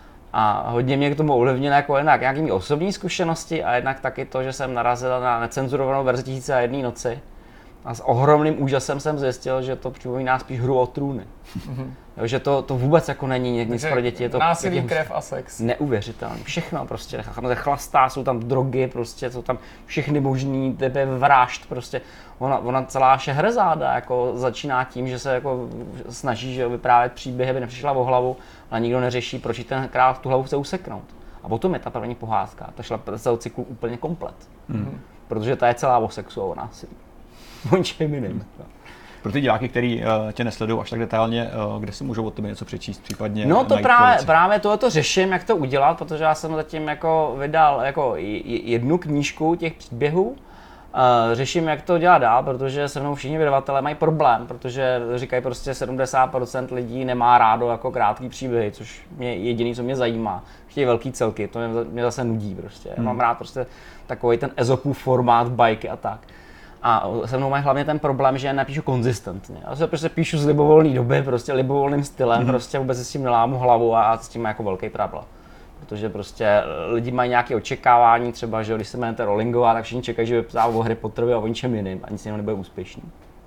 A hodně mě k tomu ovlivnilo jako jednak nějakými osobní zkušenosti a jednak taky to, že jsem narazil na necenzurovanou verzi Tisíce a jedné noci. A s ohromným úžasem jsem zjistil, že to připomíná spíš Hru o trůny. Mm-hmm. Jo, že to, to vůbec jako není nic pro děti. Je to násilí, krev a sex. Neuvěřitelné. Všechno prostě. Chlastá, jsou tam drogy, prostě, jsou tam všechny možný typy vražd. Prostě. Ona, ona celá Šehrezáda jako začíná tím, že se jako snaží že vyprávět příběhy, aby nepřišla o hlavu, ale nikdo neřeší, proč ten král tu hlavu chce useknout. A potom je ta první pohádka. Ta šla celou cyklu úplně komplet. Mm-hmm. Protože ta je celá o sexu a o násilí. O ničem jiným. Pro ty diváky, kteří uh, tě nesledují až tak detailně, uh, kde si můžou od tebe něco přečíst, případně no to právě, právě tohleto řeším, jak to udělat, protože já jsem zatím jako vydal jako jednu knížku těch příběhů. Uh, řeším, jak to dělat dál, protože se mnou všichni vydavatelé mají problém, protože říkají prostě sedmdesát procent lidí nemá rádo jako krátký příběhy, což mě jediný, co mě zajímá. Chtějí velký celky, to mě, mě zase nudí prostě. Hmm. Já mám rád prostě takový ten Ezopův formát, bajky a tak. A se mnou mají hlavně ten problém, že já napíšu konzistentně. Já se prostě píšu z libovolné doby, prostě libovolným stylem, mm-hmm. prostě vůbec si s tím nelámu hlavu a s tím má jako velký trouble. Protože prostě lidi mají nějaké očekávání, třeba, že když se jmenujete Rowlingová, tak všichni čekají, že vypsá o Harry Potterovi a o ničem jiným a nic jiného nebude úspěšný.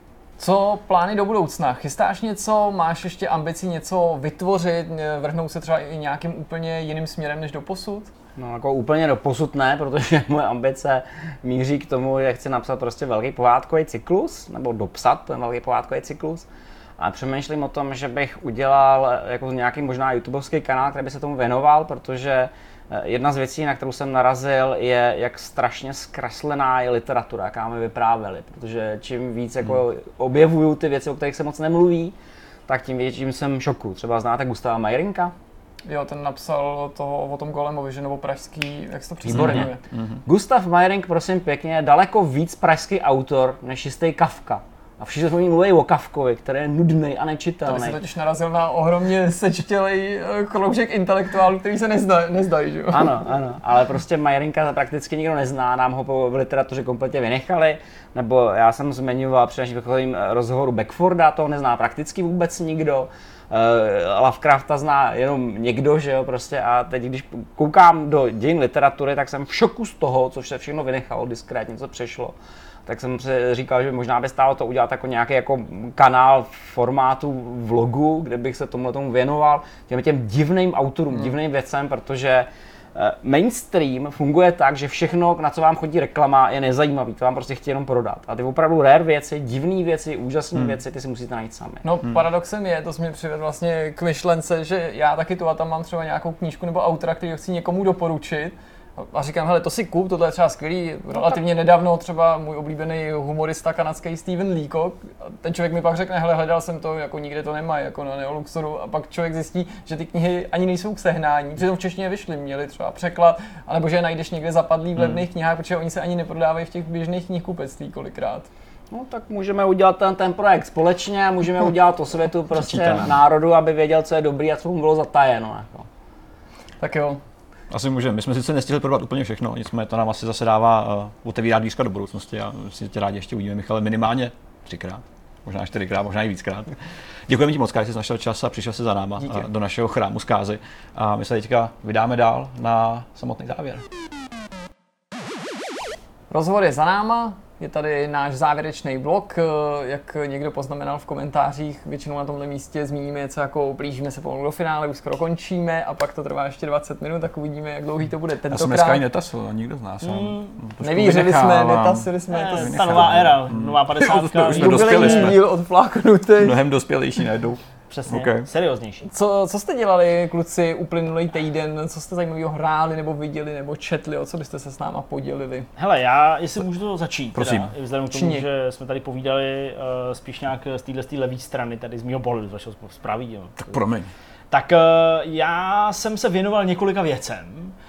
Co plány do budoucna? Chystáš něco? Máš ještě ambici něco vytvořit? Vrhnout se třeba i nějakým úplně jiným směrem než doposud? No jako úplně doposud ne, protože moje ambice míří k tomu, že chci napsat prostě velký pohádkový cyklus, nebo dopsat ten velký pohádkový cyklus. A přemýšlím o tom, že bych udělal jako nějaký možná YouTubeovský kanál, který by se tomu věnoval, protože jedna z věcí, na kterou jsem narazil, je, jak strašně zkreslená je literatura, jaká mi vyprávěli. Protože čím víc jako hmm. objevuju ty věci, o kterých se moc nemluví, tak tím větším jsem šoku. Třeba znáte Gustava Mayrinka? Jo, ten napsal toho o tom Golemovi, že nebo pražský, jak se to přesně jmenuje. Mm-hmm. Gustav Mayring, prosím pěkně, je daleko víc pražský autor než jistý Kafka. A všichni jsme mluví o Kafkovi, který je nudný a nečitelný. Tady se totiž narazil na ohromně sečtělej kroužek intelektuálů, který se nezna, nezdají, že jo? Ano, ano, ale prostě Mayrinka prakticky nikdo nezná, nám ho po v literatuře kompletně vynechali, nebo já jsem zmiňoval při naším rozhovoru Beckforda, toho nezná prakticky vůbec nikdo. Uh, Lovecrafta zná jenom někdo, že jo, prostě a teď, když koukám do dějin literatury, tak jsem v šoku z toho, co se všechno vynechalo, diskrétně, co přešlo. Tak jsem si říkal, že možná by stálo to udělat jako nějaký jako kanál v formátu vlogu, kde bych se tomuhle tomu věnoval, těm těm divným autorům, hmm. divným věcem, protože mainstream funguje tak, že všechno, na co vám chodí reklama, je nezajímavý, to vám prostě chtějí jenom prodat. A ty opravdu rare věci, divné věci, úžasné hmm. věci, ty si musíte najít sami. No hmm. paradoxem je, to jsi mě přivedl vlastně k myšlence, že já taky tu a tam mám třeba nějakou knížku nebo autora, který chci někomu doporučit. A říkám, hele, to si kup, tohle je třeba skvělý, relativně nedávno třeba můj oblíbený humorista kanadský Steven Leacock. Ten člověk mi pak řekne, hele, hledal jsem to, jako nikde to nemají, jako na Neoluxoru, a pak člověk zjistí, že ty knihy ani nejsou k sehnání, přitom v češtině vyšly, měli třeba překlad, anebo že je najdeš někde zapadlý v levných knihách, protože oni se ani neprodávají v těch běžných knihkupectví kolikrát. No tak můžeme udělat ten, ten projekt společně a můžeme udělat to světu prostě národu, aby věděl, co je dobrý a co mu bylo zatajeno. Jako. Tak jo. Asi můžeme. My jsme sice nestihli prodat úplně všechno, nicméně to nám asi zase dává uh, otevírat dvířka do budoucnosti a si tě rádi ještě uvidíme, Michale, minimálně třikrát, možná čtyřikrát, možná i víckrát. Děkujeme ti moc, že jsi našel čas a přišel si za náma uh, do našeho chrámu zkázy a my se teďka vydáme dál na samotný závěr. Rozhovor je za náma. Je tady náš závěrečný blok, jak někdo poznamenal v komentářích, většinou na tomhle místě zmíníme něco jako blížíme se pomalu do finále, už skoro končíme a pak to trvá ještě dvacet minut, tak uvidíme, jak dlouhý to bude tentokrát. Já jsem dneska i netasil, nikdo z nás. Mm, nevířili jsme, netasili jsme. Ne, to ta nová éra, mm. nová padesátka. Už jsme dospěli jsme. Díl odfláknutý. Mnohem dospělejší najednou. Přesně, okay. Serióznější. Co, co jste dělali, kluci, uplynulý týden? Co jste zajímavého hráli, nebo viděli, nebo četli? O co byste se s náma podělili? Hele, já, jestli můžu to začít, prosím. Teda, vzhledem k tomu, že jsme tady povídali uh, spíš nějak z této levé strany, tady z mého pohledu, z vašeho zpraví. Tak promiň. Tak uh, já jsem se věnoval několika věcem.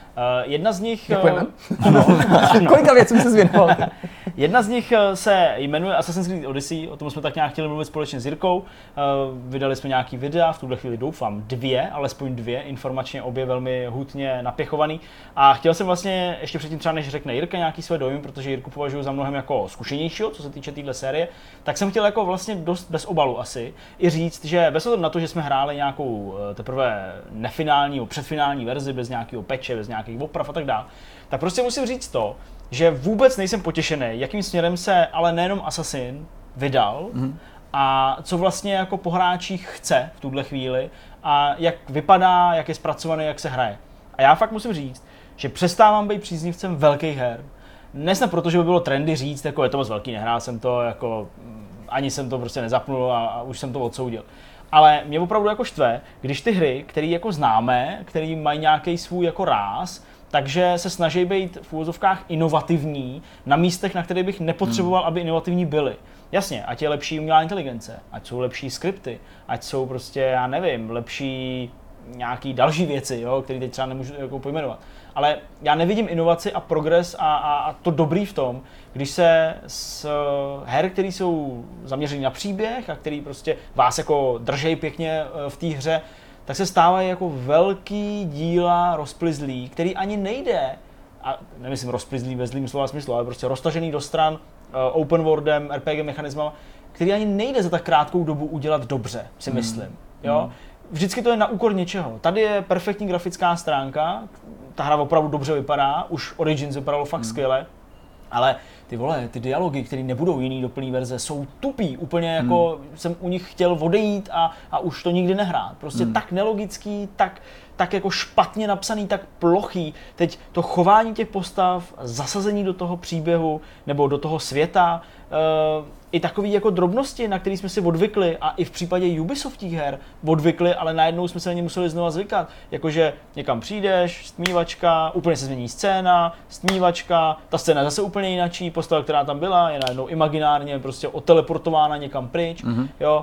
jedna z nich... Děkujeme. Ano. Kolika věců se zvěnoval? Jedna z nich se jmenuje Assassin's Creed Odyssey, o tom jsme tak nějak chtěli mluvit společně s Jirkou. Vydali jsme nějaký videa, v tuhle chvíli doufám dvě, alespoň dvě, informačně obě velmi hutně napěchovaný. A chtěl jsem vlastně, ještě předtím třeba než řekne Jirka nějaký své dojmy, protože Jirku považuji za mnohem jako zkušenějšího, co se týče téhle série, tak jsem chtěl jako vlastně dost bez obalu asi i říct, že bez ohledu na to, že jsme hráli nějakou teprve nefinální, předfinální verzi, bez nějakého peče, bez nějakých oprav a tak dále, tak prostě musím říct to, že vůbec nejsem potěšený, jakým směrem se ale nejenom Assassin vydal mm-hmm. a co vlastně jako po hráčích chce v tuhle chvíli a jak vypadá, jak je zpracovaný, jak se hraje. A já fakt musím říct, že přestávám být příznivcem velkých her. Nesnad proto, že by bylo trendy říct, jako je to moc velký, nehrál jsem to, jako ani jsem to prostě nezapnul a, a už jsem to odsoudil. Ale mě opravdu jako štve, když ty hry, které jako známe, které mají nějaký svůj jako ráz, takže se snaží být v úvozovkách inovativní na místech, na kterých bych nepotřeboval, aby inovativní byly. Jasně, ať je lepší umělá inteligence, ať jsou lepší skripty, ať jsou prostě, já nevím, lepší nějaký další věci, jo, které teď třeba nemůžu jako pojmenovat. Ale já nevidím inovaci a progres a, a, a to dobrý v tom, když se z her, které jsou zaměřené na příběh a který prostě vás jako držej pěkně v té hře, tak se stávají jako velký díla rozplizlý, který ani nejde, a nemyslím rozplizlý ve zlým slova smyslu, ale prostě roztažený do stran uh, open worldem, R P G mechanismama, který ani nejde za tak krátkou dobu udělat dobře, si myslím. Mm. Jo? Vždycky to je na úkor něčeho. Tady je perfektní grafická stránka, ta hra opravdu dobře vypadá, už Origins vypadalo fakt mm. skvěle, ale ty vole, ty dialogy, které nebudou jiný do plný verze, jsou tupý, úplně jako hmm. jsem u nich chtěl odejít a, a už to nikdy nehrát. Prostě hmm. tak nelogický, tak, tak jako špatně napsaný, tak plochý. Teď to chování těch postav, zasazení do toho příběhu nebo do toho světa, uh, i takový jako drobnosti, na které jsme si odvykli a i v případě Ubisoftích her odvykli, ale najednou jsme se na ně museli znova zvykat. Jakože někam přijdeš, stmívačka, úplně se změní scéna, stmívačka, ta scéna zase úplně jinačí, postava, která tam byla, je najednou imaginárně prostě odteleportována někam pryč, mm-hmm. jo.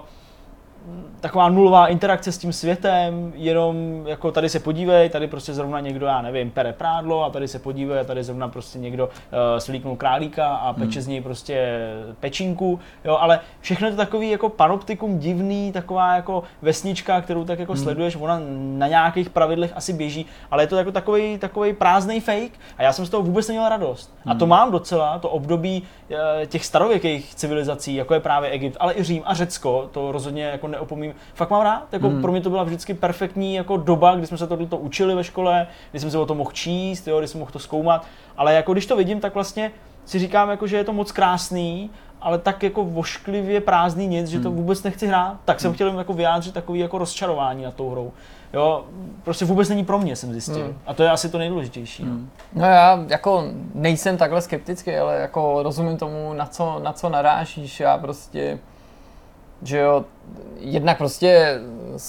Taková nulová interakce s tím světem, jenom jako tady se podívej, tady prostě zrovna někdo, já nevím, pere prádlo a tady se podívej a tady zrovna prostě někdo uh, svlíknul králíka a peče hmm. z něj prostě pečinku, jo, ale všechno je to takový jako panoptikum divný, taková jako vesnička, kterou tak jako hmm. sleduješ, ona na nějakých pravidlech asi běží, ale je to jako takový, takový prázdnej fake a já jsem z toho vůbec neměl radost. Hmm. A to mám docela, to období uh, těch starověkých civilizací, jako je právě Egypt, ale i Řím a Řecko, to rozhodně jako neopomím. Fakt mám rád, jako mm. pro mě to byla vždycky perfektní jako doba, kdy jsme se tohleto učili ve škole, kdy jsem se o tom mohl číst, jo, kdy jsem mohl to zkoumat, ale jako když to vidím, tak vlastně si říkám, jako, že je to moc krásný, ale tak jako vošklivě prázdný nic, že to vůbec nechci hrát, tak jsem mm. chtěl jako vyjádřit takový jako rozčarování nad tou hrou. Jo, prostě vůbec není pro mě, jsem zjistil. Mm. A to je asi to nejdůležitější. Mm. No já jako nejsem takhle skeptický, ale jako rozumím tomu, na co, na co narážíš. Já prostě, že jo, jednak prostě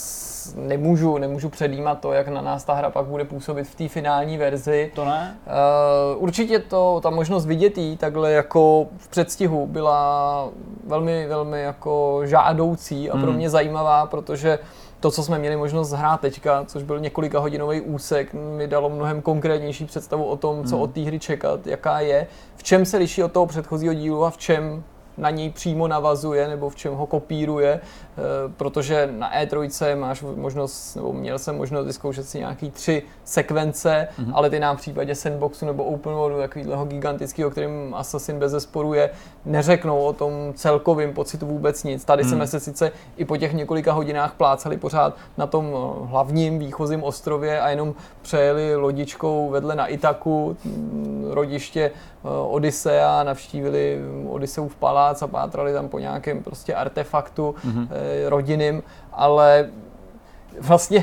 nemůžu, nemůžu předjímat to, jak na nás ta hra pak bude působit v té finální verzi. To ne? Uh, určitě to, ta možnost vidět jí takhle jako v předstihu byla velmi, velmi jako žádoucí a pro mě zajímavá, protože to, co jsme měli možnost hrát teďka, což byl několika hodinový úsek, mi dalo mnohem konkrétnější představu o tom, co od té hry čekat, jaká je, v čem se liší od toho předchozího dílu a v čem na něj přímo navazuje nebo v čem ho kopíruje, protože na E tři máš možnost, nebo měl jsem možnost vyzkoušet si nějaký tři sekvence, mm-hmm. ale ty nám v případě sandboxu nebo open worldu, takového gigantického, kterým Assassin bezesporu je, neřeknou o tom celkovém pocitu vůbec nic. Tady mm. jsme se sice i po těch několika hodinách plácali pořád na tom hlavním výchozím ostrově a jenom přejeli lodičkou vedle na Itaku, rodiště Odysea, navštívili Odysseův palác a pátrali tam po nějakém prostě artefaktu mm-hmm. rodinným, ale vlastně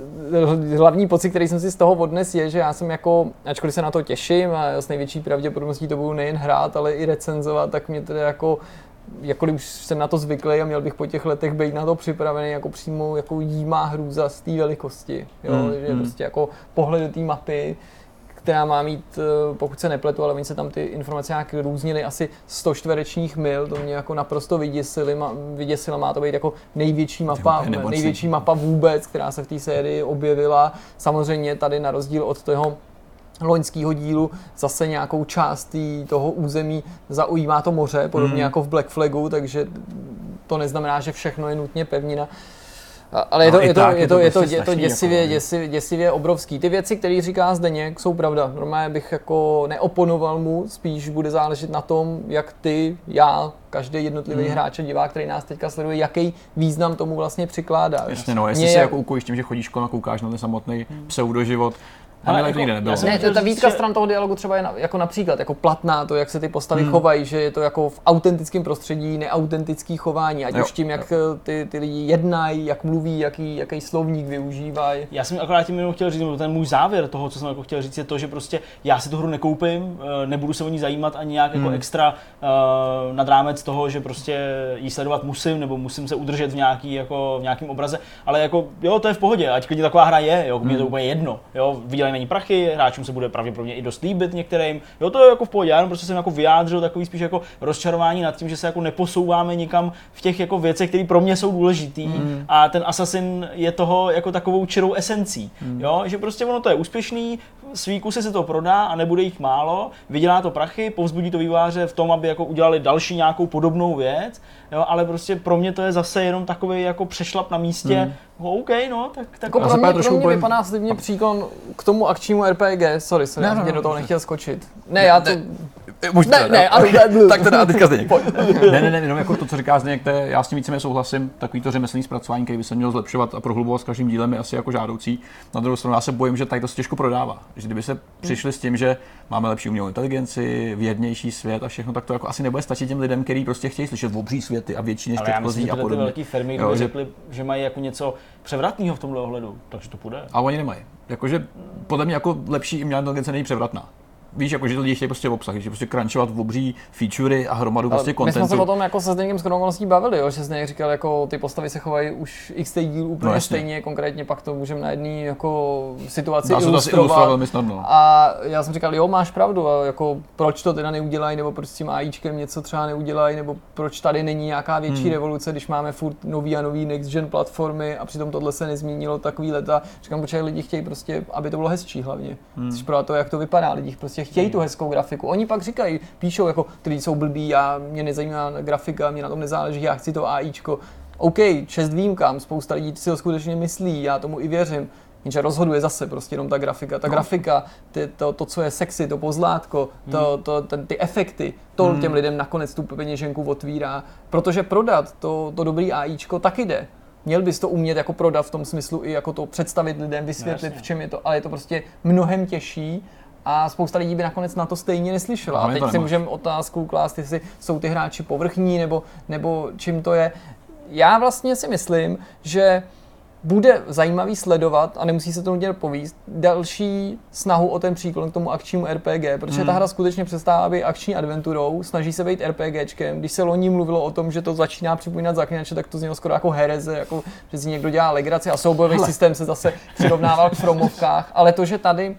hlavní pocit, který jsem si z toho odnes, je, že já jsem jako, ačkoliv se na to těším a s největší pravděpodobností to budu nejen hrát, ale i recenzovat, tak mě tedy jako jakkoliv už jsem na to zvyklý a měl bych po těch letech být na to připravený, jako přímo jako jímá hrůza z té velikosti, jo, mm, že mm. prostě jako pohled do té mapy, která má mít, pokud se nepletu, ale oni se tam ty informace nějak různily, asi sto čtverečních mil, to mě jako naprosto vyděsilo, vyděsilo, má to být jako největší mapa, největší mapa vůbec, která se v té sérii objevila. Samozřejmě tady na rozdíl od toho loňského dílu zase nějakou část tý, toho území zaujímá to moře, podobně mm. jako v Black Flagu, takže to neznamená, že všechno je nutně pevnina. Ale je to, je to, je to, je to, je to děsivě, děsivě, děsivě obrovský. Ty věci, které říká Zdeněk, jsou pravda. Normálně bych jako neoponoval mu, spíš bude záležet na tom, jak ty, já, každý jednotlivý hmm. hráč a divák, který nás teďka sleduje, jaký význam tomu vlastně přikládá. Jasně, no, jestli Mě si je... jako ukojíš tím, že chodíš kolem a koukáš na ten samotný hmm. pseudoživot, ale ale jako, nikde nebylo. Ne, ta výtka stran toho dialogu třeba je na, jako například jako platná, to, jak se ty postavy hmm. chovají, že je to jako v autentickém prostředí neautentický chování, ať jo, už tím, jak jo. ty, ty lidi jednají, jak mluví, jaký, jaký slovník využívají. Já jsem akorát tím jenom chtěl říct, ten můj závěr toho, co jsem jako chtěl říct, je to, že prostě já si tu hru nekoupím, nebudu se o ní zajímat ani nějak hmm. jako extra uh, nad rámec toho, že prostě ji sledovat musím, nebo musím se udržet v nějaký jako v nějakém obraze, ale jako jo, to je v pohodě, ať klidně taková hra je, jo, hmm. mě to úplně jedno, jo, vydělají není prachy, hráčům se bude pravděpodobně i dost líbit některým. Jo, to je jako v pohodě, já jenom prostě jsem jako vyjádřil takový spíš jako rozčarování nad tím, že se jako neposouváme nikam v těch jako věcech, které pro mě jsou důležitý mm. a ten Assassin je toho jako takovou čirou esencí, mm. jo, že prostě ono to je úspěšný, svý kusy se to prodá a nebude jich málo, vydělá to prachy, povzbudí to vývojáře v tom, aby jako udělali další nějakou podobnou věc, jo, ale prostě pro mě to je zase jenom takový jako přešlap na místě. Mm. OK, no, tak tak jako pro mě, pro mě vypadá slibně příklon k tomu akčnímu R P G. Sorry, sorry, ne, já no, do toho nechtěl skočit. Ne, ne já to... Ne, možná, ne, ne, ale, tak teda a teďka Zdeněk. Ne, ne, ne, jenom jako to, co říká Zdeněk, to je, já s tím víceméně souhlasím, takový to řemeslný zpracování, který by se mělo zlepšovat a prohlubovat s každým dílem, je asi jako žádoucí. Na druhou stranu já se bojím, že tady to se těžko prodává. Že kdyby se přišli s tím, že máme lepší umělou inteligenci, vědnější svět a všechno, tak to jako asi nebude stačit těm lidem, kteří prostě chtějí slyšet obří světy a větší než předchozí a podobně. Ale velké firmy, kdyby řekli, že mají jako něco převratného v tomhle ohledu, takže to půjde. A oni nemají. Jakože podle mě jako lepší umělá inteligence není převratná. Víš, jako, že lidi chtějí prostě obsah, že prostě crunchovat v obří featurey a hromadu prostě kontentu. My jsme se o tom jako se Zdeňkem s okolností bavili, jo? Že Zdeněk říkal, jako ty postavy se chovají už x díl úplně no, stejně, konkrétně pak to můžeme na jedné jako situaci Dá ilustrovat. Se to ilustrovat velmi snadno. A já jsem říkal, jo, máš pravdu, a jako proč to teda neudělají, nebo proč s tím AIčkem něco třeba neudělají, nebo proč tady není nějaká větší hmm. revoluce, když máme furt nový a nový next gen platformy a přitom tohle se nezměnilo takový leta. Říkám, protože lidi chtějí prostě, aby to bylo hezčí hlavně. Hmm. Chceš pro to, jak to vypadá, lidi prostě chtějí hmm. tu hezkou grafiku. Oni pak říkají, píšou jako, ty lidi jsou blbí, já, mě nezajímá grafika, mě na tom nezáleží, já chci to AIčko. OK, čest výjimkám, spousta lidí si to skutečně myslí, já tomu i věřím. Jenže rozhoduje zase prostě jenom ta grafika. Ta no. grafika, ty, to, to, co je sexy, to pozlátko, to, hmm. to, ten, ty efekty, to hmm. těm lidem nakonec tu peněženku otvírá. Protože prodat to, to dobrý AIčko taky jde. Měl bys to umět jako prodat v tom smyslu i jako to představit lidem, vysvětlit, no, v čem je to, ale je to prostě mnohem těžší. A spousta lidí by nakonec na to stejně neslyšela. A teď si můžeme otázku klást, jestli jsou ty hráči povrchní, nebo, nebo čím to je. Já vlastně si myslím, že bude zajímavý sledovat, a nemusí se to nutně povíst, další snahu o ten příklon k tomu akčnímu R P G, protože hmm. ta hra skutečně přestává být akční adventurou, snaží se být RPGčkem. Když se loni mluvilo o tom, že to začíná připomínat Zaklinače, tak to znělo skoro jako hereze, jako že si někdo dělá legraci a soubojový systém se zase přirovnával k Fromovkách, ale to, že tady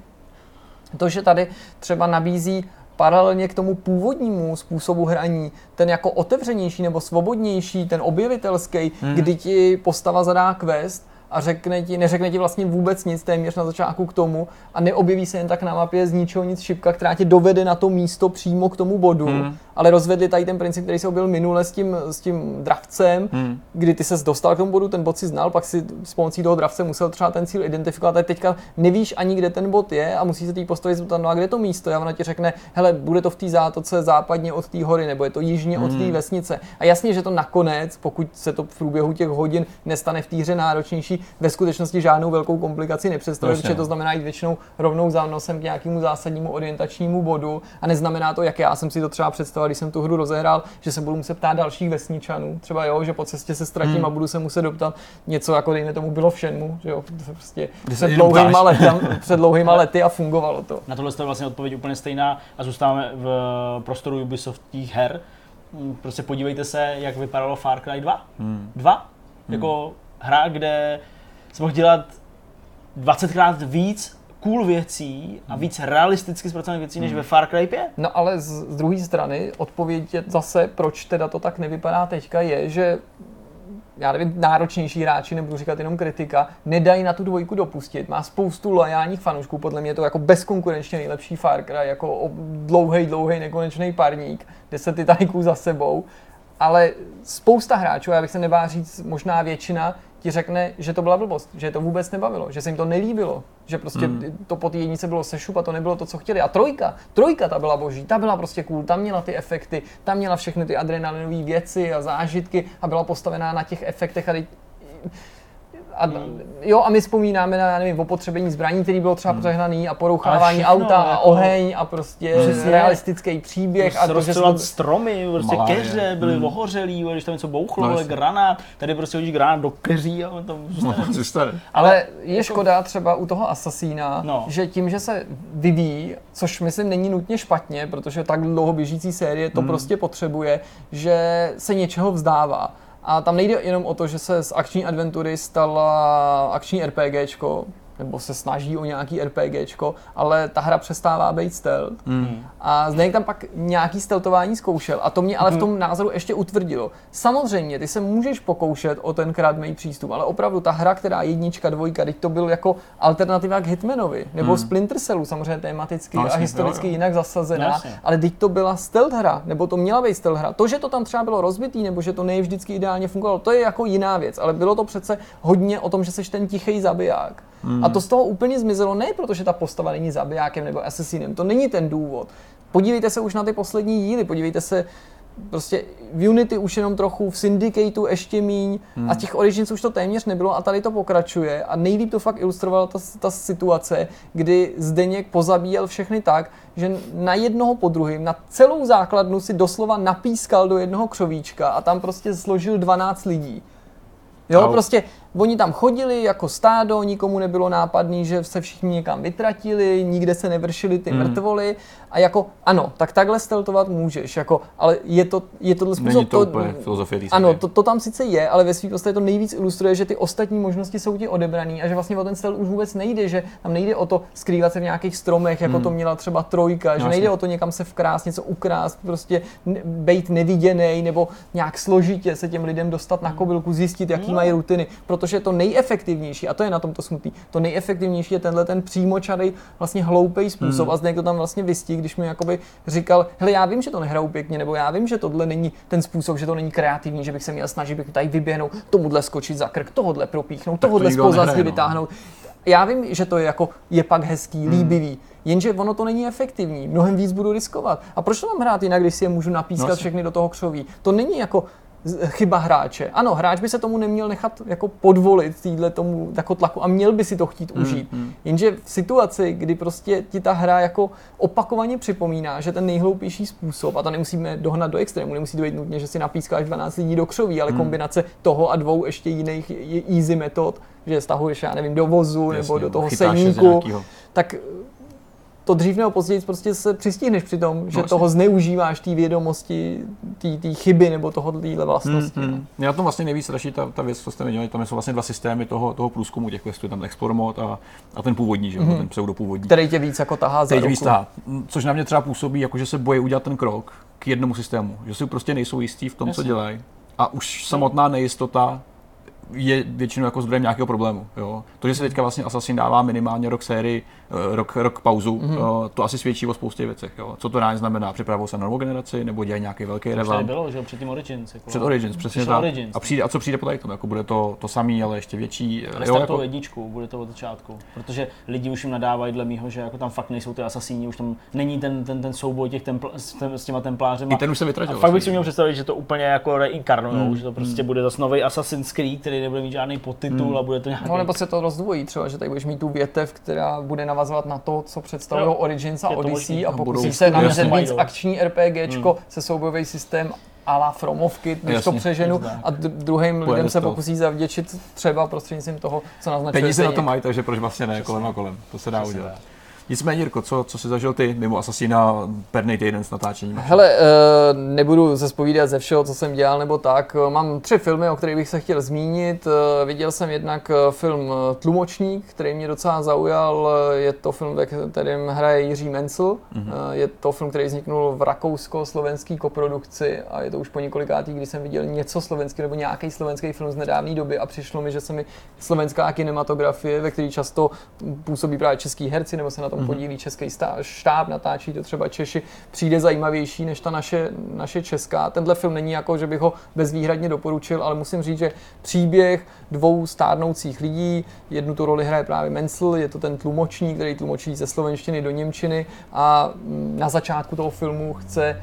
To, že tady třeba nabízí paralelně k tomu původnímu způsobu hraní, ten jako otevřenější nebo svobodnější, ten objevitelský, hmm. kdy ti postava zadá quest a řekne ti, neřekne ti vlastně vůbec nic téměř na začátku k tomu a neobjeví se jen tak na mapě z ničeho nic šipka, která tě dovede na to místo přímo k tomu bodu, hmm. ale rozvedli tady ten princip, který se objevil minule s tím, s tím dravcem, hmm. kdy ty ses dostal k tomu bodu, ten bod si znal, pak si s pomocí toho dravce musel třeba ten cíl identifikovat, a teďka nevíš ani, kde ten bod je a musí se tý postavit zeptat, no a kde to místo, a ona ti řekne, hele, bude to v té zátoce západně od té hory, nebo je to jižně hmm. od té vesnice. A jasně, že to nakonec, pokud se to v průběhu těch hodin nestane v té hře náročnější, ve skutečnosti žádnou velkou komplikaci nepředstavuje, protože to znamená jít většinou rovnou za nosem k nějakému zásadnímu orientačnímu bodu a neznamená to, jak já jsem si to třeba představoval, když jsem tu hru rozehrál, že se budu muset ptát dalších vesničanů, třeba jo, že po cestě se ztratím hmm. a budu se muset doptat něco jako dejme tomu bylo v Shenmue, že jo, prostě před dlouhýma, lety, před dlouhýma lety a fungovalo to. Na tohle je vlastně odpověď úplně stejná a zůstáváme v prostoru Ubisoftích her. Prostě podívejte se, jak vypadalo Far Cry dva. Hmm. Dva? Jako hmm. hra, kde se mohl dělat dvacetkrát víc cool věcí a víc realisticky zpracovaných věcí, než ve Far Cry pět. No ale z, z druhé strany odpověď je zase, proč teda to tak nevypadá teďka, je, že já nevím, náročnější hráči, nebudu říkat jenom kritika, nedají na tu dvojku dopustit. Má spoustu loajálních fanoušků, podle mě je to jako bezkonkurenčně nejlepší Far Cry, jako dlouhej, dlouhej, nekonečný parník, deset Titaniců za sebou, ale spousta hráčů, já bych se nebál říct, možná většina, ti řekne, že to byla blbost, že je to vůbec nebavilo, že se jim to nelíbilo, že prostě mm. to po té jednice bylo sešup a to nebylo to, co chtěli. A trojka, trojka ta byla boží, ta byla prostě cool, tam měla ty efekty, tam měla všechny ty adrenalinové věci a zážitky a byla postavená na těch efektech a A, jo, a my vzpomínáme na, já nevím, opotřebení zbraní, který bylo třeba přehnaný a porouchávání všechno, auta a jako oheň a prostě přesně realistický příběh. A rozstřelovat stromy, prostě Malá, keře, byly hmm. ohořelý, když tam něco bouchlo, no, granát, tady prostě hodíš granát do keří a on tam zůstane. No, ale je škoda třeba u toho Assassina, no. že tím, že se vyvíjí, což myslím není nutně špatně, protože tak dlouho běžící série to hmm. prostě potřebuje, že se něčeho vzdává. A tam nejde jenom o to, že se z akční adventury stala akční RPGčko, nebo se snaží o nějaký RPGčko, ale ta hra přestává být stealth. Mm. A Zdeněk tam pak nějaký stealthování zkoušel a to mě ale v tom názoru ještě utvrdilo. Samozřejmě, ty se můžeš pokoušet o ten krátmej přístup, ale opravdu ta hra, která jednička, dvojka, teď to byl jako alternativa k Hitmanovi, nebo mm. Splinter Cellu, samozřejmě tematicky no, a historicky jo, jo. jinak zasazená, no, ale teď to byla stealth hra, nebo to měla být stealth hra. To, že to tam třeba bylo rozbitý, nebo že to nej vždycky ideálně fungovalo, to je jako jiná věc, ale bylo to přece hodně o tom, že seš ten tichý zabiják. Hmm. A to z toho úplně zmizelo, ne protože ta postava není zabijákem nebo assassinem, to není ten důvod. Podívejte se už na ty poslední díly, podívejte se prostě v Unity už jenom trochu, v Syndicateu ještě míň hmm. a těch Origins už to téměř nebylo a tady to pokračuje a nejlíp to fakt ilustrovala ta, ta situace, kdy Zdeněk pozabíjel všechny tak, že na jednoho po druhým, na celou základnu si doslova napískal do jednoho křovíčka a tam prostě složil dvanáct lidí. Jo, Au. prostě oni tam chodili jako stádo, nikomu nebylo nápadný, že se všichni někam vytratili, nikde se nevršily ty hmm. mrtvoly a jako ano, tak takhle stealthovat můžeš, jako, ale je to je tohle způsob, Není to, to úplně filozofie té ano, to, to tam sice je, ale ve svým podstatě to nejvíc ilustruje, že ty ostatní možnosti jsou ti odebraný a že vlastně o ten stealth už vůbec nejde, že tam nejde o to skrývat se v nějakých stromech, jako hmm. to měla třeba trojka, že Jasně. nejde o to někam se vkrást, něco ukrást, prostě bejt neviděnej nebo nějak složitě se těm lidem dostat na kobylku, zjistit, jaký mají rutiny, protože to nejefektivnější, a to je na tomto smutný, to nejefektivnější je tenhle ten přímočarý, vlastně hloupej způsob. Hmm. A Zdeněk to tam vlastně vystih, když mi jakoby říkal, hele, já vím, že to nehraju pěkně, nebo já vím, že tohle není ten způsob, že to není kreativní, že bych se měl snažit, bych tady vyběhnout, tomuhle skočit za krk, tohohle propíchnout, tohohle to zpoza zdi vytáhnout. Já vím, že to je jako je pak hezký, hmm. líbivý, jenže ono to není efektivní, mnohem víc budu riskovat. A proč to mám hrát jinak, když si je můžu napískat no, všechny do toho křoví? To není jako chyba hráče. Ano, hráč by se tomu neměl nechat jako podvolit týhle tomu jako tlaku a měl by si to chtít mm, užít. Mm. Jenže v situaci, kdy prostě ti ta hra jako opakovaně připomíná, že ten nejhloupější způsob, a to nemusíme dohnat do extrému, nemusí dojít nutně, že si napískáš dvanáct lidí do křoví, ale mm. kombinace toho a dvou ještě jiných easy metod, že stahuješ, já nevím, do vozu Jasně, nebo do toho sejníku, tak to dřív nebo později prostě se přistihneš při tom, že no, toho zneužíváš té vědomosti, té chyby nebo toho téhle vlastnosti. Mm, mm. Já to vlastně nejvíc straší ta, ta věc, co jste měli, tam jsou vlastně dva systémy toho, toho průzkumu těch questů, tam Explore mod a, a ten původní, že? Mm. ten pseudopůvodní. Který tě víc jako tahá za ruku. Víc tahá. Což na mě třeba působí, jako že se bojí udělat ten krok k jednomu systému, že si prostě nejsou jistí v tom, Jasně. co dělají. A už samotná nejistota je většinou jako zdrojem nějakého problému. Jo. To, že se teďka vlastně Assassin dává minimálně rok sérii, rok, rok pauzu, mm-hmm. to asi svědčí o spoustě věcech. Jo. Co to reálně znamená? Připravou se na novou generaci, nebo dělají nějaký velký revamp? To bylo, že před tím Origins. Jako před Origins, přesně tak. Origins. A, přijde, a co přijde po tady tomu? Jako bude to, to samý, ale ještě větší. Restartou jako... jedničku, bude to od začátku. Protože lidi už jim nadávají dle mýho, že jako tam fakt nejsou ty asasíni, už tam není ten, ten, ten souboj těch templ, s těma templářema. I ten už se vytratil. A fakt bych si měl představit, že to úplně jako reinkarnujou, mm. že to prostě mm. bude zase nový Assassin's Creed, který nebude mít žádný podtitul hmm. a bude to nějaký... No nebo se to rozdvojí třeba, že tady budeš mít tu větev, která bude navazovat na to, co představují Origins a Odyssey a pokusí se namířit víc akční RPGčko hmm. se soubojový systém a la Fromovky, když Jasně, to přeženu a d- druhým lidem to. se pokusí zavděčit třeba prostřednictvím toho, co naznačuje. Peníze na to mají, takže proč vlastně ne, kolem a kolem, to se dá udělat. Nicméně, Jirko, co, co jsi zažil ty mimo Assassina pernej týden s natáčením? Hele, nebudu se zpovídat ze všeho, co jsem dělal nebo tak. Mám tři filmy, o kterých bych se chtěl zmínit. Viděl jsem jednak film Tlumočník, který mě docela zaujal. Je to film, ve kterém hraje Jiří Mencl. Mm-hmm. Je to film, který vzniknul v rakousko-slovenské koprodukci a je to už po několikátý, kdy jsem viděl něco slovenského nebo nějaký slovenský film z nedávné doby a přišlo mi, že se mi slovenská kinematografie, ve které často působí právě český herci nebo se na tom mm-hmm. podílí český štáb, natáčí to třeba Češi, přijde zajímavější než ta naše, naše česká. Tenhle film není jako, že bych ho bezvýhradně doporučil, ale musím říct, že příběh dvou stárnoucích lidí, jednu tu roli hraje právě Mencl, je to ten tlumočník, který tlumočí ze slovenštiny do němčiny a na začátku toho filmu chce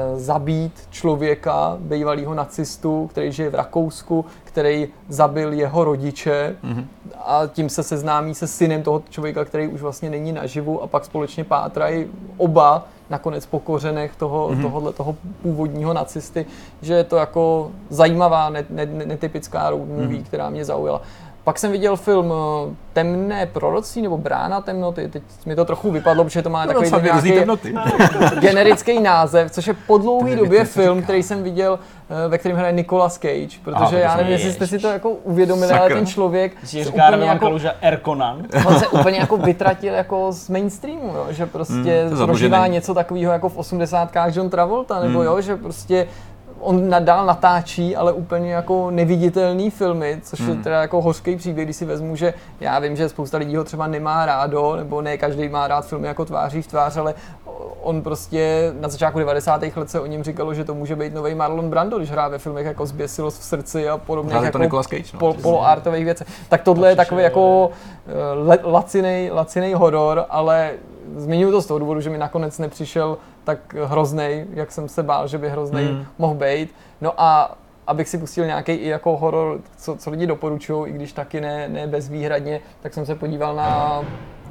zabít člověka, bývalýho nacistu, který žije v Rakousku, který zabil jeho rodiče mm-hmm. a tím se seznámí se synem toho člověka, který už vlastně není naživu a pak společně pátrají oba nakonec po kořenech toho, mm-hmm. tohohle, toho původního nacisty, že je to jako zajímavá, net, net, netypická road movie, mm-hmm. která mě zaujala. Pak jsem viděl film Temné proroctví nebo Brána temnoty, teď mi to trochu vypadlo, protože to má no, takový nějaký generický název, což je po dlouhé době film, který jsem viděl, ve kterém hraje Nicolas Cage, protože Aha, já nevím, jestli jste si to jako uvědomili, Sakra. ale ten člověk se úplně jako Kaluža Erkonan. On se úplně jako vytratil jako z mainstreamu, jo, že prostě hmm, prožívá něco takového jako v osmdesátkách John Travolta, nebo hmm. jo, že prostě on nadál natáčí, ale úplně jako neviditelný filmy, což hmm. je teda jako hořký příběh, když si vezmu, že já vím, že spousta lidí ho třeba nemá rádo, nebo ne každý má rád filmy jako Tváří v tvář, ale on prostě na začátku devadesátých let se o něm říkalo, že to může být nový Marlon Brando, když hrá ve filmech jako Zběsilost v srdci a podobných jako Cage, no, pol, poloartových věcech. Tak tohle je takový jako le, lacinej, lacinej horor, ale zmiňuji to z toho důvodu, že mi nakonec nepřišel tak hroznej, jak jsem se bál, že by hroznej mm. mohl být. No a abych si pustil nějaký i jako horor, co, co lidi doporučují, i když taky ne, ne bezvýhradně, tak jsem se podíval na...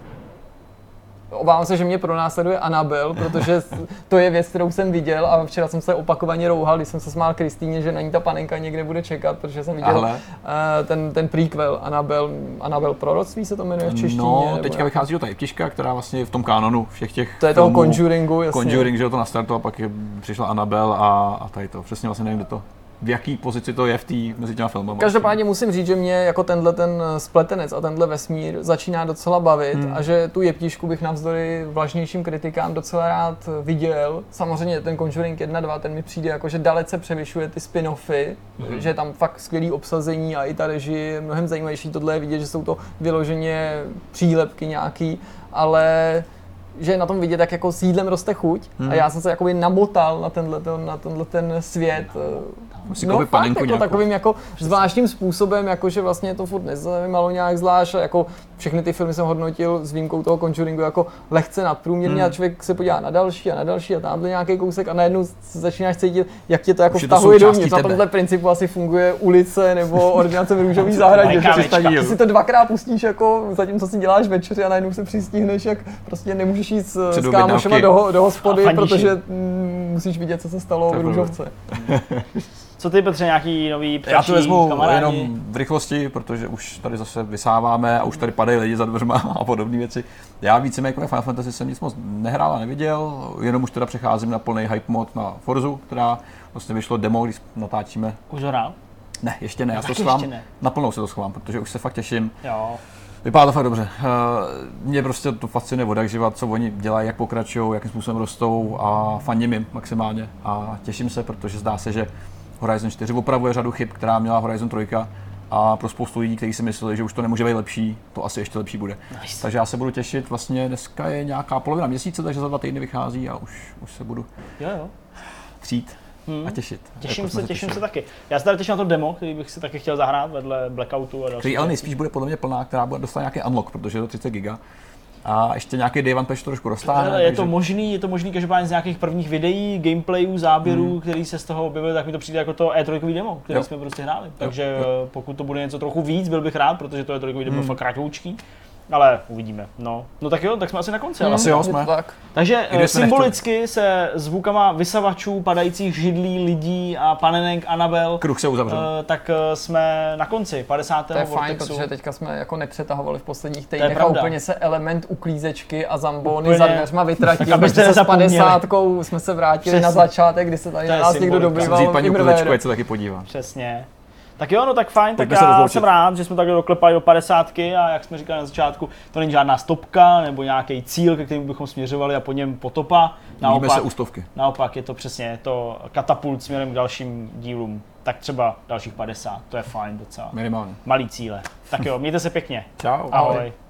Obávám se, že mě pronásleduje Annabelle, protože to je věc, kterou jsem viděl a včera jsem se opakovaně rouhal, když jsem se smál Kristýně, že na ní ta panenka někde bude čekat, protože jsem viděl uh, ten, ten prequel Annabelle, Annabelle proroctví se to jmenuje v češtině. No, teďka vychází do ta jeptiška, která vlastně v tom kanonu všech těch To je filmů, toho Conjuringu, jasně. Conjuring, že to nastartoval, pak je, přišla Annabelle a, a tady to. Přesně vlastně nevím, kde to. V jaký pozici to je v tý, mezi těma filmama. Každopádně musím říct, že mě jako tenhle ten spletenec a tenhle vesmír začíná docela bavit hmm. a že tu jeptišku bych navzdory vlažnějším kritikám docela rád viděl. Samozřejmě ten Conjuring jedna dva, ten mi přijde jako, že dalece převyšuje ty spin-offy, hmm. že je tam fakt skvělý obsazení a i ta režie je mnohem zajímavější. Tohle je vidět, že jsou to vyloženě přílepky nějaký, ale že na tom vidět, jak jako s jídlem roste chuť hmm. a já jsem se jakoby namotal na tenhle, na tenhle ten svět. No fakt, jako takovým jako zvláštním způsobem, jakože vlastně to furt nezajímalo nějak zvlášť a jako všechny ty filmy jsem hodnotil s výjimkou toho Conjuringu jako lehce nadprůměrně hmm. a člověk se podívá na další a na další a tamhle nějaký kousek a najednou začínáš cítit, jak tě to jako vtahuje dovnitř. Na tomhle principu asi funguje Ulice nebo Ordinace v růžový zahradě, že si to dvakrát pustíš jako zatímco si děláš večeři a najednou se přistihneš, jak prostě nemůžeš jít s, s kámošema do, do hospody, protože m, musíš vidět, co se stalo v Růžovce. Co ty, Petře, nějaký nový ptačí Já to vezmu kamarádi? Jenom v rychlosti, protože už tady zase vysáváme a už tady padají lidi za dveřma a podobné věci. Já víceméně jako Final Fantasy jsem nic moc nehrál a neviděl, jenom už teda přecházím na plný hype mod na Forzu, která vlastně vyšlo demo, když natáčíme. Už ho hrál? Ne, ještě ne, já to schovám, naplnou se to schovám, protože už se fakt těším. Jo. Vypadá to fakt dobře. Mě prostě to fascinuje voda živa, co oni dělají, jak pokračují, jakým způsobem rostou a fandím jim maximálně a těším se, protože zdá se, že Horizon čtyři opravuje řadu chyb, která měla Horizon tři a pro spoustu lidí, kteří si mysleli, že už to nemůže být lepší, to asi ještě lepší bude. Nice. Takže já se budu těšit, vlastně dneska je nějaká polovina měsíce, takže za dva týdny vychází a už, už se budu jo, jo. třít hmm. a těšit. Těším jako se, těším se taky. Já se tady těším na to demo, který bych si taky chtěl zahrát vedle Blackoutu a další. Který ale nejspíš bude podle mě plná, která bude dostat nějaký unlock, protože je to třicet giga. A ještě nějaký Day One Patch trošku roztáhne. Je takže... to možný, je to možný každopádně z nějakých prvních videí, gameplayů, záběrů, hmm. který se z toho objevily, tak mi to přijde jako to E tři demo, který jo. jsme prostě hráli. Takže jo. Jo. pokud to bude něco trochu víc, byl bych rád, protože to E tři demo hmm. fakt kratoučký. Ale uvidíme. No, no tak jo, tak jsme asi na konci. Hmm, ale. Asi jo, jsme. Tak. Takže I když jsme symbolicky se zvukama vysavačů, padajících židlí, lidí a panenek Anabel, Kruh se uzavřel. uh, tak uh, jsme na konci padesátého To je fajn, Vortexu. protože teďka jsme jako nepřetahovali v posledních To je týdnech a pravda. úplně se element uklízečky a zambony Úplně. za dveřma vytratil, Tak abyste protože se s nezapomněli. padesátkou jsme se vrátili Přesně. na začátek, kdy se tady To na je nás někdo symbolika. Vzít dobrýval paní Imrvédem. uklízečku, ať se taky podívá. Přesně. Tak jo, no tak fajn, Pojďme tak se já rozloučit. jsem rád, že jsme takhle doklepali do padesátky a jak jsme říkali na začátku, to není žádná stopka nebo nějaký cíl, ke kterému bychom směřovali a po něm potopa. Blížíme Naopak, se u stovky. naopak je to přesně je to katapult směrem k dalším dílům. Tak třeba dalších padesát, to je fajn docela. Minimálně. Malý cíle. Tak jo, mějte se pěkně. Čau. Ahoj.